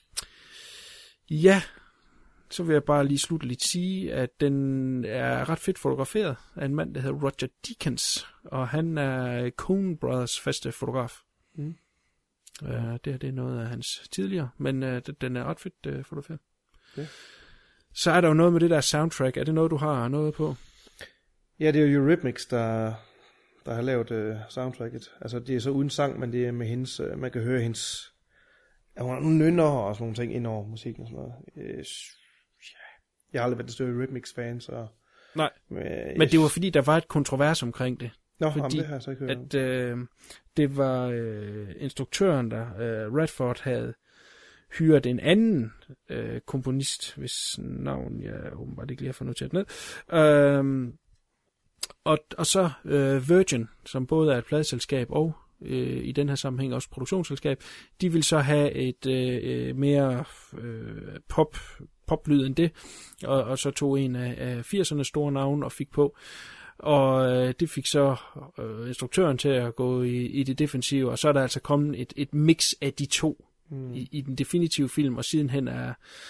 [SPEAKER 3] Ja, så vil jeg bare lige slutteligt sige, at den er ret fedt fotograferet af en mand, der hedder Roger Deakins. Og han er Coen Brothers faste fotograf. Hmm. Uh, det her det er noget af hans tidligere, men uh, den er ret fedt uh, fotograferet. Okay. Så er der jo noget med det der soundtrack. Er det noget, du har noget på?
[SPEAKER 8] Ja, det er jo Eurythmics, der, der har lavet uh, soundtracket. Altså, det er så uden sang, men det er med hendes... Uh, man kan høre hendes... Ja, hun har nogle nynner og sådan nogle ting ind over musikken og sådan noget. Uh, yeah. Jeg har aldrig været en større Eurythmics-fan, så...
[SPEAKER 3] Nej,
[SPEAKER 8] men,
[SPEAKER 3] men det var fordi, der var et kontrovers omkring det.
[SPEAKER 8] Nå,
[SPEAKER 3] fordi,
[SPEAKER 8] jamen, det har jeg så ikke hørt.
[SPEAKER 3] At øh, det var øh, instruktøren, der øh, Redford havde hyret en anden øh, komponist, hvis navn jeg åbenbart ikke lige har fået noteret ned. Øh, og, og så øh, Virgin, som både er et pladeselskab og øh, i den her sammenhæng også produktionsselskab, de vil så have et øh, mere øh, pop poplyd end det, og, og så tog en af, af firsernes store navne og fik på. Og øh, det fik så øh, instruktøren til at gå i, i det defensive, og så er der altså kommet et, et mix af de to mm. i, i den definitive film, og sidenhen er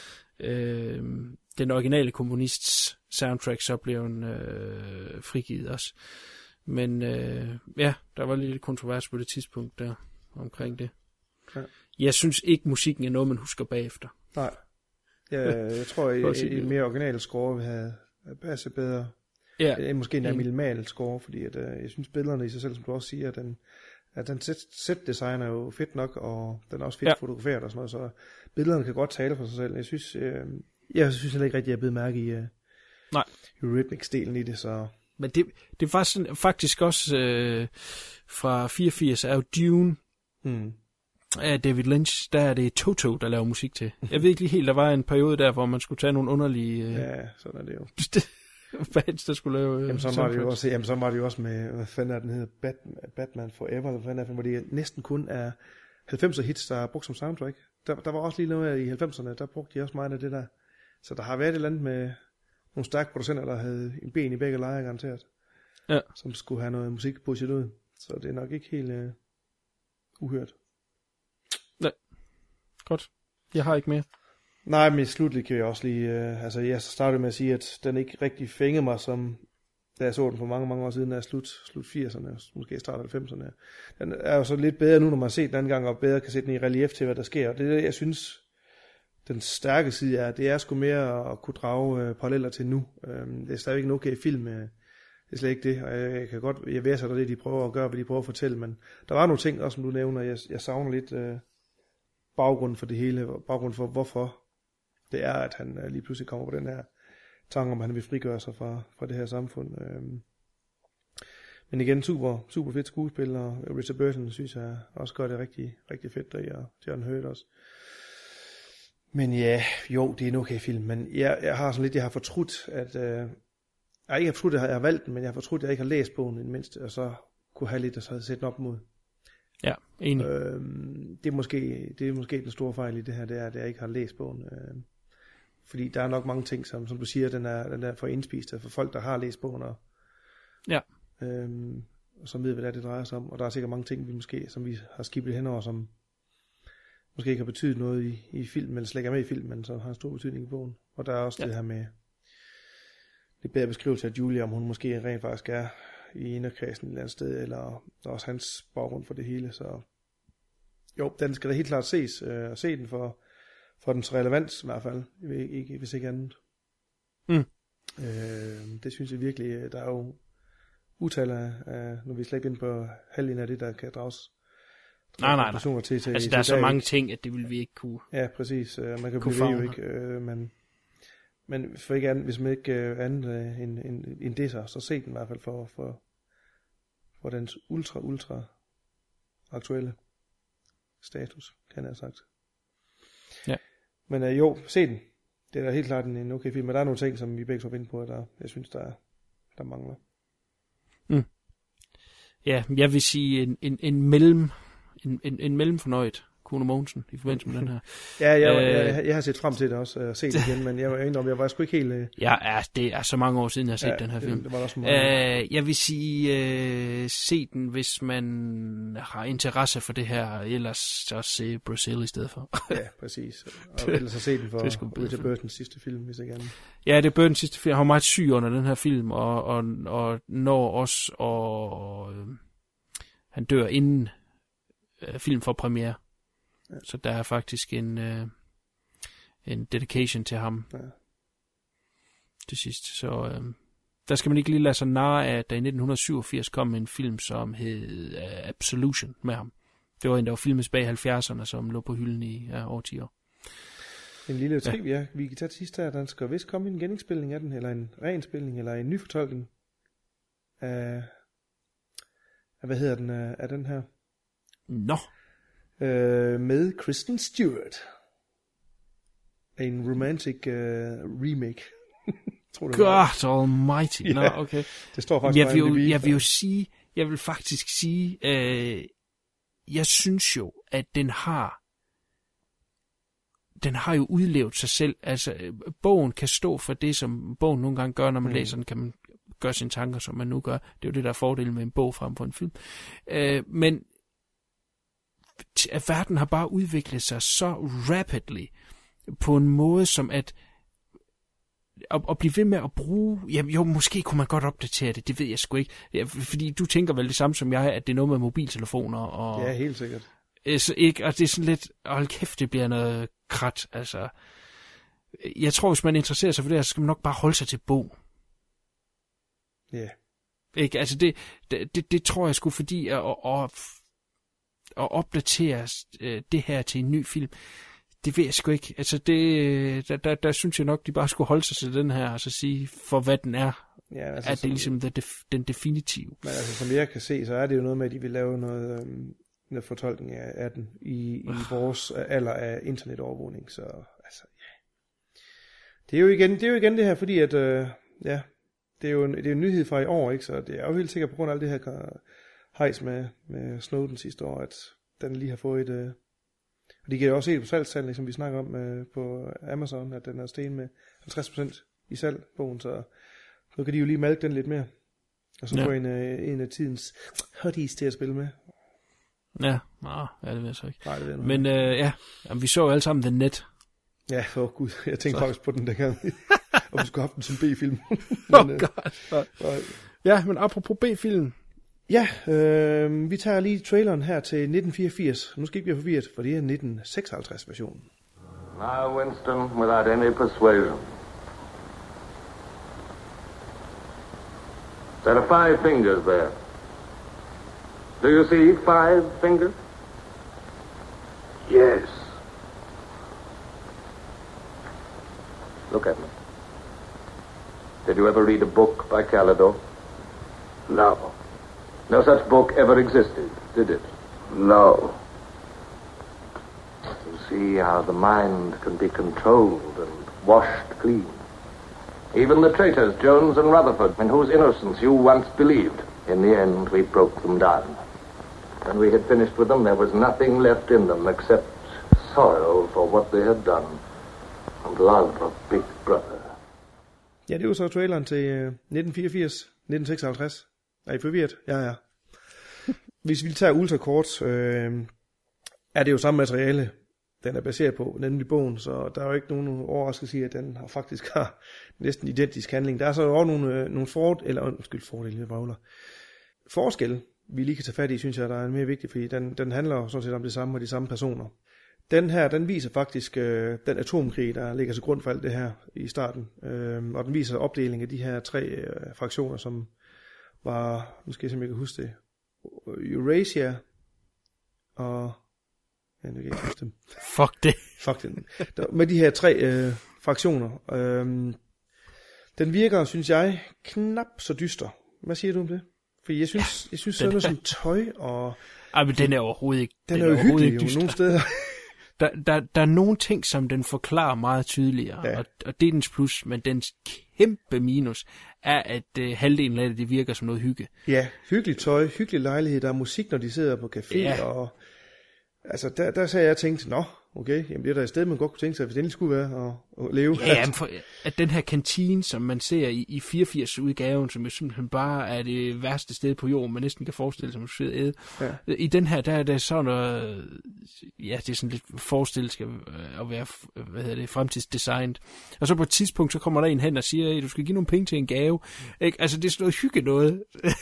[SPEAKER 3] øh, den originale komponists soundtrack så blevet øh, frigivet også. Men øh, ja, der var lidt kontrovers på det tidspunkt der omkring det. Ja. Jeg synes ikke, musikken er noget, man husker bagefter.
[SPEAKER 8] Nej. Ja, jeg tror, at en mere original score vil have passet bedre. Ja. Måske en minimal score, fordi at, uh, jeg synes, billederne i sig selv, som du også siger, den, at den set-design er jo fedt nok, og den er også fedt ja. fotograferet og sådan noget, så billederne kan godt tale for sig selv. Jeg synes, øh, jeg synes heller ikke rigtig, at jeg er blevet mærke i uh,
[SPEAKER 3] Nej.
[SPEAKER 8] Eurythmics-delen i det, så...
[SPEAKER 3] Men det, det var sådan, faktisk også øh, fra fireogfirs er jo Dune hmm. af David Lynch, der er det Toto, der laver musik til. Jeg ved ikke lige helt, der var en periode der, hvor man skulle tage nogle underlige... Øh,
[SPEAKER 8] ja, sådan er det jo.
[SPEAKER 3] bands, der skulle lave...
[SPEAKER 8] Jamen, så var det jo også, jamen, så var det jo også med, hvad fanden er den hedder, Batman, Batman Forever, eller hvad fanden er den, hvor det næsten kun er halvfemser hits, der er brugt som soundtrack. Der, der var også lige noget i halvfemserne, der brugte de også meget af det der. Så der har været et eller andet med nogle stærke producenter, der havde en ben i begge lejre, garanteret. Ja. Som skulle have noget musik på sit ud. Så det er nok ikke helt uh, uhørt.
[SPEAKER 3] Nej. Godt. Jeg har ikke mere.
[SPEAKER 8] Nej, men slutligt kan jeg også lige... Øh, altså, jeg startede med at sige, at den ikke rigtig fængede mig, som da jeg så den for mange, mange år siden, af slut, slut firserne, måske start halvfemserne. Den er jo så lidt bedre nu, når man har set den anden gang, og bedre kan sætte den i relief til, hvad der sker. Og det er det, jeg synes, den stærke side er, det er sgu mere at kunne drage øh, paralleller til nu. Øh, det er stadigvæk en okay film, øh, det er slet ikke det. Og jeg, jeg kan godt, jeg ved sig, det de prøver at gøre, hvad de prøver at fortælle, men der var nogle ting, også som du nævner, jeg, jeg savner lidt øh, baggrunden for det hele, baggrunden for hvorfor det er, at han lige pludselig kommer på den her tanke om, at han vil frigøre sig fra, fra det her samfund. Øhm. Men igen, super, super fedt skuespil, og Richard Burton synes jeg også gør det rigtig, rigtig fedt, og jeg, John Hurt også. Men ja, jo, det er en okay film, men jeg, jeg har sådan lidt, jeg har fortrudt, at, øh, jeg ikke har fortrudt, at jeg har valgt den, men jeg har fortrudt, at jeg ikke har læst bogen i det mindste, og så kunne have lidt, og så havde sætte den op mod.
[SPEAKER 3] Ja, enig.
[SPEAKER 8] Øhm, det, er måske, det er måske den store fejl i det her, det er, at jeg ikke har læst bogen. Øh. Fordi der er nok mange ting, som, som du siger, den er, den er for indspist for folk, der har læst bogen, og,
[SPEAKER 3] ja.
[SPEAKER 8] øhm, og som ved, hvad det, er, det drejer sig om. Og der er sikkert mange ting, vi måske, som vi har skibet henover, som måske ikke har betydet noget i, i filmen, eller slet ikke er med i filmen, men som har en stor betydning i bogen. Og der er også ja. det her med det bedre beskrivelse af Julia, om hun måske rent faktisk er i inderkredsen et eller andet sted, eller der er også hans baggrund for det hele. Så jo, den skal da helt klart ses, øh, og se den for... for dens relevans i hvert fald, ikke, hvis ikke andet. Mm. Øh, det synes jeg virkelig, der er jo utal af, af nu er vi slet ikke inde på halvdelen af det, der kan drages.
[SPEAKER 3] Nej, nej, nej. Til, til, altså, der er så mange ting, at det vil vi ikke kunne.
[SPEAKER 8] Ja, præcis. Uh, man kan blive ved jo ikke, uh, men, men for ikke andet, hvis man ikke uh, andet uh, end, end, end det så, så se den i hvert fald for, for, for dens ultra, ultra aktuelle status, kan jeg have sagt.
[SPEAKER 3] Ja.
[SPEAKER 8] Men uh, jo, se den. Det er da helt klart en, en okay film, men der er nogle ting, som vi begge så vinde på, at der, jeg synes, der, der mangler.
[SPEAKER 3] Mm. Ja, jeg vil sige en, en, en mellem en, en, en mellemfornøjet Kuno Mogensen i forbindelse med den her.
[SPEAKER 8] Ja, jeg, øh, jeg, jeg, jeg har set frem til det også, at se det igen, men jeg var inde om, jeg var sgu ikke helt... Uh...
[SPEAKER 3] Ja, ja, det er så mange år siden, jeg har set ja, den her film.
[SPEAKER 8] Det, det var også meget...
[SPEAKER 3] øh, jeg vil sige, uh, se den, hvis man har interesse for det her, ellers så se Brazil i stedet for.
[SPEAKER 8] Ja, præcis. Og ellers så se den for Richard Burtons sidste film, hvis jeg gerne.
[SPEAKER 3] Ja, det er Burtons sidste film. Han var meget syg under den her film, og, og, og når også, og øh, han dør inden øh, film for premiere. Ja. Så der er faktisk en øh, en dedication til ham ja. til sidst. Så øh, der skal man ikke lige lade sig narre af, at der i nitten syvogfirs kom en film, som hed uh, Absolution med ham. Det var en, der var filmet bag halvfjerdserne, som lå på hylden i ja, over ti år.
[SPEAKER 8] En lille trivia, ja. Vi kan tage til sidst her, der skal vist komme en genindspilning af den, eller en renspilning, eller en ny fortolkning af, af hvad hedder den, af den her?
[SPEAKER 3] Nå.
[SPEAKER 8] Øh, med Kristen Stewart. En romantic uh, remake. Tror du,
[SPEAKER 3] God almighty. Nå,
[SPEAKER 8] ja,
[SPEAKER 3] okay.
[SPEAKER 8] Det står faktisk
[SPEAKER 3] jeg vil, jo,
[SPEAKER 8] jeg
[SPEAKER 3] jeg vil jo sige, jeg vil faktisk sige, øh, jeg synes jo, at den har, den har jo udlevet sig selv. Altså, bogen kan stå for det, som bogen nogle gange gør, når man mm. læser den, kan man gøre sine tanker, som man nu gør. Det er jo det, der er fordelen med en bog frem for en film. Øh, men at verden har bare udviklet sig så rapidly, på en måde, som at at, at blive ved med at bruge, jamen jo, måske kunne man godt opdatere det, det ved jeg sgu ikke, ja, fordi du tænker vel det samme som jeg, at det er noget med mobiltelefoner, og
[SPEAKER 8] ja, helt sikkert.
[SPEAKER 3] Så ikke, og det er sådan lidt, hold kæft, det bliver noget krat, altså, jeg tror, hvis man interesserer sig for det her, så skal man nok bare holde sig til bog.
[SPEAKER 8] Ja. Yeah.
[SPEAKER 3] Ikke, altså det, det, det, det tror jeg sgu, fordi at, at, at, at opdatere det her til en ny film, det ved jeg sgu ikke. Altså det, der, der, der synes jeg nok, de bare skulle holde sig til den her, og så sige, for hvad den er,
[SPEAKER 8] ja, altså,
[SPEAKER 3] at det er ligesom den, den definitive.
[SPEAKER 8] Men altså, som jeg kan se, så er det jo noget med, at de vil lave noget, øhm, noget fortolkning af, af den i, i vores alder af internetovervågning. Så altså, ja. Det er jo igen det, er jo igen det her, fordi at, øh, ja, det er jo en, det er en nyhed fra i år, ikke? Så det er jo helt sikkert på grund af alt det her hejs med, med Snowden sidste år, at den lige har fået et... Øh, og de kan jo også se på salgstallene, som vi snakker om øh, på Amazon, at den er steget med halvtreds procent i salg, bogen, så nu kan de jo lige malke den lidt mere. Og så ja. få en, øh, en af tidens hotties til at spille med.
[SPEAKER 3] Ja, nej, ja, det ved jeg så ikke.
[SPEAKER 8] Nej, det ved jeg
[SPEAKER 3] Men øh, ja, jamen, vi så jo alle sammen The Net.
[SPEAKER 8] Ja, for oh, gud, jeg tænkte så. faktisk på den dengang, og vi skulle have den som B-film.
[SPEAKER 3] Åh, oh, god. Ja, men apropos B-film.
[SPEAKER 8] Ja, øh, vi tager lige traileren her til nitten fireogfirs. Nu skal ikke blive forvirret, for det er nitten seksoghalvtreds versionen.
[SPEAKER 12] Now, Winston, without any persuasion. There are five fingers there. Do you see five fingers?
[SPEAKER 6] Yes.
[SPEAKER 12] Look at me. Did you ever read a book by Calidor?
[SPEAKER 6] No.
[SPEAKER 12] No such book ever existed, did it?
[SPEAKER 6] No.
[SPEAKER 12] You see how the mind can be controlled and washed clean. Even the traitors, Jones and Rutherford, in whose innocence you once believed, in the end we broke them down. When we had finished with them, there was nothing left in them except sorrow for what they had done and love of Big Brother.
[SPEAKER 8] Ja, det er jo så traileren til nitten fireogfirs, nitten seksoghalvtreds. Er I forvirret? Ja, ja. Hvis vi tager ultrakort, øh, er det jo samme materiale, den er baseret på, nemlig bogen, så der er jo ikke nogen overraskelse i, at den har faktisk har næsten identisk handling. Der er så jo også nogle, øh, nogle ford, eller, undskyld, fordele, jeg bagler. Forskelle, vi lige kan tage fat i, synes jeg, der er mere vigtigt, fordi den, den handler sådan set om det samme og de samme personer. Den her, den viser faktisk øh, den atomkrig, der ligger til grund for alt det her i starten, øh, og den viser opdeling af de her tre øh, fraktioner, som var, nu skal jeg simpelthen ikke huske det, Eurasia og... Ja, nu kan jeg ikke huske dem.
[SPEAKER 3] Fuck det.
[SPEAKER 8] Fuck den. Der, med de her tre øh, fraktioner. Øh, den virker, synes jeg, knap så dyster. Hvad siger du om det? For jeg synes, ja, jeg synes sådan noget som tøj og...
[SPEAKER 3] Ej, men den er overhovedet ikke...
[SPEAKER 8] Den, den er jo hyggelig jo, nogle steder.
[SPEAKER 3] Der, der, der er nogle ting, som den forklarer meget tydeligere, ja. og, og det er dens plus, men dens kæmpe minus er, at uh, halvdelen af det, det virker som noget hygge.
[SPEAKER 8] Ja, hyggelig tøj, hyggelig lejlighed, der er musik, når de sidder på café, ja. og altså der, der sagde jeg, jeg tænkte, nå, okay, jamen det er der et sted, man godt kunne tænke sig, hvis det endelig skulle være at, at leve.
[SPEAKER 3] Ja, jamen for, at den her kantine, som man ser i, i fireogfirs-udgaven, som jo simpelthen bare er det værste sted på jorden, man næsten kan forestille sig, man skal æde. Ja. I den her, der er det sådan noget, ja, det er sådan lidt forestillet skal at være, hvad hedder det, fremtidsdesignet. Og så på et tidspunkt, så kommer der en hen og siger, hey, du skal give nogle penge til en gave. Ikke? Altså, det er sådan noget hygge noget.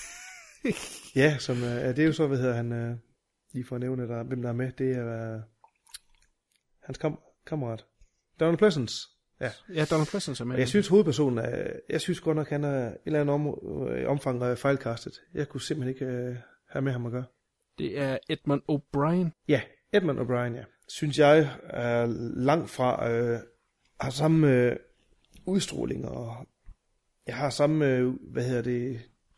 [SPEAKER 8] Ja, som, uh, det er jo så, hvad hedder han, uh, lige for at nævne, der, hvem der er med, det er... Uh, hans kam- kammerat. Donald Pleasence. Ja,
[SPEAKER 3] ja Donald Pleasence er med.
[SPEAKER 8] Jeg synes hovedpersonen er, jeg synes godt nok, han er et eller andet om, øh, omfang øh, fejlkastet. Jeg kunne simpelthen ikke øh, have med ham at gøre.
[SPEAKER 3] Det er Edmund O'Brien.
[SPEAKER 8] Ja, Edmund O'Brien, ja. Synes jeg er langt fra øh, har samme øh, udstråling, og jeg har samme, øh, hvad hedder det,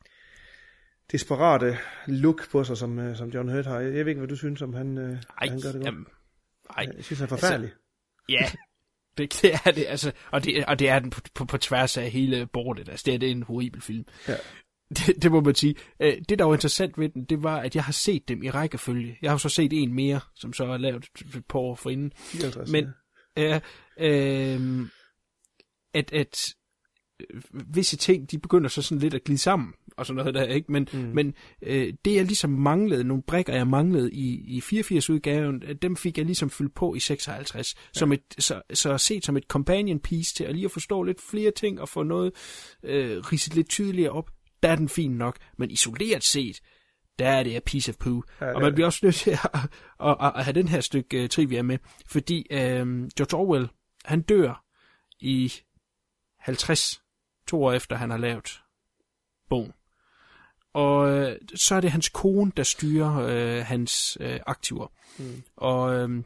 [SPEAKER 8] desperate look på sig, som, øh, som John Hurt har. Jeg ved ikke, hvad du synes, om han, øh,
[SPEAKER 3] ej,
[SPEAKER 8] han gør det godt.
[SPEAKER 3] Jamen, ej.
[SPEAKER 8] Jeg synes, han er forfærdelig.
[SPEAKER 3] Altså, ja, det, det er det, altså, og det, og det er den på, på, på tværs af hele bordet. Altså, det er, det er en horribel film.
[SPEAKER 8] Ja.
[SPEAKER 3] Det, det må man sige. Det, der var interessant ved den, det var, at jeg har set dem i rækkefølge. Jeg har så set en mere, som så er lavet et par år forinden.
[SPEAKER 8] fireoghalvtreds,
[SPEAKER 3] Men, ja. øh, at, at visse ting, de begynder så sådan lidt at glide sammen, og sådan noget der, ikke? Men, mm. men øh, det jeg ligesom manglede, nogle brikker jeg manglede i, i fireogfirs-udgaven, dem fik jeg ligesom fyldt på i seksoghalvtreds, ja. som et, så, så set som et companion piece til at lige at forstå lidt flere ting, og få noget øh, ridset lidt tydeligere op. Der er den fin nok, men isoleret set, der er det a piece of poo. Ja, og man bliver også nødt til at, at, at, at have den her stykke uh, trivia med, fordi øh, George Orwell, han dør i halvtreds, to år efter han har lavet bogen. Og øh, så er det hans kone, der styrer øh, hans øh, aktiver. Mm. Og øh,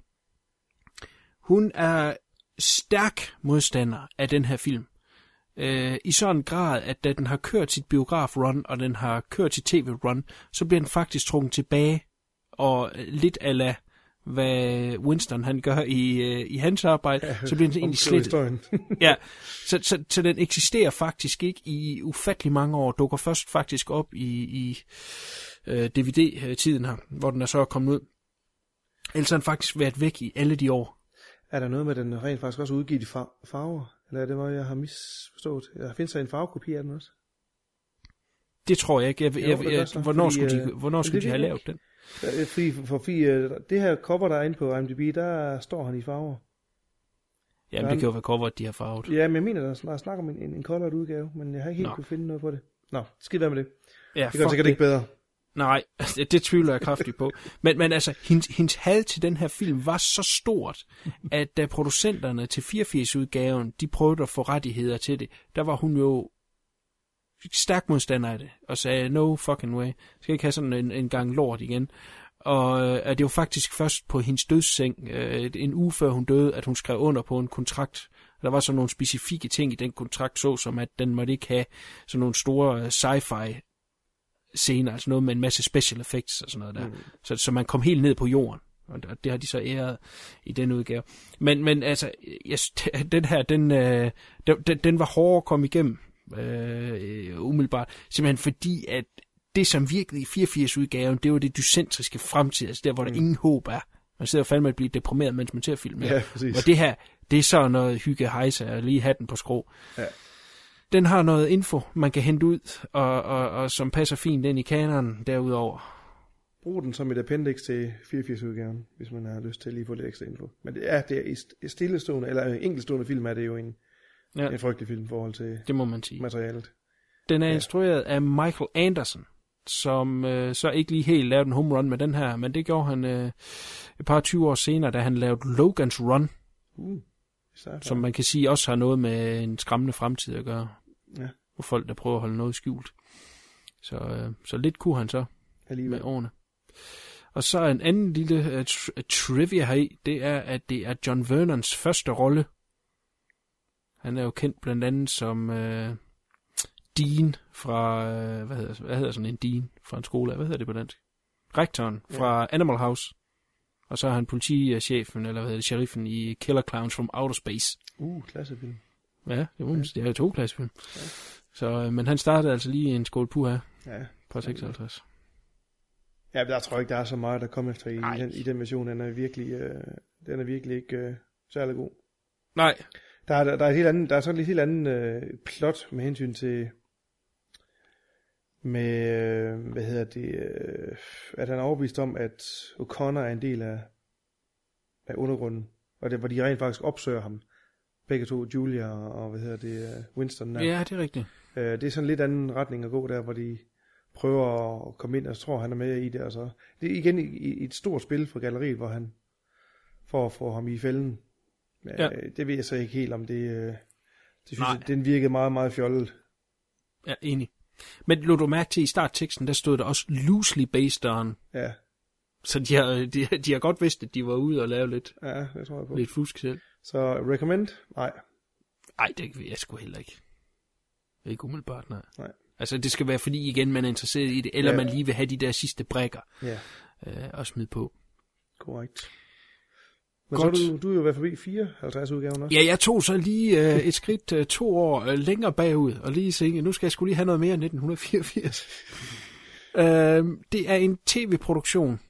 [SPEAKER 3] hun er stærk modstander af den her film. Øh, I sådan en grad, at da den har kørt sit biograf-run, og den har kørt sit tv-run, så bliver den faktisk trukket tilbage, og lidt ala hvad Winston han gør i, øh, i hans arbejde, ja, så bliver den egentlig slet. ja, så, så, så den eksisterer faktisk ikke i ufattelig mange år, dukker først faktisk op i, i øh, D V D-tiden her, hvor den er så kommet ud. Ellers har den faktisk været væk i alle de år.
[SPEAKER 8] Er der noget med, den rent faktisk også udgivet i far- farver? Eller er det, hvor jeg har misforstået? Der findes der en farvekopi af den også?
[SPEAKER 3] Det tror jeg ikke. Jeg, jeg, jeg, jeg, jeg, hvornår fordi, skulle de, hvornår skulle de have lavet den?
[SPEAKER 8] Fordi, for, for, det her cover, der er inde på I M D B, der står han i farver.
[SPEAKER 3] Jamen, det kan jo være coveret, de har farvet.
[SPEAKER 8] Ja, men jeg mener, der er snak om en, en, en colored udgave, men jeg har ikke helt Nå. kunne finde noget på det. Nå, skidt være med det. Ja, det gør sikkert det. Ikke bedre.
[SPEAKER 3] Nej, det, det tvivler jeg kraftigt på. Men, men altså, hendes, hendes had til den her film var så stort, at da producenterne til fireogfirs-udgaven, de prøvede at få rettigheder til det, der var hun jo stærk modstander af det, og sagde, no fucking way, jeg skal ikke have sådan en, en gang lort igen. Og øh, det var faktisk først på hendes dødsseng, øh, en uge før hun døde, at hun skrev under på en kontrakt. Der var så nogle specifikke ting i den kontrakt, såsom at den måtte ikke have sådan nogle store sci-fi scener, altså noget med en masse special effects og sådan noget der. Mm. Så, så man kom helt ned på jorden, og det har de så æret i den udgave. Men, men altså, jeg, den her, den, øh, den, den var hård at komme igennem, øh, umiddelbart. Simpelthen fordi, at det som virkelig i fireogfirs-udgaven, det var det dycentriske fremtid, altså der, hvor der mm. ingen håb er. Man sidder fandme at blive deprimeret, mens man ser filmen.
[SPEAKER 8] Ja, præcis.
[SPEAKER 3] Og det her, det er så noget hygge hejse og lige hatten på skrå. Ja. Den har noget info, man kan hente ud, og, og, og som passer fint ind i kanonen derudover.
[SPEAKER 8] Brug den som et appendix til fireogfirs-udgaven, hvis man har lyst til at lige få lidt ekstra info. Men det er, det er i stillestående, eller enkeltstående film, er det jo en, ja. en frygtelig film i forhold til
[SPEAKER 3] det må man sige.
[SPEAKER 8] Materialet.
[SPEAKER 3] Den er
[SPEAKER 8] ja.
[SPEAKER 3] instrueret af Michael Anderson, som øh, så ikke lige helt lavede en home run med den her, men det gjorde han øh, et par tyve år senere, da han lavede Logan's Run, uh, som man kan sige også har noget med en skræmmende fremtid at gøre. Ja. Og folk, der prøver at holde noget skjult. Så, øh, så lidt kunne han så alligevel med årene. Og så en anden lille uh, tr- trivia heri, det er, at det er John Vernons første rolle. Han er jo kendt blandt andet som øh, Dean fra, øh, hvad, hedder, hvad hedder sådan en Dean fra en skole? Hvad hedder det på dansk? Rektoren fra ja. Animal House. Og så er han politichefen, eller hvad hedder det, sheriffen i Killer Clowns from Outer Space.
[SPEAKER 8] Uh, klassefilm.
[SPEAKER 3] Ja, det, var, ja. det er jo to klassefilm. Ja. Så, men han startede altså lige en skål puha
[SPEAKER 8] ja.
[SPEAKER 3] på seksoghalvtreds.
[SPEAKER 8] Ja, der tror jeg ikke, der er så meget, der kommer efter i, den, i den version. Den er virkelig, øh, den er virkelig ikke øh, særlig god.
[SPEAKER 3] Nej.
[SPEAKER 8] Der er, der, der er, et helt andet, der er sådan et helt andet øh, plot med hensyn til, med, øh, hvad hedder det, øh, at han er overbevist om, at O'Connor er en del af, af undergrunden, og det, hvor de rent faktisk opsøger ham. Begge to, Julia og, og hvad hedder det, Winston. Der.
[SPEAKER 3] Ja, det er rigtigt.
[SPEAKER 8] Øh, det er sådan lidt anden retning at gå der, hvor de prøver at komme ind, og så tror han er med i det. Og så. Det er igen i, i et stort spil for galleriet, hvor han får få ham i fælden. Ja. Øh, det ved jeg så ikke helt om det. Øh, det synes jeg, den virkede meget, meget fjollet.
[SPEAKER 3] Ja, enig. Men lå du mærke til i startteksten, der stod der også loosely based on.
[SPEAKER 8] Ja.
[SPEAKER 3] Så de har, de, de har godt vidst, at de var ude og lave lidt,
[SPEAKER 8] ja, det tror jeg på.
[SPEAKER 3] Lidt fusk selv.
[SPEAKER 8] Så recommend? Nej.
[SPEAKER 3] Ej, det vil jeg sgu heller ikke. Ikke umiddelbart, nej.
[SPEAKER 8] nej.
[SPEAKER 3] Altså, det skal være, fordi igen, man er interesseret i det, eller ja. man lige vil have de der sidste brækker
[SPEAKER 8] ja.
[SPEAKER 3] øh, at smide på.
[SPEAKER 8] Korrekt. Men godt. Så du, du er jo været forbi fireoghalvtreds udgaven også.
[SPEAKER 3] Ja, jeg tog så lige øh, et skridt øh, to år øh, længere bagud, og lige tænkte, nu skal jeg sgu lige have noget mere end nitten fireogfirs. øh, det er en tv-produktion,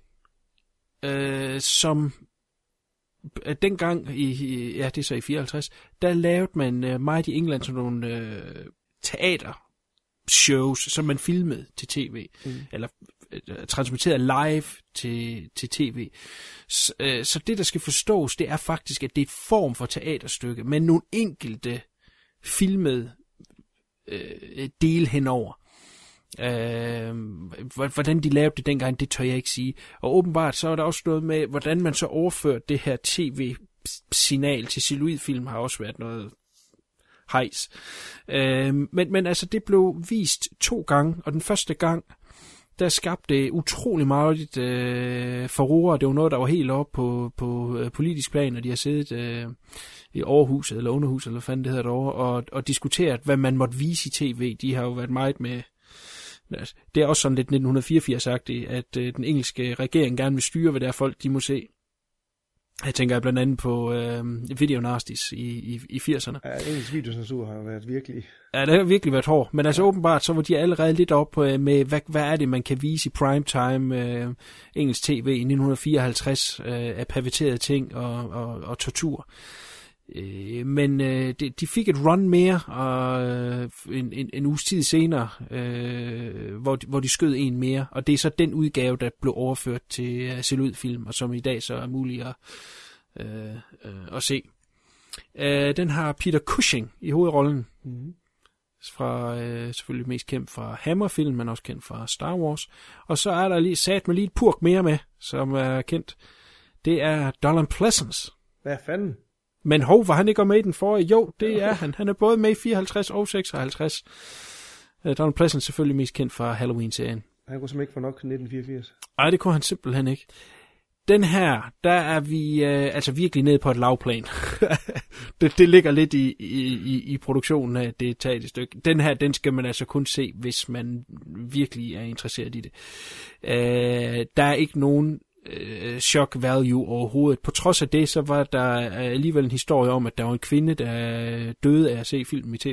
[SPEAKER 3] øh, som øh, dengang, i, i, ja, det er så i fireoghalvtreds, der lavede man øh, meget i England sådan nogle øh, teatershows, som man filmede til tv, mm. eller transmitteret live til, til tv. Så, øh, så det, der skal forstås, det er faktisk, at det er et form for teaterstykke, men nogle enkelte filmede øh, del henover. Øh, hvordan de lavede det dengang, det tør jeg ikke sige. Og åbenbart så er der også noget med, hvordan man så overførte det her tv-signal til celluloidfilm, har også været noget hejs. Øh, men, men altså, det blev vist to gange, og den første gang, der skabte utrolig meget øh, furore. Det var noget, der var helt oppe på, på øh, politisk plan, og de har siddet øh, i overhuset, eller underhuset, eller hvad fanden det hedder derovre, og, og diskuteret, hvad man måtte vise i tv. De har jo været meget med... Det er også sådan lidt nitten fireogfirs-agtigt, at øh, den engelske regering gerne vil styre, hvad der folk de må se. Jeg tænker blandt andet på øh, Video Nasties i, i, i firserne.
[SPEAKER 8] Ja, engelsk videocensur har jo været virkelig...
[SPEAKER 3] Ja, det har virkelig været hårdt. Men altså åbenbart, så var de allerede lidt op øh, med, hvad, hvad er det, man kan vise i primetime øh, engelsk tv i nitten fireoghalvtreds øh, af perverterede ting og, og, og tortur. Øh, men øh, de, de fik et run mere og, øh, en, en, en uges tid senere, øh, hvor, de, hvor de skød en mere. Og det er så den udgave, der blev overført til uh, celluloidfilm, og som i dag så er muligt at, øh, øh, at se. Øh, den har Peter Cushing i hovedrollen. Mm-hmm. Fra, øh, selvfølgelig mest kendt fra Hammer-film, men også kendt fra Star Wars. Og så er der lige sat med lige et purk mere med, som er kendt. Det er Donald Pleasence.
[SPEAKER 8] Hvad fanden?
[SPEAKER 3] Men hov, var han ikke med i den forrige? Jo, det er han. Han er både med i fireoghalvtreds og seksoghalvtreds. Uh, Donald Pleasence selvfølgelig mest kendt fra Halloween-serien.
[SPEAKER 8] Han kunne simpelthen ikke få nok nitten fireogfirs.
[SPEAKER 3] Nej, det kunne han simpelthen ikke. Den her, der er vi uh, altså virkelig nede på et lavplan. det, det ligger lidt i, i, i produktionen af det taget stykke. Den her, den skal man altså kun se, hvis man virkelig er interesseret i det. Uh, der er ikke nogen shock value overhovedet. På trods af det, så var der alligevel en historie om, at der var en kvinde, der døde af at se film i tv.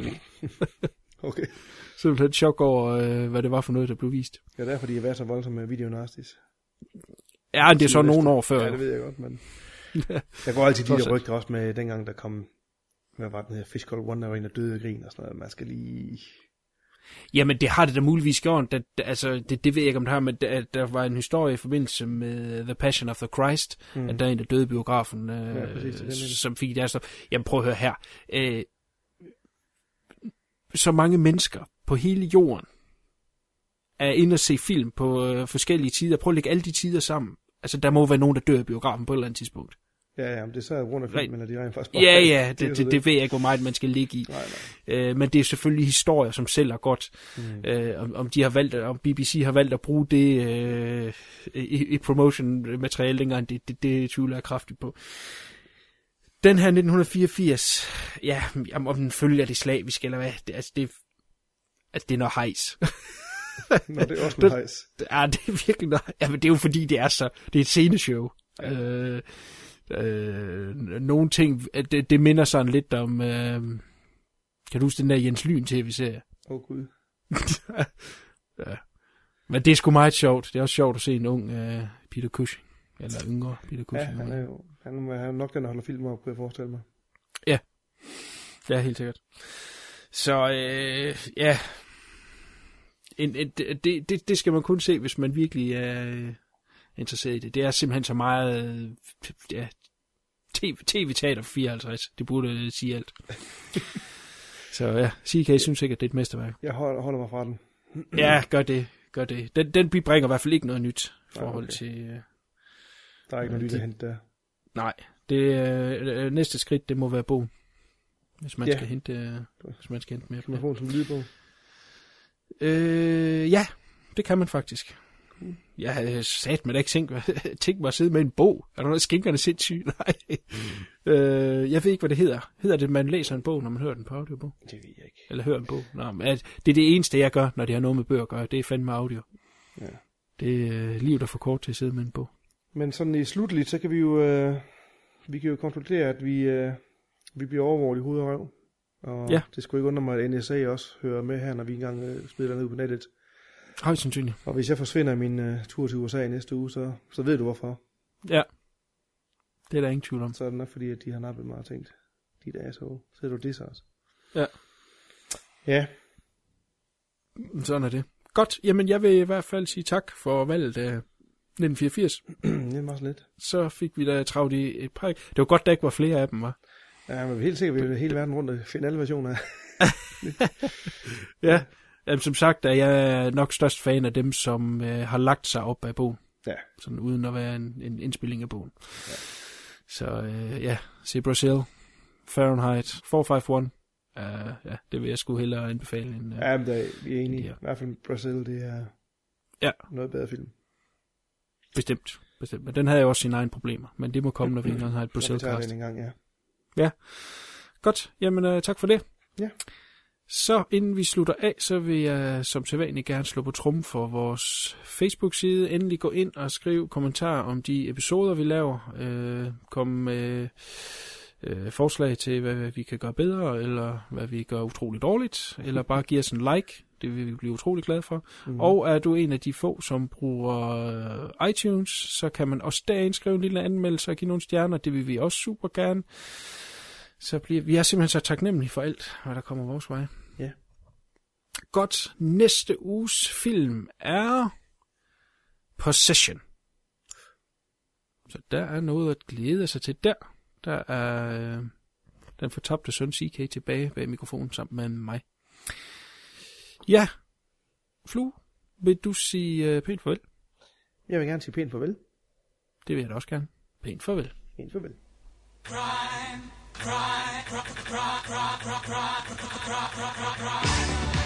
[SPEAKER 8] Okay.
[SPEAKER 3] Simpelthen chok over, hvad det var for noget, der blev vist.
[SPEAKER 8] Ja, derfor de er været så voldsomme med Video Nasties.
[SPEAKER 3] Ja, det er så nogle år før.
[SPEAKER 8] Ja, det ved jeg godt, men der går altid de der rygter også med, dengang der kom, hvad var den her, Fish Called Wonder, og en af døde grin og sådan noget. Man skal lige...
[SPEAKER 3] Jamen, det har det da muligvis gjort. Det, altså, det, det ved jeg ikke, om det har, men der, der var en historie i forbindelse med The Passion of the Christ, mm. at der er en, der døde biografen, øh, ja, præcis, det, som fik deres stof. Jamen, prøv at høre her. Øh, så mange mennesker på hele jorden er inde og se film på øh, forskellige tider. Prøv at lægge alle de tider sammen. Altså, der må være nogen, der dør i biografen på et eller andet tidspunkt.
[SPEAKER 8] Ja, ja, men det er så rundt af filmen, eller de rent faktisk...
[SPEAKER 3] Ja, ja, det, det, det, det ved jeg ikke, hvor meget man skal ligge i. Nej, nej. Øh, men det er selvfølgelig historier, som sælger godt. Mm. Øh, om, om de har valgt, om B B C har valgt at bruge det øh, i, i promotion-materiale længere, det, det, det tvivler jeg kraftigt på. Den her nitten fireogfirs, ja, om den følger det slavisk, eller hvad, det, altså det, altså det er noget hejs.
[SPEAKER 8] Nå, det er også noget hejs.
[SPEAKER 3] Ja, det er virkelig noget, ja, men det er jo fordi, det er så, det er et sceneshow. Ja. Øh, Øh, nogle ting, det, det minder sådan lidt om, øh, kan du huske den der Jens Lyn tv-serie?
[SPEAKER 8] Åh oh, gud.
[SPEAKER 3] Ja. Men det er sgu meget sjovt. Det er også sjovt at se en ung øh, Peter Cushing, eller yngre Peter Cushing.
[SPEAKER 8] Ja, han er jo han er nok den, der holder film op, kunne jeg forestille mig.
[SPEAKER 3] Ja, det er helt sikkert. Så øh, ja, en, en, det, det, det skal man kun se, hvis man virkelig er... Øh, interesseret i det. Det er simpelthen så meget ja, tv-teater for fireoghalvtreds. Det burde sige alt. Så ja, C K synes sikkert, det er et mesterværk.
[SPEAKER 8] Jeg holder, holder mig fra den.
[SPEAKER 3] Ja, gør det. Gør det. Den, den bringer i hvert fald ikke noget nyt i forhold okay. til... Uh,
[SPEAKER 8] der er ikke noget nyt at hente der.
[SPEAKER 3] Nej. Det uh, næste skridt, det må være bogen. Hvis man, ja. skal, hente, uh, hvis man skal hente mere.
[SPEAKER 8] Kan man få en som lydbog?
[SPEAKER 3] Uh, ja, det kan man faktisk. Jeg havde sat mig da ikke tænkt, tænkt mig at sidde med en bog. Er der noget skinkerne sindssygt? Nej. øh, jeg ved ikke, hvad det hedder. Hedder det, at man læser en bog, når man hører den på audiobog?
[SPEAKER 8] Det ved jeg ikke.
[SPEAKER 3] Eller hører en bog? Nå, men det er det eneste, jeg gør, når det har noget med bøger at gøre. Det er fandme audio.
[SPEAKER 8] Ja.
[SPEAKER 3] Det er øh, livet, der for kort til at sidde med en bog.
[SPEAKER 8] Men sådan i slutligt, så kan vi jo, øh, vi kan jo konkludere, at vi, øh, vi bliver overvåget i hoved og røv. Og
[SPEAKER 3] ja.
[SPEAKER 8] Det skulle ikke undre mig, at N S A også hører med her, når vi engang øh, spiller ned på nettet.
[SPEAKER 3] Højst sandsynligt.
[SPEAKER 8] Og hvis jeg forsvinder i min øh, tur til U S A næste uge, så, så ved du hvorfor.
[SPEAKER 3] Ja. Det er der ingen tvivl om.
[SPEAKER 8] Så er det nok fordi, at de har nappet mig og tænkt, dit asshole, så er du det så også.
[SPEAKER 3] Ja.
[SPEAKER 8] Ja.
[SPEAKER 3] Sådan er det. Godt, jamen jeg vil i hvert fald sige tak for valget af nitten fireogfirs.
[SPEAKER 8] Det var så lidt.
[SPEAKER 3] Så fik vi da travlt i et par. Det var godt, der ikke var flere af dem, var.
[SPEAKER 8] Ja, men helt sikkert, vi vil hele verden rundt og finde alle versioner af.
[SPEAKER 3] Ja, jamen, som sagt er jeg nok størst fan af dem, som øh, har lagt sig op af bogen.
[SPEAKER 8] Ja.
[SPEAKER 3] Sådan uden at være en, en indspilling af bogen. Ja. Så øh, ja, se Brazil, Fahrenheit, fire fem et. Uh, ja, det vil jeg sgu hellere anbefale. End, uh,
[SPEAKER 8] ja, men der, vi er enige. I hvert fald Brazil, det er
[SPEAKER 3] ja.
[SPEAKER 8] Noget bedre film.
[SPEAKER 3] Bestemt, bestemt. Men den havde jo også sine egne problemer. Men det må komme, når vi engang har et Brazil-cast.
[SPEAKER 8] En gang, ja.
[SPEAKER 3] Ja, godt. Jamen, uh, tak for det.
[SPEAKER 8] Ja.
[SPEAKER 3] Så inden vi slutter af, så vil jeg som sædvanligt gerne slå på trum for vores Facebook-side. Endelig gå ind og skriv kommentarer om de episoder, vi laver. Uh, kom med uh, forslag til, hvad vi kan gøre bedre, eller hvad vi gør utroligt dårligt, eller bare give os en like. Det vil vi blive utrolig glade for. Mm. Og er du en af de få, som bruger uh, iTunes, så kan man også derinde skrive en lille anmeldelse og give nogle stjerner. Det vil vi også super gerne. Så bliver vi er simpelthen så taknemmelige for alt, hvad der kommer vores vej.
[SPEAKER 8] Ja.
[SPEAKER 3] Godt. Næste uges film er Possession. Så der er noget at glæde sig til der. Der er øh, den fortabte søn C K tilbage bag mikrofonen sammen med mig. Ja, Flu, vil du sige øh, pænt farvel?
[SPEAKER 8] Jeg vil gerne sige pænt farvel.
[SPEAKER 3] Det vil jeg da også gerne. Pænt farvel.
[SPEAKER 8] Pænt farvel.
[SPEAKER 9] Crime, crime, crime, crime, crime, crime, crime, crime, crime, crime, crime.